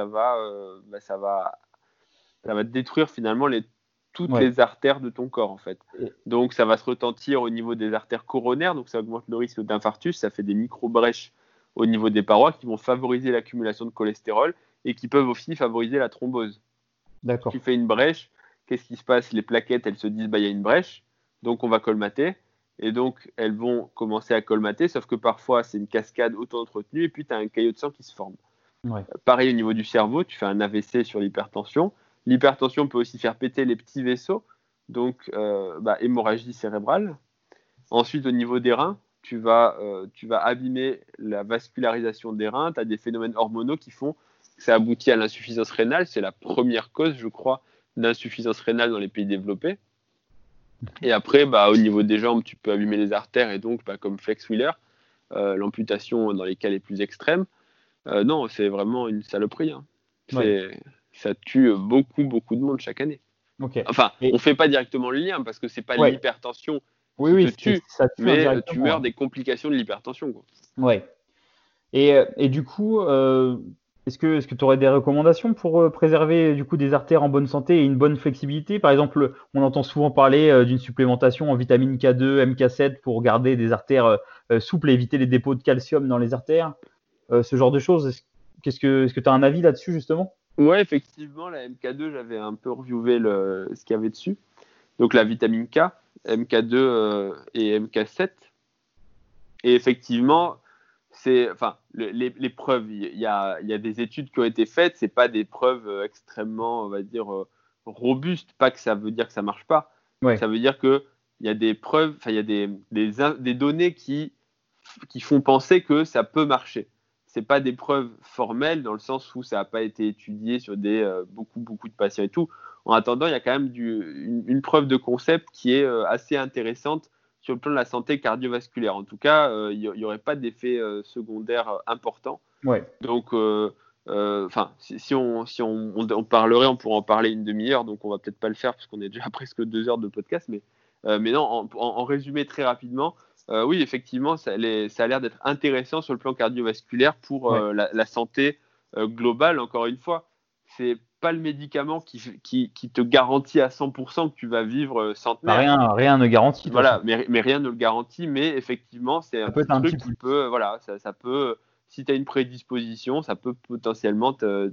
ça va détruire finalement toutes Ouais. les artères de ton corps en fait. Et- Donc ça va se retentir au niveau des artères coronaires, donc ça augmente le risque d'infarctus, ça fait des micro-brèches au niveau des parois qui vont favoriser l'accumulation de cholestérol et qui peuvent aussi favoriser la thrombose. Tu D'accord. fais une brèche, qu'est-ce qui se passe? Les plaquettes, elles se disent, bah, il y a une brèche, donc on va colmater. Et donc, elles vont commencer à colmater, sauf que parfois, c'est une cascade auto-entretenue, et puis tu as un caillot de sang qui se forme. Ouais. Pareil au niveau du cerveau, tu fais un AVC sur l'hypertension. L'hypertension peut aussi faire péter les petits vaisseaux, donc hémorragie cérébrale. Ensuite, au niveau des reins, tu vas abîmer la vascularisation des reins, tu as des phénomènes hormonaux qui font que ça aboutit à l'insuffisance rénale. C'est la première cause, je crois, d'insuffisance rénale dans les pays développés. Et après, au niveau des jambes, tu peux abîmer les artères et donc, comme Flex Wheeler, l'amputation dans les cas les plus extrêmes. Non, c'est vraiment une saloperie. Hein. Ouais. Ça tue beaucoup de monde chaque année. Ok. Enfin, on Et ne fait pas directement le lien parce que c'est pas ouais. l'hypertension Oui, qui te oui, tue, ça tue mais tu indirectement, meurs hein. des complications de l'hypertension. Quoi. Ouais. Et du coup, est-ce que tu aurais des recommandations pour préserver du coup des artères en bonne santé et une bonne flexibilité? Par exemple, on entend souvent parler d'une supplémentation en vitamine K2, MK7 pour garder des artères souples et éviter les dépôts de calcium dans les artères. Ce genre de choses. Est-ce que tu as un avis là-dessus justement? Ouais, effectivement, la MK2, j'avais un peu reviewé ce qu'il y avait dessus. Donc la vitamine K, MK2 et MK7. Et effectivement, les preuves, il y a des études qui ont été faites, c'est pas des preuves extrêmement, on va dire, robustes, pas que ça veut dire que ça marche pas. Ouais. Ça veut dire que il y a des preuves, il y a des données qui font penser que ça peut marcher. C'est pas des preuves formelles dans le sens où ça n'a pas été étudié sur beaucoup de patients et tout. En attendant, il y a quand même une preuve de concept qui est assez intéressante sur le plan de la santé cardiovasculaire. En tout cas, il n'y aurait pas d'effet secondaire important. Ouais. Donc, si on parlerait, on pourrait en parler une demi-heure, donc on va peut-être pas le faire parce qu'on est déjà à presque 2 heures de podcast. Mais non, en résumé très rapidement, oui, effectivement, ça a l'air d'être intéressant sur le plan cardiovasculaire pour Ouais. la santé globale. Encore une fois, c'est pas le médicament qui te garantit à 100% que tu vas vivre Bah, centenaire. rien ne garantit de toute façon. Voilà, mais rien ne le garantit, mais effectivement, c'est un Ça peut petit être un truc petit qui plus. peut, voilà, ça peut, si tu as une prédisposition, ça peut potentiellement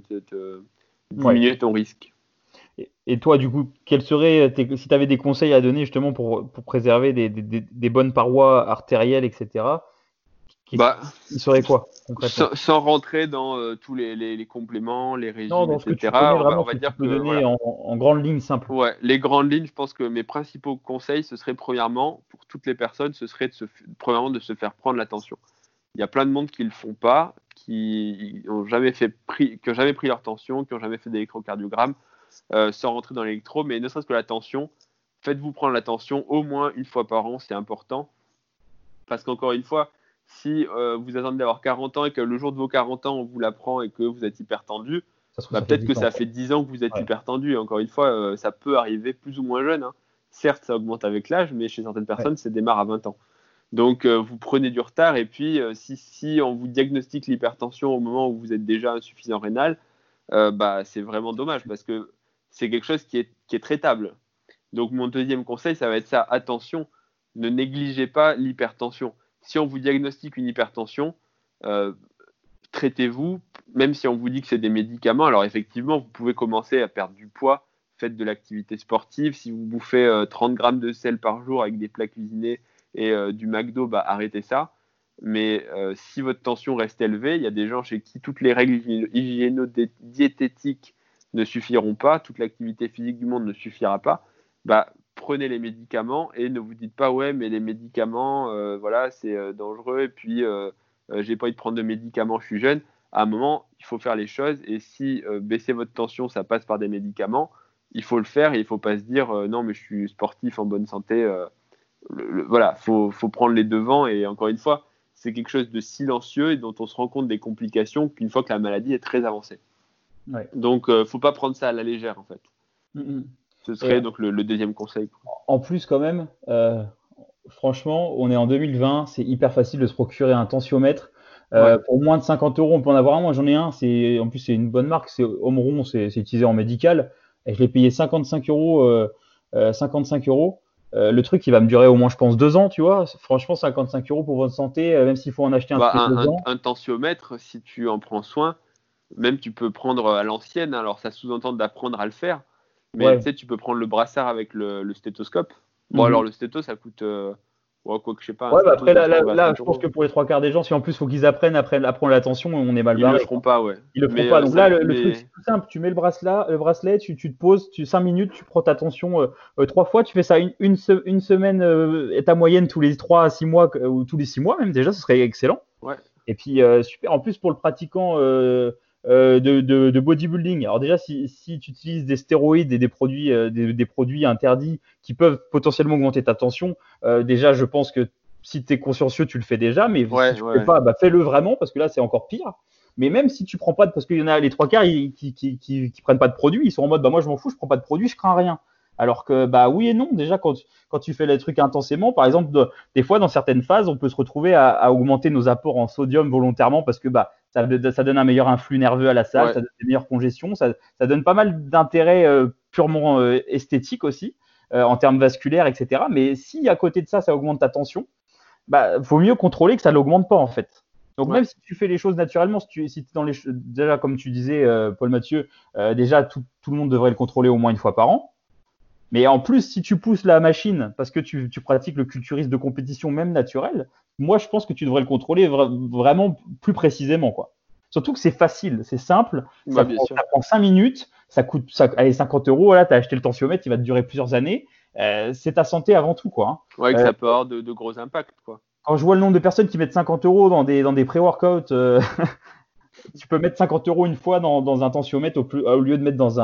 Ouais. diminuer ton risque. Et toi, du coup, quels seraient si tu avais des conseils à donner justement pour préserver des bonnes parois artérielles, etc. Qu'est-ce Bah, qui serait quoi concrètement? sans rentrer dans tous les compléments, les Non, régimes, dans ce que tu connais etc., vraiment, on ce va que tu dire peux que, donner voilà, en grandes lignes simples. ouais, les grandes lignes, je pense que mes principaux conseils, ce serait premièrement, pour toutes les personnes, ce serait premièrement de se faire prendre l'attention. Il y a plein de monde qui le font pas, qui n'ont jamais pris leur tension, qui n'ont jamais fait d'électrocardiogramme, sans rentrer dans l'électro, mais ne serait-ce que la tension, faites-vous prendre la tension au moins une fois par an, c'est important. Parce qu'encore une fois, si vous attendez d'avoir 40 ans et que le jour de vos 40 ans, on vous la prend et que vous êtes hyper tendu, peut-être que ça fait 10 ans que vous êtes hyper tendu. Et encore une fois, ça peut arriver plus ou moins jeune. Hein. Certes, ça augmente avec l'âge, mais chez certaines personnes, ça démarre à 20 ans. Donc, vous prenez du retard. Et puis, si on vous diagnostique l'hypertension au moment où vous êtes déjà insuffisant rénal, c'est vraiment dommage parce que c'est quelque chose qui est traitable. Donc, mon deuxième conseil, ça va être ça. Attention, ne négligez pas l'hypertension. Si on vous diagnostique une hypertension, traitez-vous, même si on vous dit que c'est des médicaments. Alors, effectivement, vous pouvez commencer à perdre du poids, faites de l'activité sportive. Si vous bouffez 30 grammes de sel par jour avec des plats cuisinés et du McDo, arrêtez ça. Mais si votre tension reste élevée, il y a des gens chez qui toutes les règles hygiéno-diététiques ne suffiront pas, toute l'activité physique du monde ne suffira pas. Prenez les médicaments et ne vous dites pas ouais mais les médicaments c'est dangereux et puis j'ai pas envie de prendre de médicaments, je suis jeune. À un moment il faut faire les choses et si baisser votre tension ça passe par des médicaments, il faut le faire et il faut pas se dire non mais je suis sportif en bonne santé. Faut prendre les devants et encore une fois c'est quelque chose de silencieux et dont on se rend compte des complications qu'une fois que la maladie est très avancée. Ouais. Donc faut pas prendre ça à la légère en fait. Mm-hmm. Ce serait donc le deuxième conseil. En plus, quand même, franchement, on est en 2020, c'est hyper facile de se procurer un tensiomètre. Pour moins de 50 €, on peut en avoir un. Moi, j'en ai un. En plus, c'est une bonne marque. C'est Omron, c'est utilisé en médical. Et je l'ai payé 55 €. 55 €. Le truc, il va me durer au moins, je pense, 2 ans, tu vois. Franchement, 55 € pour votre santé, même s'il faut en acheter un tous les 2 ans. Un tensiomètre, si tu en prends soin, même tu peux prendre à l'ancienne. Alors, ça sous-entend d'apprendre à le faire. Mais tu sais, tu peux prendre le brassard avec le stéthoscope. Bon, alors le stéto, ça coûte quoi que je sais pas. Après, là je pense que pour les 3 quarts des gens, si en plus il faut qu'ils apprennent après apprendre l'attention, on est mal barré. Ils le feront pas, ouais. Ils le feront pas. Donc là, le truc, c'est tout simple. Tu mets le bracelet, tu te poses, 5 minutes, tu prends ta tension 3 fois. Tu fais ça une semaine et ta moyenne tous les 3 à 6 mois, ou tous les 6 mois même, déjà, ce serait excellent. Ouais. Et puis, super. En plus, pour le pratiquant de bodybuilding. Alors déjà, si tu utilises des stéroïdes et des produits interdits qui peuvent potentiellement augmenter ta tension, déjà, je pense que si tu es consciencieux, tu le fais déjà, mais si tu ne fais pas, fais-le vraiment, parce que là, c'est encore pire. Mais même si tu prends pas parce qu'il y en a les 3 quarts qui prennent pas de produits, ils sont en mode moi je m'en fous, je prends pas de produits, je crains rien. Alors que oui et non, déjà quand tu fais les trucs intensément, par exemple, des fois dans certaines phases, on peut se retrouver à augmenter nos apports en sodium volontairement parce que ça donne un meilleur influx nerveux à la salle, ça donne des meilleures congestions, ça donne pas mal d'intérêts purement esthétiques aussi, en termes vasculaires, etc. Mais si à côté de ça, ça augmente ta tension, vaut mieux contrôler que ça l'augmente pas en fait. Donc même si tu fais les choses naturellement, si tu es dans déjà comme tu disais Paul Mathieu, déjà tout le monde devrait le contrôler au moins une fois par an. Mais en plus, si tu pousses la machine parce que tu pratiques le culturisme de compétition même naturel, moi je pense que tu devrais le contrôler vraiment plus précisément, quoi. Surtout que c'est facile, c'est simple, ça prend 5 minutes, ça coûte 50 €, voilà, tu as acheté le tensiomètre, il va te durer plusieurs années. C'est ta santé avant tout, quoi. Hein. Ouais, que ça peut avoir de gros impacts, quoi. Quand je vois le nombre de personnes qui mettent 50 € dans des pré-workouts, tu peux mettre 50 € une fois dans un tensiomètre au lieu de mettre dans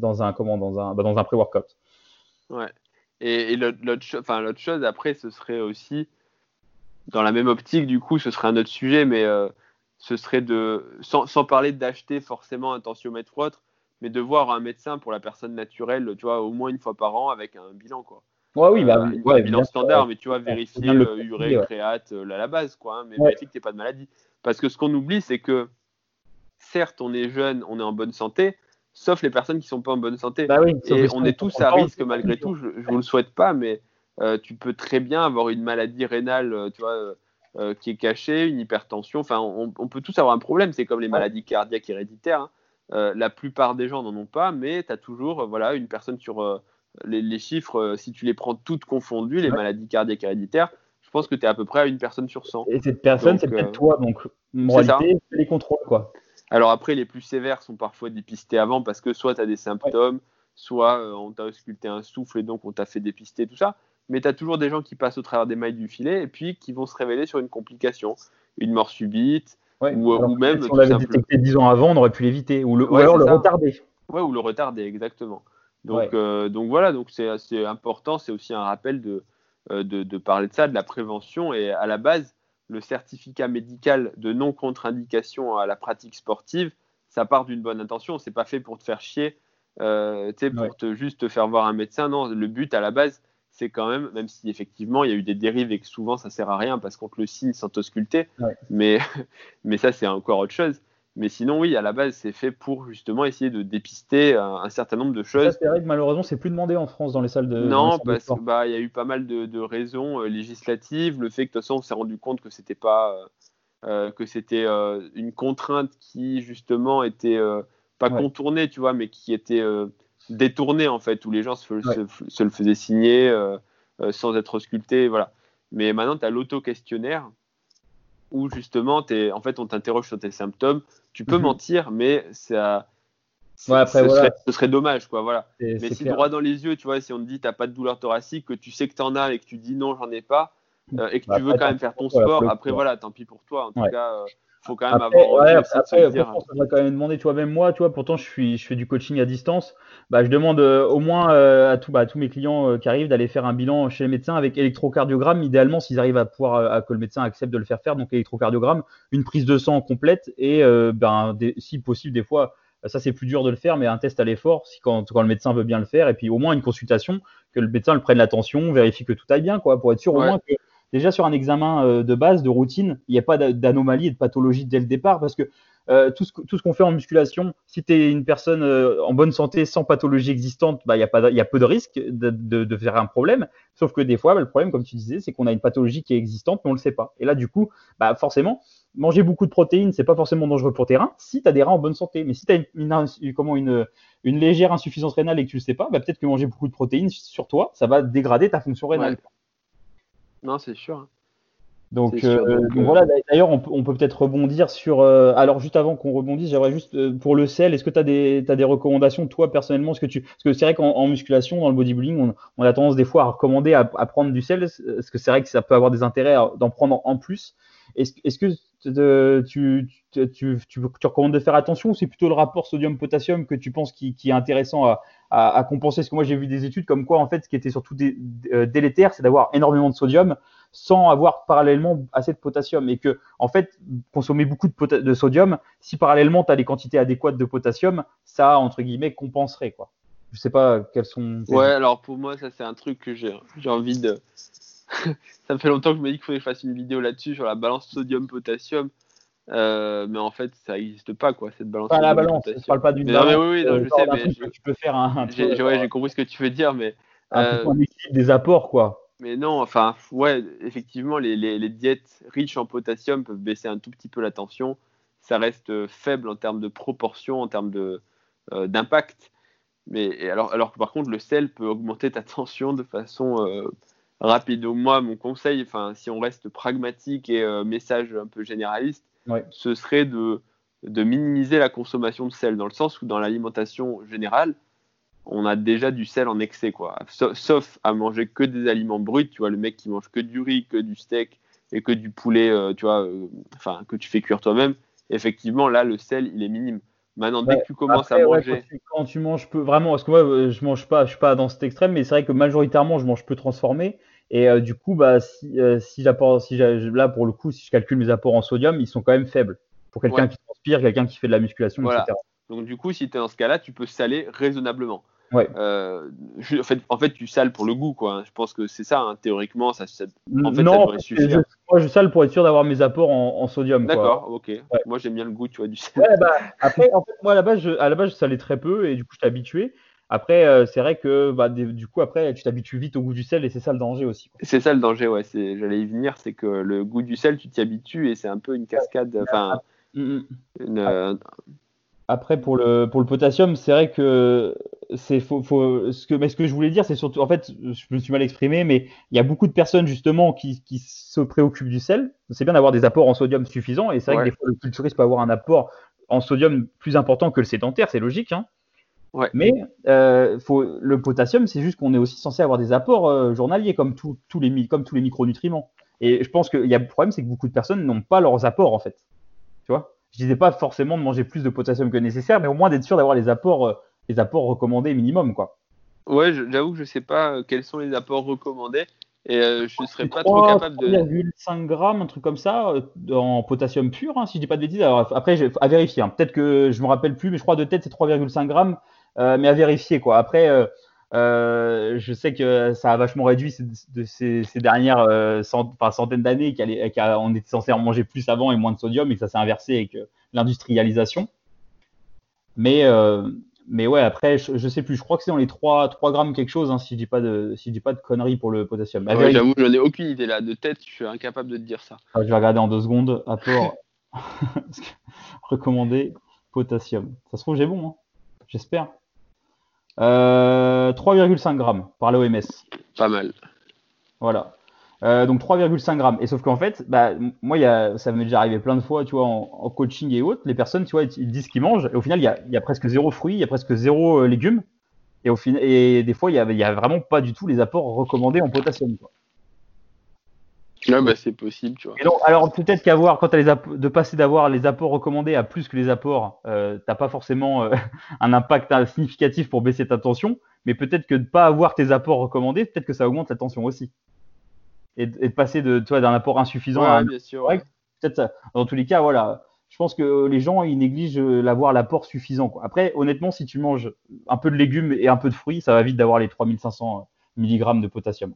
un pré-workout. Ouais. Et l'autre chose après, ce serait aussi dans la même optique, du coup, ce serait un autre sujet, mais ce serait sans parler d'acheter forcément un tensiomètre ou autre, mais de voir un médecin pour la personne naturelle, tu vois, au moins une fois par an avec un bilan, quoi. Un bilan standard, mais tu vois, vérifier urée, créate, la base, quoi, hein, mais vérifier que tu n'aies pas de maladie. Parce que ce qu'on oublie, c'est que certes, on est jeune, on est en bonne santé, sauf les personnes qui ne sont pas en bonne santé. Et on est tous à risque malgré tout, je ne vous le souhaite pas, mais tu peux très bien avoir une maladie rénale, tu vois, qui est cachée, une hypertension. Enfin, on peut tous avoir un problème, c'est comme les maladies cardiaques héréditaires. Hein. La plupart des gens n'en ont pas, mais tu as toujours une personne sur les chiffres, si tu les prends toutes confondues, les maladies cardiaques héréditaires, je pense que tu es à peu près à une personne sur 100. Et cette personne, c'est peut-être toi, donc moralité, c'est les contrôles, quoi. Alors après, les plus sévères sont parfois dépistés avant parce que soit tu as des symptômes, soit on t'a ausculté un souffle et donc on t'a fait dépister, tout ça. Mais tu as toujours des gens qui passent au travers des mailles du filet et puis qui vont se révéler sur une complication, une mort subite, Ouais. ou même si on tout l'avait simplement. détecté 10 ans avant, on aurait pu l'éviter, ou Ouais, alors c'est le ça. retarder. Ouais, ou le retarder, exactement. Ouais. Donc voilà, donc c'est assez important, c'est aussi un rappel de parler de ça, de la prévention. Et à la base, le certificat médical de non-contre-indication à la pratique sportive, ça part d'une bonne intention. C'est pas fait pour te faire chier, Ouais. pour juste te faire voir un médecin. Non, le but à la base, c'est quand même si effectivement il y a eu des dérives et que souvent ça sert à rien parce qu'on te le signe sans t'ausculter, Ouais. mais, mais ça c'est encore autre chose. Mais sinon, oui, à la base, c'est fait pour justement essayer de dépister un certain nombre de Et ça, choses. c'est vrai que malheureusement, c'est plus demandé en France dans les salles Non, de parce que sport. bah il y a eu pas mal de raisons législatives, le fait que de toute façon on s'est rendu compte que c'était pas que c'était une contrainte qui justement était pas Ouais. contournée, tu vois, mais qui était détournée en fait, où les gens Ouais. se le faisaient signer sans être auscultés, voilà. Mais maintenant, tu as l'auto-questionnaire où justement, en fait, on t'interroge sur tes symptômes. Tu peux Mhm. mentir, mais ça, Ouais, après, voilà, ce serait dommage, quoi, voilà. Mais c'est si clair. droit dans les yeux, tu vois, si on te dit t'as pas de douleur thoracique, que tu sais que t'en as et que tu dis non, j'en ai pas, et que Bah, tu veux après, quand tant même pis faire pour ton toi, là, pour sport, le après coup. voilà, tant pis pour toi. En tout Ouais. cas, faut quand même Après, avoir envie ouais, aussi de se pour dire. contre, on va quand même demander, tu vois, même moi, tu vois, pourtant, je fais du coaching à distance. Bah, je demande au moins à tous mes clients qui arrivent d'aller faire un bilan chez le médecin avec électrocardiogramme, idéalement, s'ils arrivent à pouvoir, que le médecin accepte de le faire faire. Donc, électrocardiogramme, une prise de sang complète et, si possible, des fois, ça, c'est plus dur de le faire, mais un test à l'effort, si quand le médecin veut bien le faire, et puis au moins une consultation, que le médecin le prenne l'attention, vérifie que tout aille bien, quoi, pour être sûr au Ouais, moins que déjà sur un examen de base, de routine, il n'y a pas d'anomalie et de pathologie dès le départ parce que tout ce qu'on fait en musculation, si tu es une personne en bonne santé sans pathologie existante, bah, il y a peu de risque de faire un problème. Sauf que des fois, bah, le problème, comme tu disais, c'est qu'on a une pathologie qui est existante, mais on ne le sait pas. Et là, du coup, bah, forcément, manger beaucoup de protéines, c'est pas forcément dangereux pour tes reins si tu as des reins en bonne santé. Mais si tu as une légère insuffisance rénale et que tu ne le sais pas, bah, peut-être que manger beaucoup de protéines sur toi, ça va dégrader ta fonction ouais, rénale. non, c'est sûr, hein. C'est Donc, sûr. donc voilà, d'ailleurs, on peut peut-être rebondir sur. Alors, juste avant qu'on rebondisse, j'aimerais juste pour le sel, est-ce que tu as t'as des recommandations, toi, personnellement? Parce que c'est vrai qu'en musculation, dans le bodybuilding, on a tendance des fois à recommander à prendre du sel, parce que c'est vrai que ça peut avoir des intérêts d'en prendre en plus. Est-ce que tu recommandes de faire attention ou c'est plutôt le rapport sodium-potassium que tu penses qui est intéressant à compenser? Parce que moi, j'ai vu des études comme quoi, en fait, ce qui était surtout délétère, c'est d'avoir énormément de sodium sans avoir parallèlement assez de potassium. Et que, en fait, consommer beaucoup de sodium, si parallèlement tu as les quantités adéquates de potassium, ça, entre guillemets, compenserait, quoi. Je sais pas quels sont tes. Ouais, alors pour moi, ça c'est un truc que j'ai envie de. Ça me fait longtemps que je me dis qu'il faut que je fasse une vidéo là-dessus sur la balance sodium-potassium. Mais en fait, ça n'existe pas, quoi, cette balance Pas la balance, je sodium-potassium. parle pas d'une Mais non, mais balance, oui, oui, non, je genre sais, d'un mais truc que tu peux faire ouais, j'ai compris ce que tu veux dire, mais plutôt euh, un équilibre des apports, quoi. mais non, enfin, ouais, effectivement, les diètes riches en potassium peuvent baisser un tout petit peu la tension. Ça reste faible en termes de proportion, en termes d'impact. Mais alors que par contre, le sel peut augmenter ta tension de façon rapide. Donc moi, mon conseil, enfin, si on reste pragmatique et message un peu généraliste, Ouais. ce serait de minimiser la consommation de sel, dans le sens où dans l'alimentation générale, on a déjà du sel en excès, quoi. Sauf à manger que des aliments bruts, tu vois, le mec qui mange que du riz, que du steak et que du poulet, tu vois, enfin, que tu fais cuire toi-même, effectivement, là, le sel, il est minime. Maintenant, dès Ouais. que tu commences à Après, ouais, manger, quand tu manges peu, vraiment, parce que moi, je suis pas dans cet extrême, mais c'est vrai que majoritairement, je mange peu transformé. Et du coup, bah, si j'apporte, là, pour le coup, si je calcule mes apports en sodium, ils sont quand même faibles. Pour quelqu'un ouais, qui transpire, quelqu'un qui fait de la musculation, voilà. etc. Donc, du coup, si tu es dans ce cas-là, tu peux saler raisonnablement. Ouais. En fait, tu sales pour le goût, quoi. Je pense que c'est ça, hein. Théoriquement, en fait, ça Non, en devrait fait, suffire. moi, je sale pour être sûr d'avoir mes apports en sodium, quoi. D'accord, ok. Ouais. Moi, j'aime bien le goût, tu vois, du sel. Ouais, bah, après, en fait, moi, à la base, je salais très peu et du coup, je suis habitué. Après, c'est vrai que, bah, du coup, après, tu t'habitues vite au goût du sel et c'est ça le danger aussi, quoi. C'est ça le danger, ouais. J'allais y venir, c'est que le goût du sel, tu t'y habitues et c'est un peu une cascade, Mais enfin, mm, mm. une, Après, pour le potassium, c'est vrai que mais ce que je voulais dire, c'est surtout, en fait, je me suis mal exprimé, mais il y a beaucoup de personnes justement qui se préoccupent du sel. C'est bien d'avoir des apports en sodium suffisants, et c'est vrai que ouais, des fois, le culturiste peut avoir un apport en sodium plus important que le sédentaire, c'est logique, hein. ouais, Mais le potassium, c'est juste qu'on est aussi censé avoir des apports journaliers, comme tous les micronutriments. Et je pense qu'il y a le problème, c'est que beaucoup de personnes n'ont pas leurs apports, en fait. tu vois. Je disais pas forcément de manger plus de potassium que nécessaire, mais au moins d'être sûr d'avoir les apports recommandés minimum, quoi. Ouais, j'avoue que je sais pas quels sont les apports recommandés et je serais C'est pas trop capable de. 3,5 grammes, un truc comme ça, en potassium pur, hein, si je dis pas de bêtises. Alors, après, à vérifier, hein. Peut-être que je me rappelle plus, mais je crois de tête c'est 3,5 grammes, mais à vérifier, quoi. Après, je sais que ça a vachement réduit ces dernières centaines d'années, on était censé en manger plus avant et moins de sodium, et que ça s'est inversé avec l'industrialisation. Mais, euh, mais ouais, après, je sais plus. Je crois que c'est dans les 3 grammes quelque chose, hein, si je dis pas de conneries pour le potassium. À Ouais, vérifier. j'avoue, j'en ai aucune idée là. De tête, je suis incapable de te dire ça. Je vais regarder en 2 secondes. Apport recommandé potassium. Ça se trouve, j'ai bon, hein. J'espère. 3,5 grammes par l'OMS. Pas mal. Voilà. Donc 3,5 grammes. Et sauf qu'en fait, moi, ça m'est déjà arrivé plein de fois, tu vois, en coaching et autres. Les personnes, tu vois, ils disent qu'ils mangent. Et au final, il y a presque zéro fruits, il y a presque zéro légumes. Et des fois, il y a vraiment pas du tout les apports recommandés en potassium, quoi. Ouais, bah c'est possible, tu vois. Et donc, alors peut-être quand de passer d'avoir les apports recommandés à plus que les apports, t'as pas forcément un impact significatif pour baisser ta tension, mais peut-être que de pas avoir tes apports recommandés, peut-être que ça augmente la tension aussi. Et de passer d'un apport insuffisant à Ouais, un bien sûr. correct, peut-être ça. Dans tous les cas, voilà. Je pense que les gens ils négligent l'apport suffisant, quoi. Après, honnêtement, si tu manges un peu de légumes et un peu de fruits, ça va vite d'avoir les 3500 mg de potassium.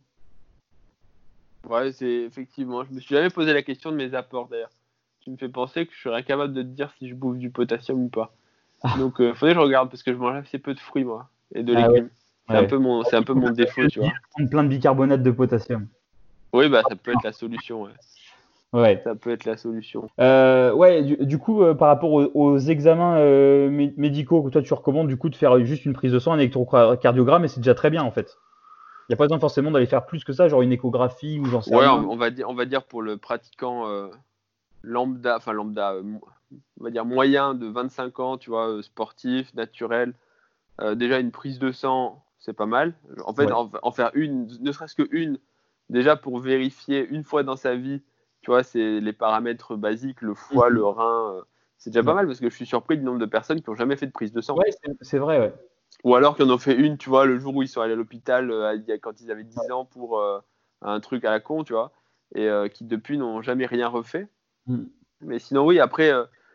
Ouais, c'est effectivement. Je me suis jamais posé la question de mes apports d'ailleurs. Tu me fais penser que je serais incapable de te dire si je bouffe du potassium ou pas. Donc, faudrait que je regarde parce que je mange assez peu de fruits moi et de Ah ouais. légumes. C'est un Ouais. peu mon défaut, tu vois. Prendre plein de bicarbonate de potassium. Oui, bah ça peut être la solution. Ouais. Ouais. Ça peut être la solution. Ouais, du coup, par rapport aux examens médicaux que toi tu recommandes, du coup, de faire juste une prise de sang, un électrocardiogramme, et c'est déjà très bien en fait. Il n'y a pas besoin forcément d'aller faire plus que ça, genre une échographie ou j'en sais Ouais, rien. on va dire pour le pratiquant lambda, on va dire moyen de 25 ans, tu vois, sportif, naturel. Déjà une prise de sang, c'est pas mal. En fait, Ouais. en faire une, ne serait-ce que une, déjà pour vérifier une fois dans sa vie, tu vois, c'est les paramètres basiques, le foie, le rein. C'est déjà pas Ouais, mal parce que je suis surpris du nombre de personnes qui n'ont jamais fait de prise de sang. ouais, c'est vrai, ouais. Ou alors qui en ont fait une, tu vois, le jour où ils sont allés à l'hôpital quand ils avaient 10 ans pour un truc à la con, tu vois, et qui depuis n'ont jamais rien refait. Mm. Mais sinon, oui, après,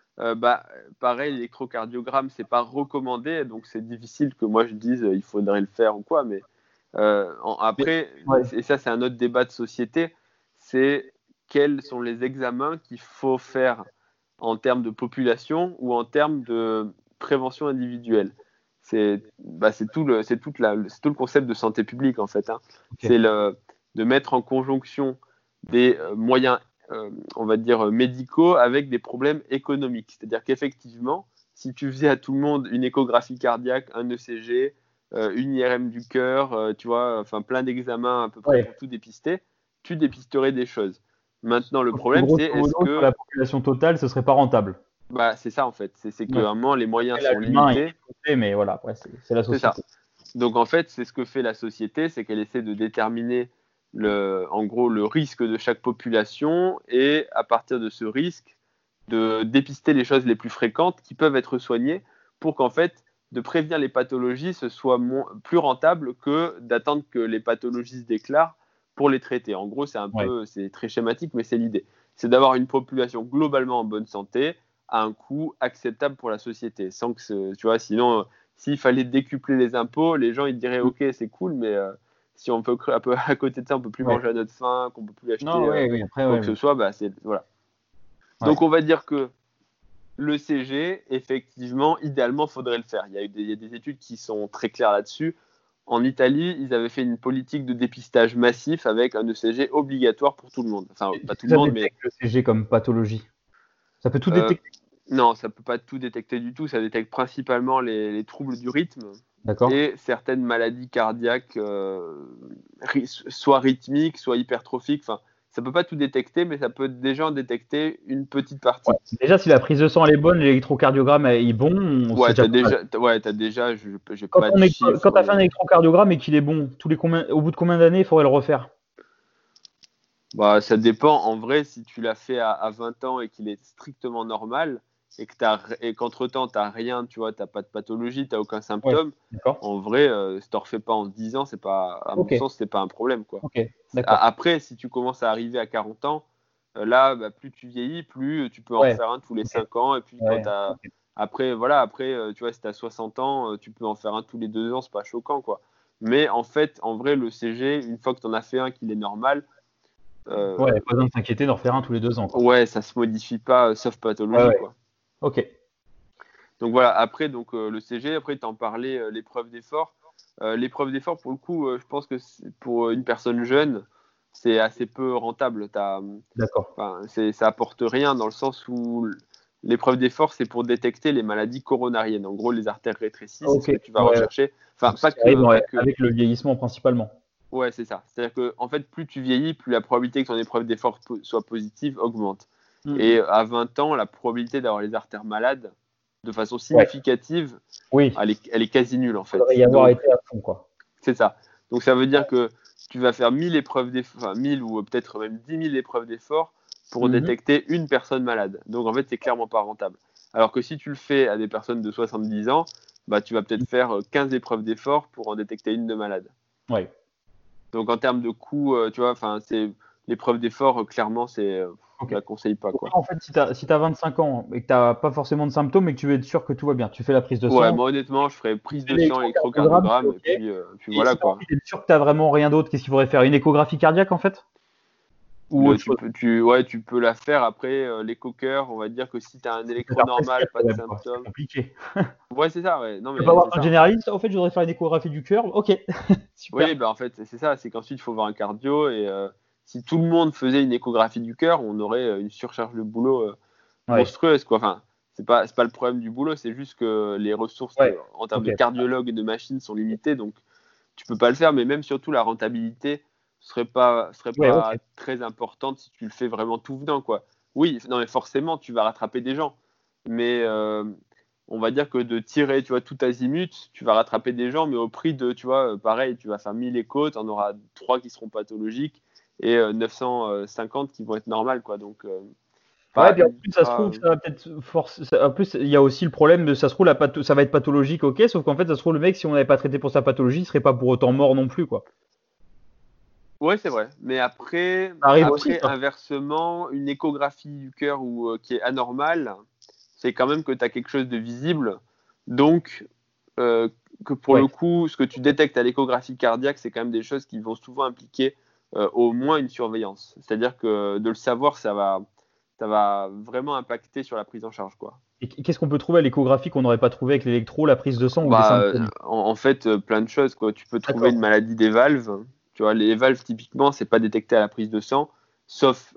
pareil, l'électrocardiogramme, c'est pas recommandé, donc c'est difficile que moi je dise il faudrait le faire ou quoi. Mais après, Ouais. et ça, c'est un autre débat de société, c'est quels sont les examens qu'il faut faire en termes de population ou en termes de prévention individuelle. C'est tout le concept de santé publique, en fait, hein. Ok. C'est de mettre en conjonction des moyens on va dire, médicaux avec des problèmes économiques. C'est-à-dire qu'effectivement, si tu faisais à tout le monde une échographie cardiaque, un ECG, une IRM du cœur, tu vois, enfin plein d'examens à peu près Ouais. pour tout dépister, tu dépisterais des choses. Maintenant, le Donc, problème, grosso c'est est-ce modo, sur que. la population totale, ce serait pas rentable. Bah, c'est ça en fait. C'est qu'à Ouais. un moment, les moyens Là, sont l'humain, il est limités. de côté, mais voilà, après, c'est la C'est ça. société. Donc en fait, c'est ce que fait la société, c'est qu'elle essaie de déterminer en gros le risque de chaque population et à partir de ce risque, de dépister les choses les plus fréquentes qui peuvent être soignées pour qu'en fait, de prévenir les pathologies, ce soit plus rentable que d'attendre que les pathologies se déclarent pour les traiter. En gros, Ouais. c'est très schématique, mais c'est l'idée. C'est d'avoir une population globalement en bonne santé à un coût acceptable pour la société, sans que, tu vois, sinon s'il fallait décupler les impôts, les gens ils diraient ok c'est cool, mais si on peut un peu à côté de ça, on peut plus Ouais. manger à notre faim, qu'on peut plus acheter Non, oui, après, quoi ouais, que ce soit, bah c'est voilà. ouais. Donc on va dire que le CG, effectivement, idéalement, faudrait le faire. Il y a des études qui sont très claires là-dessus. En Italie, ils avaient fait une politique de dépistage massif avec un ECG obligatoire pour tout le monde. Enfin, pas Qu'est-ce tout que le ça monde, mais détecte le CG comme pathologie? Ça peut tout euh, détecter? non, ça peut pas tout détecter du tout. Ça détecte principalement les troubles du rythme D'accord. et certaines maladies cardiaques, soit rythmiques, soit hypertrophiques. Enfin, ça peut pas tout détecter, mais ça peut déjà en détecter une petite Ouais. partie. Déjà, si la prise de sang elle est bonne, l'électrocardiogramme est bon, c'est Ouais, déjà pas mal. t'as déjà, j'ai Quand pas on de est, quand chiffres, t'as fait un mais électrocardiogramme et qu'il est bon, au bout de combien d'années il faudrait le refaire? Bah, ça dépend. En vrai, si tu l'as fait à 20 ans et qu'il est strictement normal et qu'entre-temps, tu n'as rien, tu vois, tu n'as pas de pathologie, tu n'as aucun Ouais, symptôme, d'accord. en vrai, si tu ne refais pas en 10 ans, c'est pas, à mon Ok, sens, c'est pas un problème, quoi. ok, d'accord. Après, si tu commences à arriver à 40 ans, là, bah, plus tu vieillis, plus tu peux en Ouais, refaire un tous les ok, 5 ans. Et puis, ouais, ok. après, voilà, après, tu vois, si tu as 60 ans, tu peux en faire un tous les 2 ans, c'est pas choquant, quoi. Mais en fait, en vrai, le CG, une fois que tu en as fait un qu'il est normal, Ouais, euh, pas besoin de s'inquiéter d'en faire un tous les 2 ans, quoi. ouais, ça se modifie pas, sauf Ouais, pathologie, ouais, quoi. ok. Donc voilà, après, donc, le CG, après, tu en parlais, l'épreuve d'effort. L'épreuve d'effort, pour le coup, je pense que pour une personne jeune, c'est assez peu rentable. D'accord. Enfin, ça apporte rien dans le sens où l'épreuve d'effort, c'est pour détecter les maladies coronariennes. En gros, les artères rétrécies, c'est ce Ok, que tu vas ouais. rechercher. C'est Enfin, ce qui arrive pas que. avec le vieillissement principalement. Ouais, c'est ça. C'est-à-dire que, en fait, plus tu vieillis, plus la probabilité que ton épreuve d'effort soit positive augmente. Et Mhm. à 20 ans, la probabilité d'avoir les artères malades de façon Ouais, significative, oui, elle est quasi nulle, en faudrait fait. y avoir Donc, été à fond, quoi. c'est ça. Donc, ça veut dire que tu vas faire 1000 épreuves d'effort, enfin 1000 ou peut-être même 10 000 épreuves d'effort pour Mhm. détecter une personne malade. Donc, en fait, c'est clairement pas rentable. Alors que si tu le fais à des personnes de 70 ans, bah, tu vas peut-être faire 15 épreuves d'effort pour en détecter une de malade. Ouais. Donc, en termes de coût, tu vois, c'est l'épreuve d'effort, clairement, je Ok. la conseille pas, Donc quoi. là, en fait, si t'as 25 ans et que t'as pas forcément de symptômes et que tu veux être sûr que tout va bien, tu fais la prise de Ouais, sang, moi, honnêtement, je ferais tu prise fais de sang, l'électrocardiogramme, c'est électrocardiogramme, ok. puis Et voilà, si t'as quoi. envie d'être sûr que t'as vraiment rien d'autre, qu'est-ce qu'il faudrait faire? Une échographie cardiaque, en fait? Ou autre chose? Ouais, tu peux la faire après l'éco-cœur. On va dire que si tu as un Ça peut électro faire prescrire normal, pas quand de même, quoi. C'est symptômes. compliqué. Ouais, c'est ça, ouais. Non, Tu peux pas mais voir c'est un ça. généraliste? En fait, je voudrais faire une échographie du cœur. Ok, super. Oui, bah, en fait, c'est ça. C'est qu'ensuite, il faut voir un cardio. Et si tout le monde faisait une échographie du cœur, on aurait une surcharge de boulot Ouais, monstrueuse, quoi. Enfin, c'est pas le problème du boulot, c'est juste que les ressources ouais, en termes ok. de cardiologue et de machines sont limitées. Donc, tu peux pas le faire. Mais même surtout, la rentabilité serait Ouais, ok. pas très importante si tu le fais vraiment tout venant, quoi. Oui, non, mais forcément, tu vas rattraper des gens. Mais on va dire que de tirer, tu vois, tout azimut, tu vas rattraper des gens, mais au prix de, tu vois, pareil, tu vas faire 1000 échos, tu en auras 3 qui seront pathologiques et 950 qui vont être normales, quoi. Donc, Ouais, pas puis en plus, ça se ultra. trouve, ça va peut-être en plus, il y a aussi le problème de, ça se trouve, ça va être pathologique, ok, sauf qu'en fait, ça se trouve, le mec, si on n'avait pas traité pour sa pathologie, il serait pas pour autant mort non plus, quoi. Ouais, c'est vrai. Mais Ça arrive aussi, après, ça. inversement, une échographie du cœur qui est anormale, c'est quand même que tu as quelque chose de visible. Donc, euh, que pour le Ouais. coup, ce que tu détectes à l'échographie cardiaque, c'est quand même des choses qui vont souvent impliquer au moins une surveillance. C'est-à-dire que de le savoir, ça va vraiment impacter sur la prise en charge, quoi. Et qu'est-ce qu'on peut trouver à l'échographie qu'on n'aurait pas trouvé avec l'électro, la prise de sang ou des Bah, symptômes? en fait, plein de choses, quoi. Tu peux trouver D'accord. une maladie des valves. Tu vois, les valves, typiquement, c'est pas détecté à la prise de sang, sauf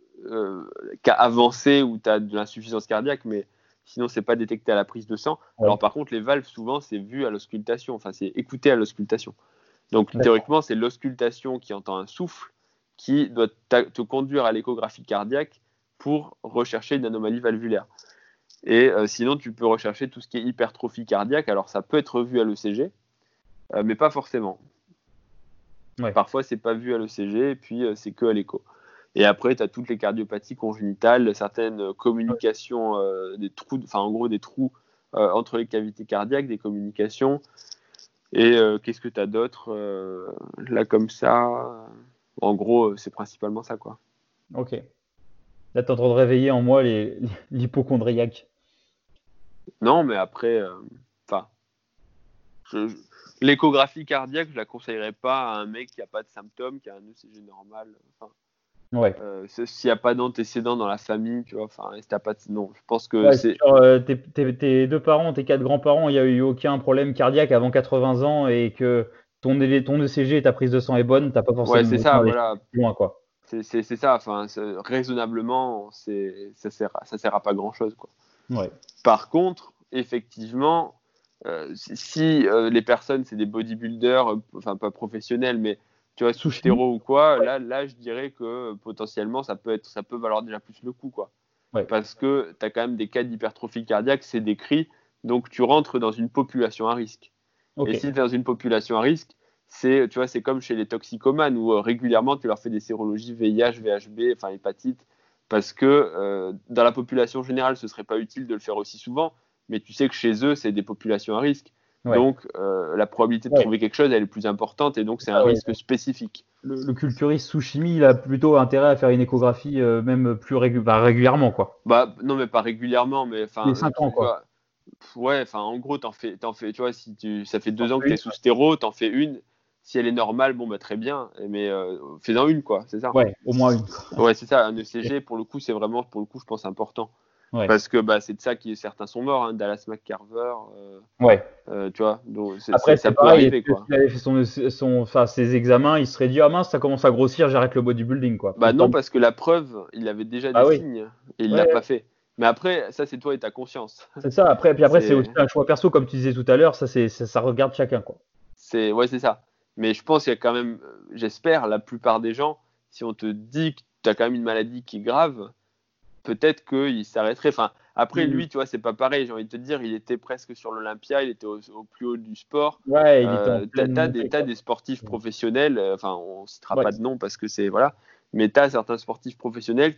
cas avancé où tu as de l'insuffisance cardiaque, mais sinon, c'est pas détecté à la prise de sang. Ouais. Alors, par contre, les valves, souvent, c'est vu à l'auscultation, enfin, c'est écouté à l'auscultation. Donc, D'accord. théoriquement, c'est l'auscultation qui entend un souffle qui doit te conduire à l'échographie cardiaque pour rechercher une anomalie valvulaire. Et sinon, tu peux rechercher tout ce qui est hypertrophie cardiaque. Alors, ça peut être vu à l'ECG, mais pas forcément. Ouais. Parfois, c'est pas vu à l'ECG et puis c'est que à l'écho. Et après, tu as toutes les cardiopathies congénitales, certaines communications, des trous, enfin en gros des trous entre les cavités cardiaques, des communications. Et qu'est-ce que tu as d'autre là comme ça? En gros, c'est principalement ça, quoi. Ok. Là, t'es en train de réveiller en moi l'hypochondriaque. Non, mais après, enfin, je- je- l'échographie cardiaque, je la conseillerais pas à un mec qui a pas de symptômes, qui a un ECG normal. Enfin, Ouais. s'il n'y a pas d'antécédents dans la famille, tu vois, enfin, si t'as pas non, je pense que Ouais, c'est c'est. sûr, tes deux parents, tes quatre grands-parents, il n'y a eu aucun problème cardiaque avant 80 ans et que ton ECG et ta prise de sang est bonne, t'as pas Ouais, forcément c'est besoin ça, d'aller voilà. chercher plus loin, quoi. C'est ça, enfin, raisonnablement, ça sert à pas grand-chose, quoi. Ouais. Par contre, effectivement, si les personnes, c'est des bodybuilders, enfin pas professionnels, mais tu vois, sous Sous chimie? stéro ou quoi, Ouais. là, je dirais que potentiellement, ça peut valoir déjà plus le coup, quoi. Ouais. Parce que tu as quand même des cas d'hypertrophie cardiaque, c'est décrit, donc tu rentres dans une population à risque. Et Ok. si tu es dans une population à risque, tu vois, c'est comme chez les toxicomanes où régulièrement tu leur fais des sérologies VIH, VHB, enfin hépatite, parce que dans la population générale, ce serait pas utile de le faire aussi souvent, mais tu sais que chez eux, c'est des populations à risque. Ouais. Donc, la probabilité de Ouais. trouver quelque chose, elle est plus importante et donc c'est un Ah ouais. risque spécifique. Le culturiste sous chimie, il a plutôt intérêt à faire une échographie même plus régulièrement, quoi. Bah, non, mais pas régulièrement, mais Tous les enfin, 5 ans, tu quoi. vois, ouais, enfin, en gros, t'en fais, tu vois, ça fait 2 ans que fais tu es une, sous stéro, t'en fais une. Si elle est normale, bon, bah, très bien, mais fais-en une, quoi, c'est ça. Ouais, au moins une, quoi. Ouais, c'est ça, un ECG, pour le coup, c'est vraiment, pour le coup, je pense, important. Ouais. Parce que bah, c'est de ça que certains sont morts, hein, Dallas McCarver, Ouais. tu vois, donc Après, ça c'est peut pareil, arriver, quoi. s'il avait fait enfin, ses examens, il se serait dit, ah mince, ça commence à grossir, j'arrête le bodybuilding, quoi. Bah Peut-être pas. non, parce que la preuve, il avait déjà Ah des oui. signes et il Ouais, l'a pas fait. Mais après, ça, c'est toi et ta conscience. c'est ça. Puis après, c'est aussi C'est, un choix perso, comme tu disais tout à l'heure, ça regarde chacun, quoi. ouais, c'est ça. Mais je pense qu'il y a quand même, j'espère, la plupart des gens, si on te dit que tu as quand même une maladie qui est grave, peut-être qu'il s'arrêterait. Enfin, après, Mhm. lui, tu vois, c'est pas pareil. J'ai envie de te dire, il était presque sur l'Olympia, il était au plus haut du sport. Ouais, il était en pleine T'as montée, t'as quoi. des sportifs professionnels, enfin, on citera Ouais. pas de nom parce que c'est, voilà, mais tu as certains sportifs professionnels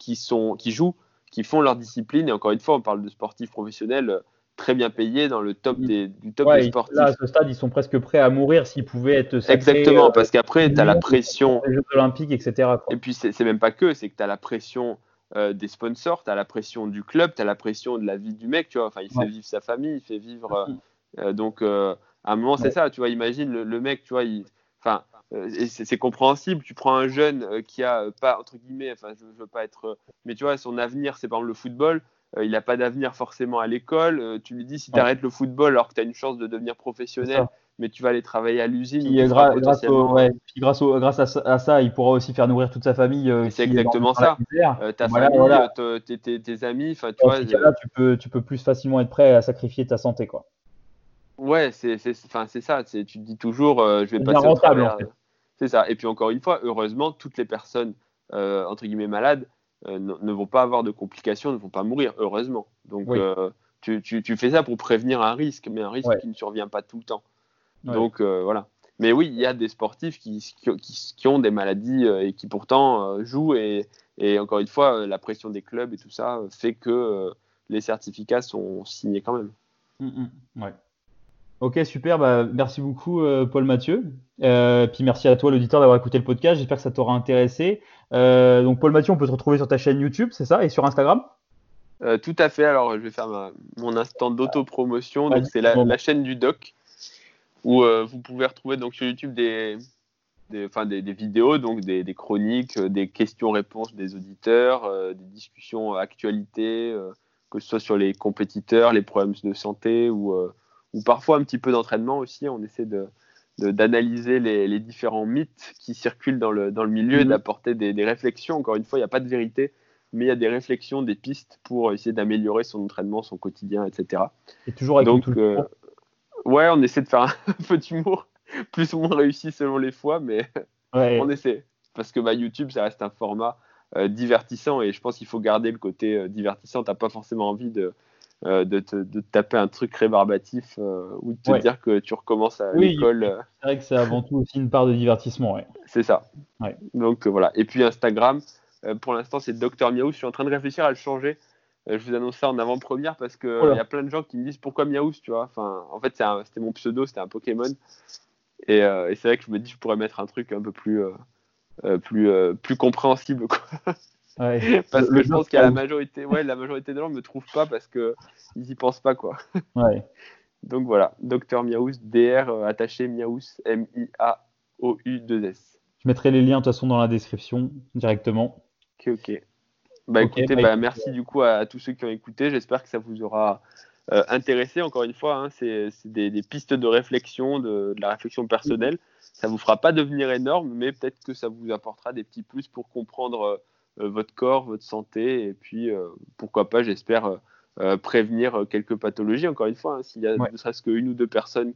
qui jouent, qui font leur discipline. Et encore une fois, on parle de sportifs professionnels très bien payés dans le top Mhm. du top des Ouais, là, à sportifs. ce stade, ils sont presque prêts à mourir s'ils pouvaient être sacrés Exactement, parce qu'après, tu as la millions pression. des Jeux Olympiques, etc., Et quoi. puis, c'est même pas que, c'est que tu as la pression des sponsors, tu as la pression du club, tu as la pression de la vie du mec, tu vois. Enfin, il fait Ouais. vivre sa famille, il fait vivre. Mhm. Donc, à un moment, c'est Ouais. ça, tu vois. Imagine le mec, tu vois, enfin, et c'est compréhensible. Tu prends un jeune qui a pas, entre guillemets, enfin, je veux pas être. Mais tu vois, son avenir, c'est par exemple le football. Il n'a pas d'avenir forcément à l'école. Tu lui dis, si tu Ouais, arrêtes le football alors que tu as une chance de devenir c'est professionnel, ça. mais tu vas aller travailler à l'usine où Puis tu feras ouais, potentiellement. puis grâce à ça, il pourra aussi faire nourrir toute sa famille Mais c'est qui est exactement dans la ça. misère. Ta Voilà, famille, voilà. tes amis, enfin, tu Dans vois. ces cas-là, tu peux plus facilement être prêt à sacrifier ta santé, quoi. Ouais, enfin, c'est ça. Tu te dis toujours, je vais Ça devient passer au rentable, en travers. fait. C'est ça. Et puis encore une fois, heureusement, toutes les personnes, entre guillemets, malades ne vont pas avoir de complications, ne vont pas mourir, heureusement. Donc, Oui, tu fais ça pour prévenir un risque, mais un risque ouais, qui ne survient pas tout le temps. ouais. Donc, voilà. Mais oui, il y a des sportifs qui ont des maladies et qui pourtant jouent. Et encore une fois, la pression des clubs et tout ça fait que les certificats sont signés quand même. Ouais. Ok, super. Bah, merci beaucoup, Paul Mathieu. Puis merci à toi, l'auditeur, d'avoir écouté le podcast. J'espère que ça t'aura intéressé. Donc, Paul Mathieu, on peut te retrouver sur ta chaîne YouTube, c'est ça? Et sur Instagram? Tout à fait. Alors, je vais faire mon instant d'autopromotion. Donc, Vas-y, c'est c'est le moment. la chaîne du doc où vous pouvez retrouver donc sur YouTube des vidéos, donc des chroniques, des questions-réponses des auditeurs, des discussions actualités, que ce soit sur les compétiteurs, les problèmes de santé ou parfois un petit peu d'entraînement aussi. On essaie d'analyser les différents mythes qui circulent dans le milieu et Mhm. d'apporter des réflexions. Encore une fois, il n'y a pas de vérité, mais il y a des réflexions, des pistes pour essayer d'améliorer son entraînement, son quotidien, etc. Et toujours avec tout Donc, le tour. ouais, on essaie de faire un peu d'humour, plus ou moins réussi selon les fois, mais on Ouais. essaie. Parce que YouTube, ça reste un format divertissant et je pense qu'il faut garder le côté divertissant. Tu n'as pas forcément envie de te taper un truc rébarbatif ou de te Ouais. dire que tu recommences à Oui, l'école. c'est vrai que c'est avant tout aussi une part de divertissement, ouais. C'est ça. Ouais. Donc voilà. Et puis Instagram, pour l'instant, c'est Dr Miaous. Je suis en train de réfléchir à le changer. Je vous annonce ça en avant-première parce qu'il y Voilà. a plein de gens qui me disent pourquoi Miaous, tu vois. Enfin, en fait, c'était mon pseudo, c'était un Pokémon. Et c'est vrai que je me dis je pourrais mettre un truc un peu plus compréhensible, quoi. Ouais. Parce que Le je doc pense qu'il y a House. la majorité des gens me trouvent pas parce que ils y pensent pas, quoi. Ouais. Donc voilà, Dr Miaous, DR attaché Miaous, Miaous. Je mettrai les liens de toute façon dans la description directement. Ok, ok. Bah Ok, écoutez, bah bah écoute, merci du coup à tous ceux qui ont écouté. J'espère que ça vous aura intéressé. Encore une fois, hein, c'est des pistes de réflexion, de la réflexion personnelle. Ça vous fera pas devenir énorme, mais peut-être que ça vous apportera des petits plus pour comprendre votre corps, votre santé, et puis pourquoi pas, j'espère, prévenir quelques pathologies. Encore une fois, hein, s'il y a ouais, ne serait-ce qu'une ou deux personnes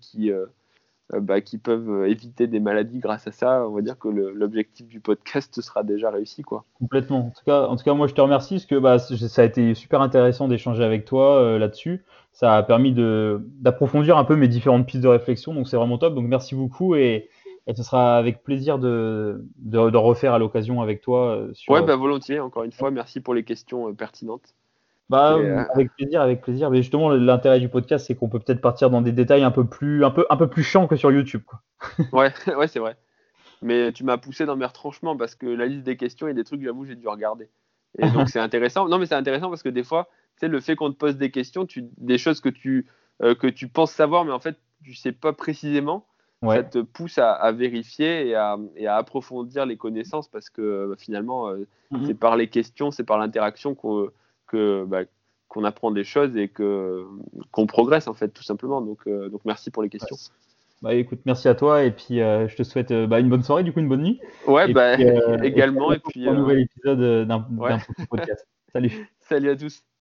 qui peuvent éviter des maladies grâce à ça, on va dire que l'objectif du podcast sera déjà réussi, quoi. complètement. En tout cas, moi je te remercie parce que bah, ça a été super intéressant d'échanger avec toi là-dessus. Ça a permis d'approfondir un peu mes différentes pistes de réflexion, donc c'est vraiment top. Donc merci beaucoup Et ce sera avec plaisir de refaire à l'occasion avec toi sur. Ouais, bah volontiers. Encore une fois, merci pour les questions pertinentes. Bah, Et, avec plaisir, avec plaisir. Mais justement, l'intérêt du podcast, c'est qu'on peut peut-être partir dans des détails un peu plus chiants que sur YouTube, quoi. ouais, ouais, c'est vrai. Mais tu m'as poussé dans mes retranchements parce que la liste des questions et des trucs, j'avoue, j'ai dû regarder. Et donc c'est intéressant. Non, mais c'est intéressant parce que des fois, tu sais, le fait qu'on te pose des questions, des choses que tu penses savoir, mais en fait, tu sais pas précisément, ça Ouais. te pousse à vérifier et à approfondir les connaissances parce que finalement, c'est Mhm. par les questions, c'est par l'interaction bah, qu'on apprend des choses et qu'on progresse en fait, tout simplement. Donc merci pour les questions. Bah, écoute, merci à toi et puis je te souhaite une bonne soirée, du coup, une bonne nuit. Ouais, Et bah puis, à également. Et bientôt puis, pour un nouvel épisode ouais. d'un petit podcast. Salut. Salut à tous.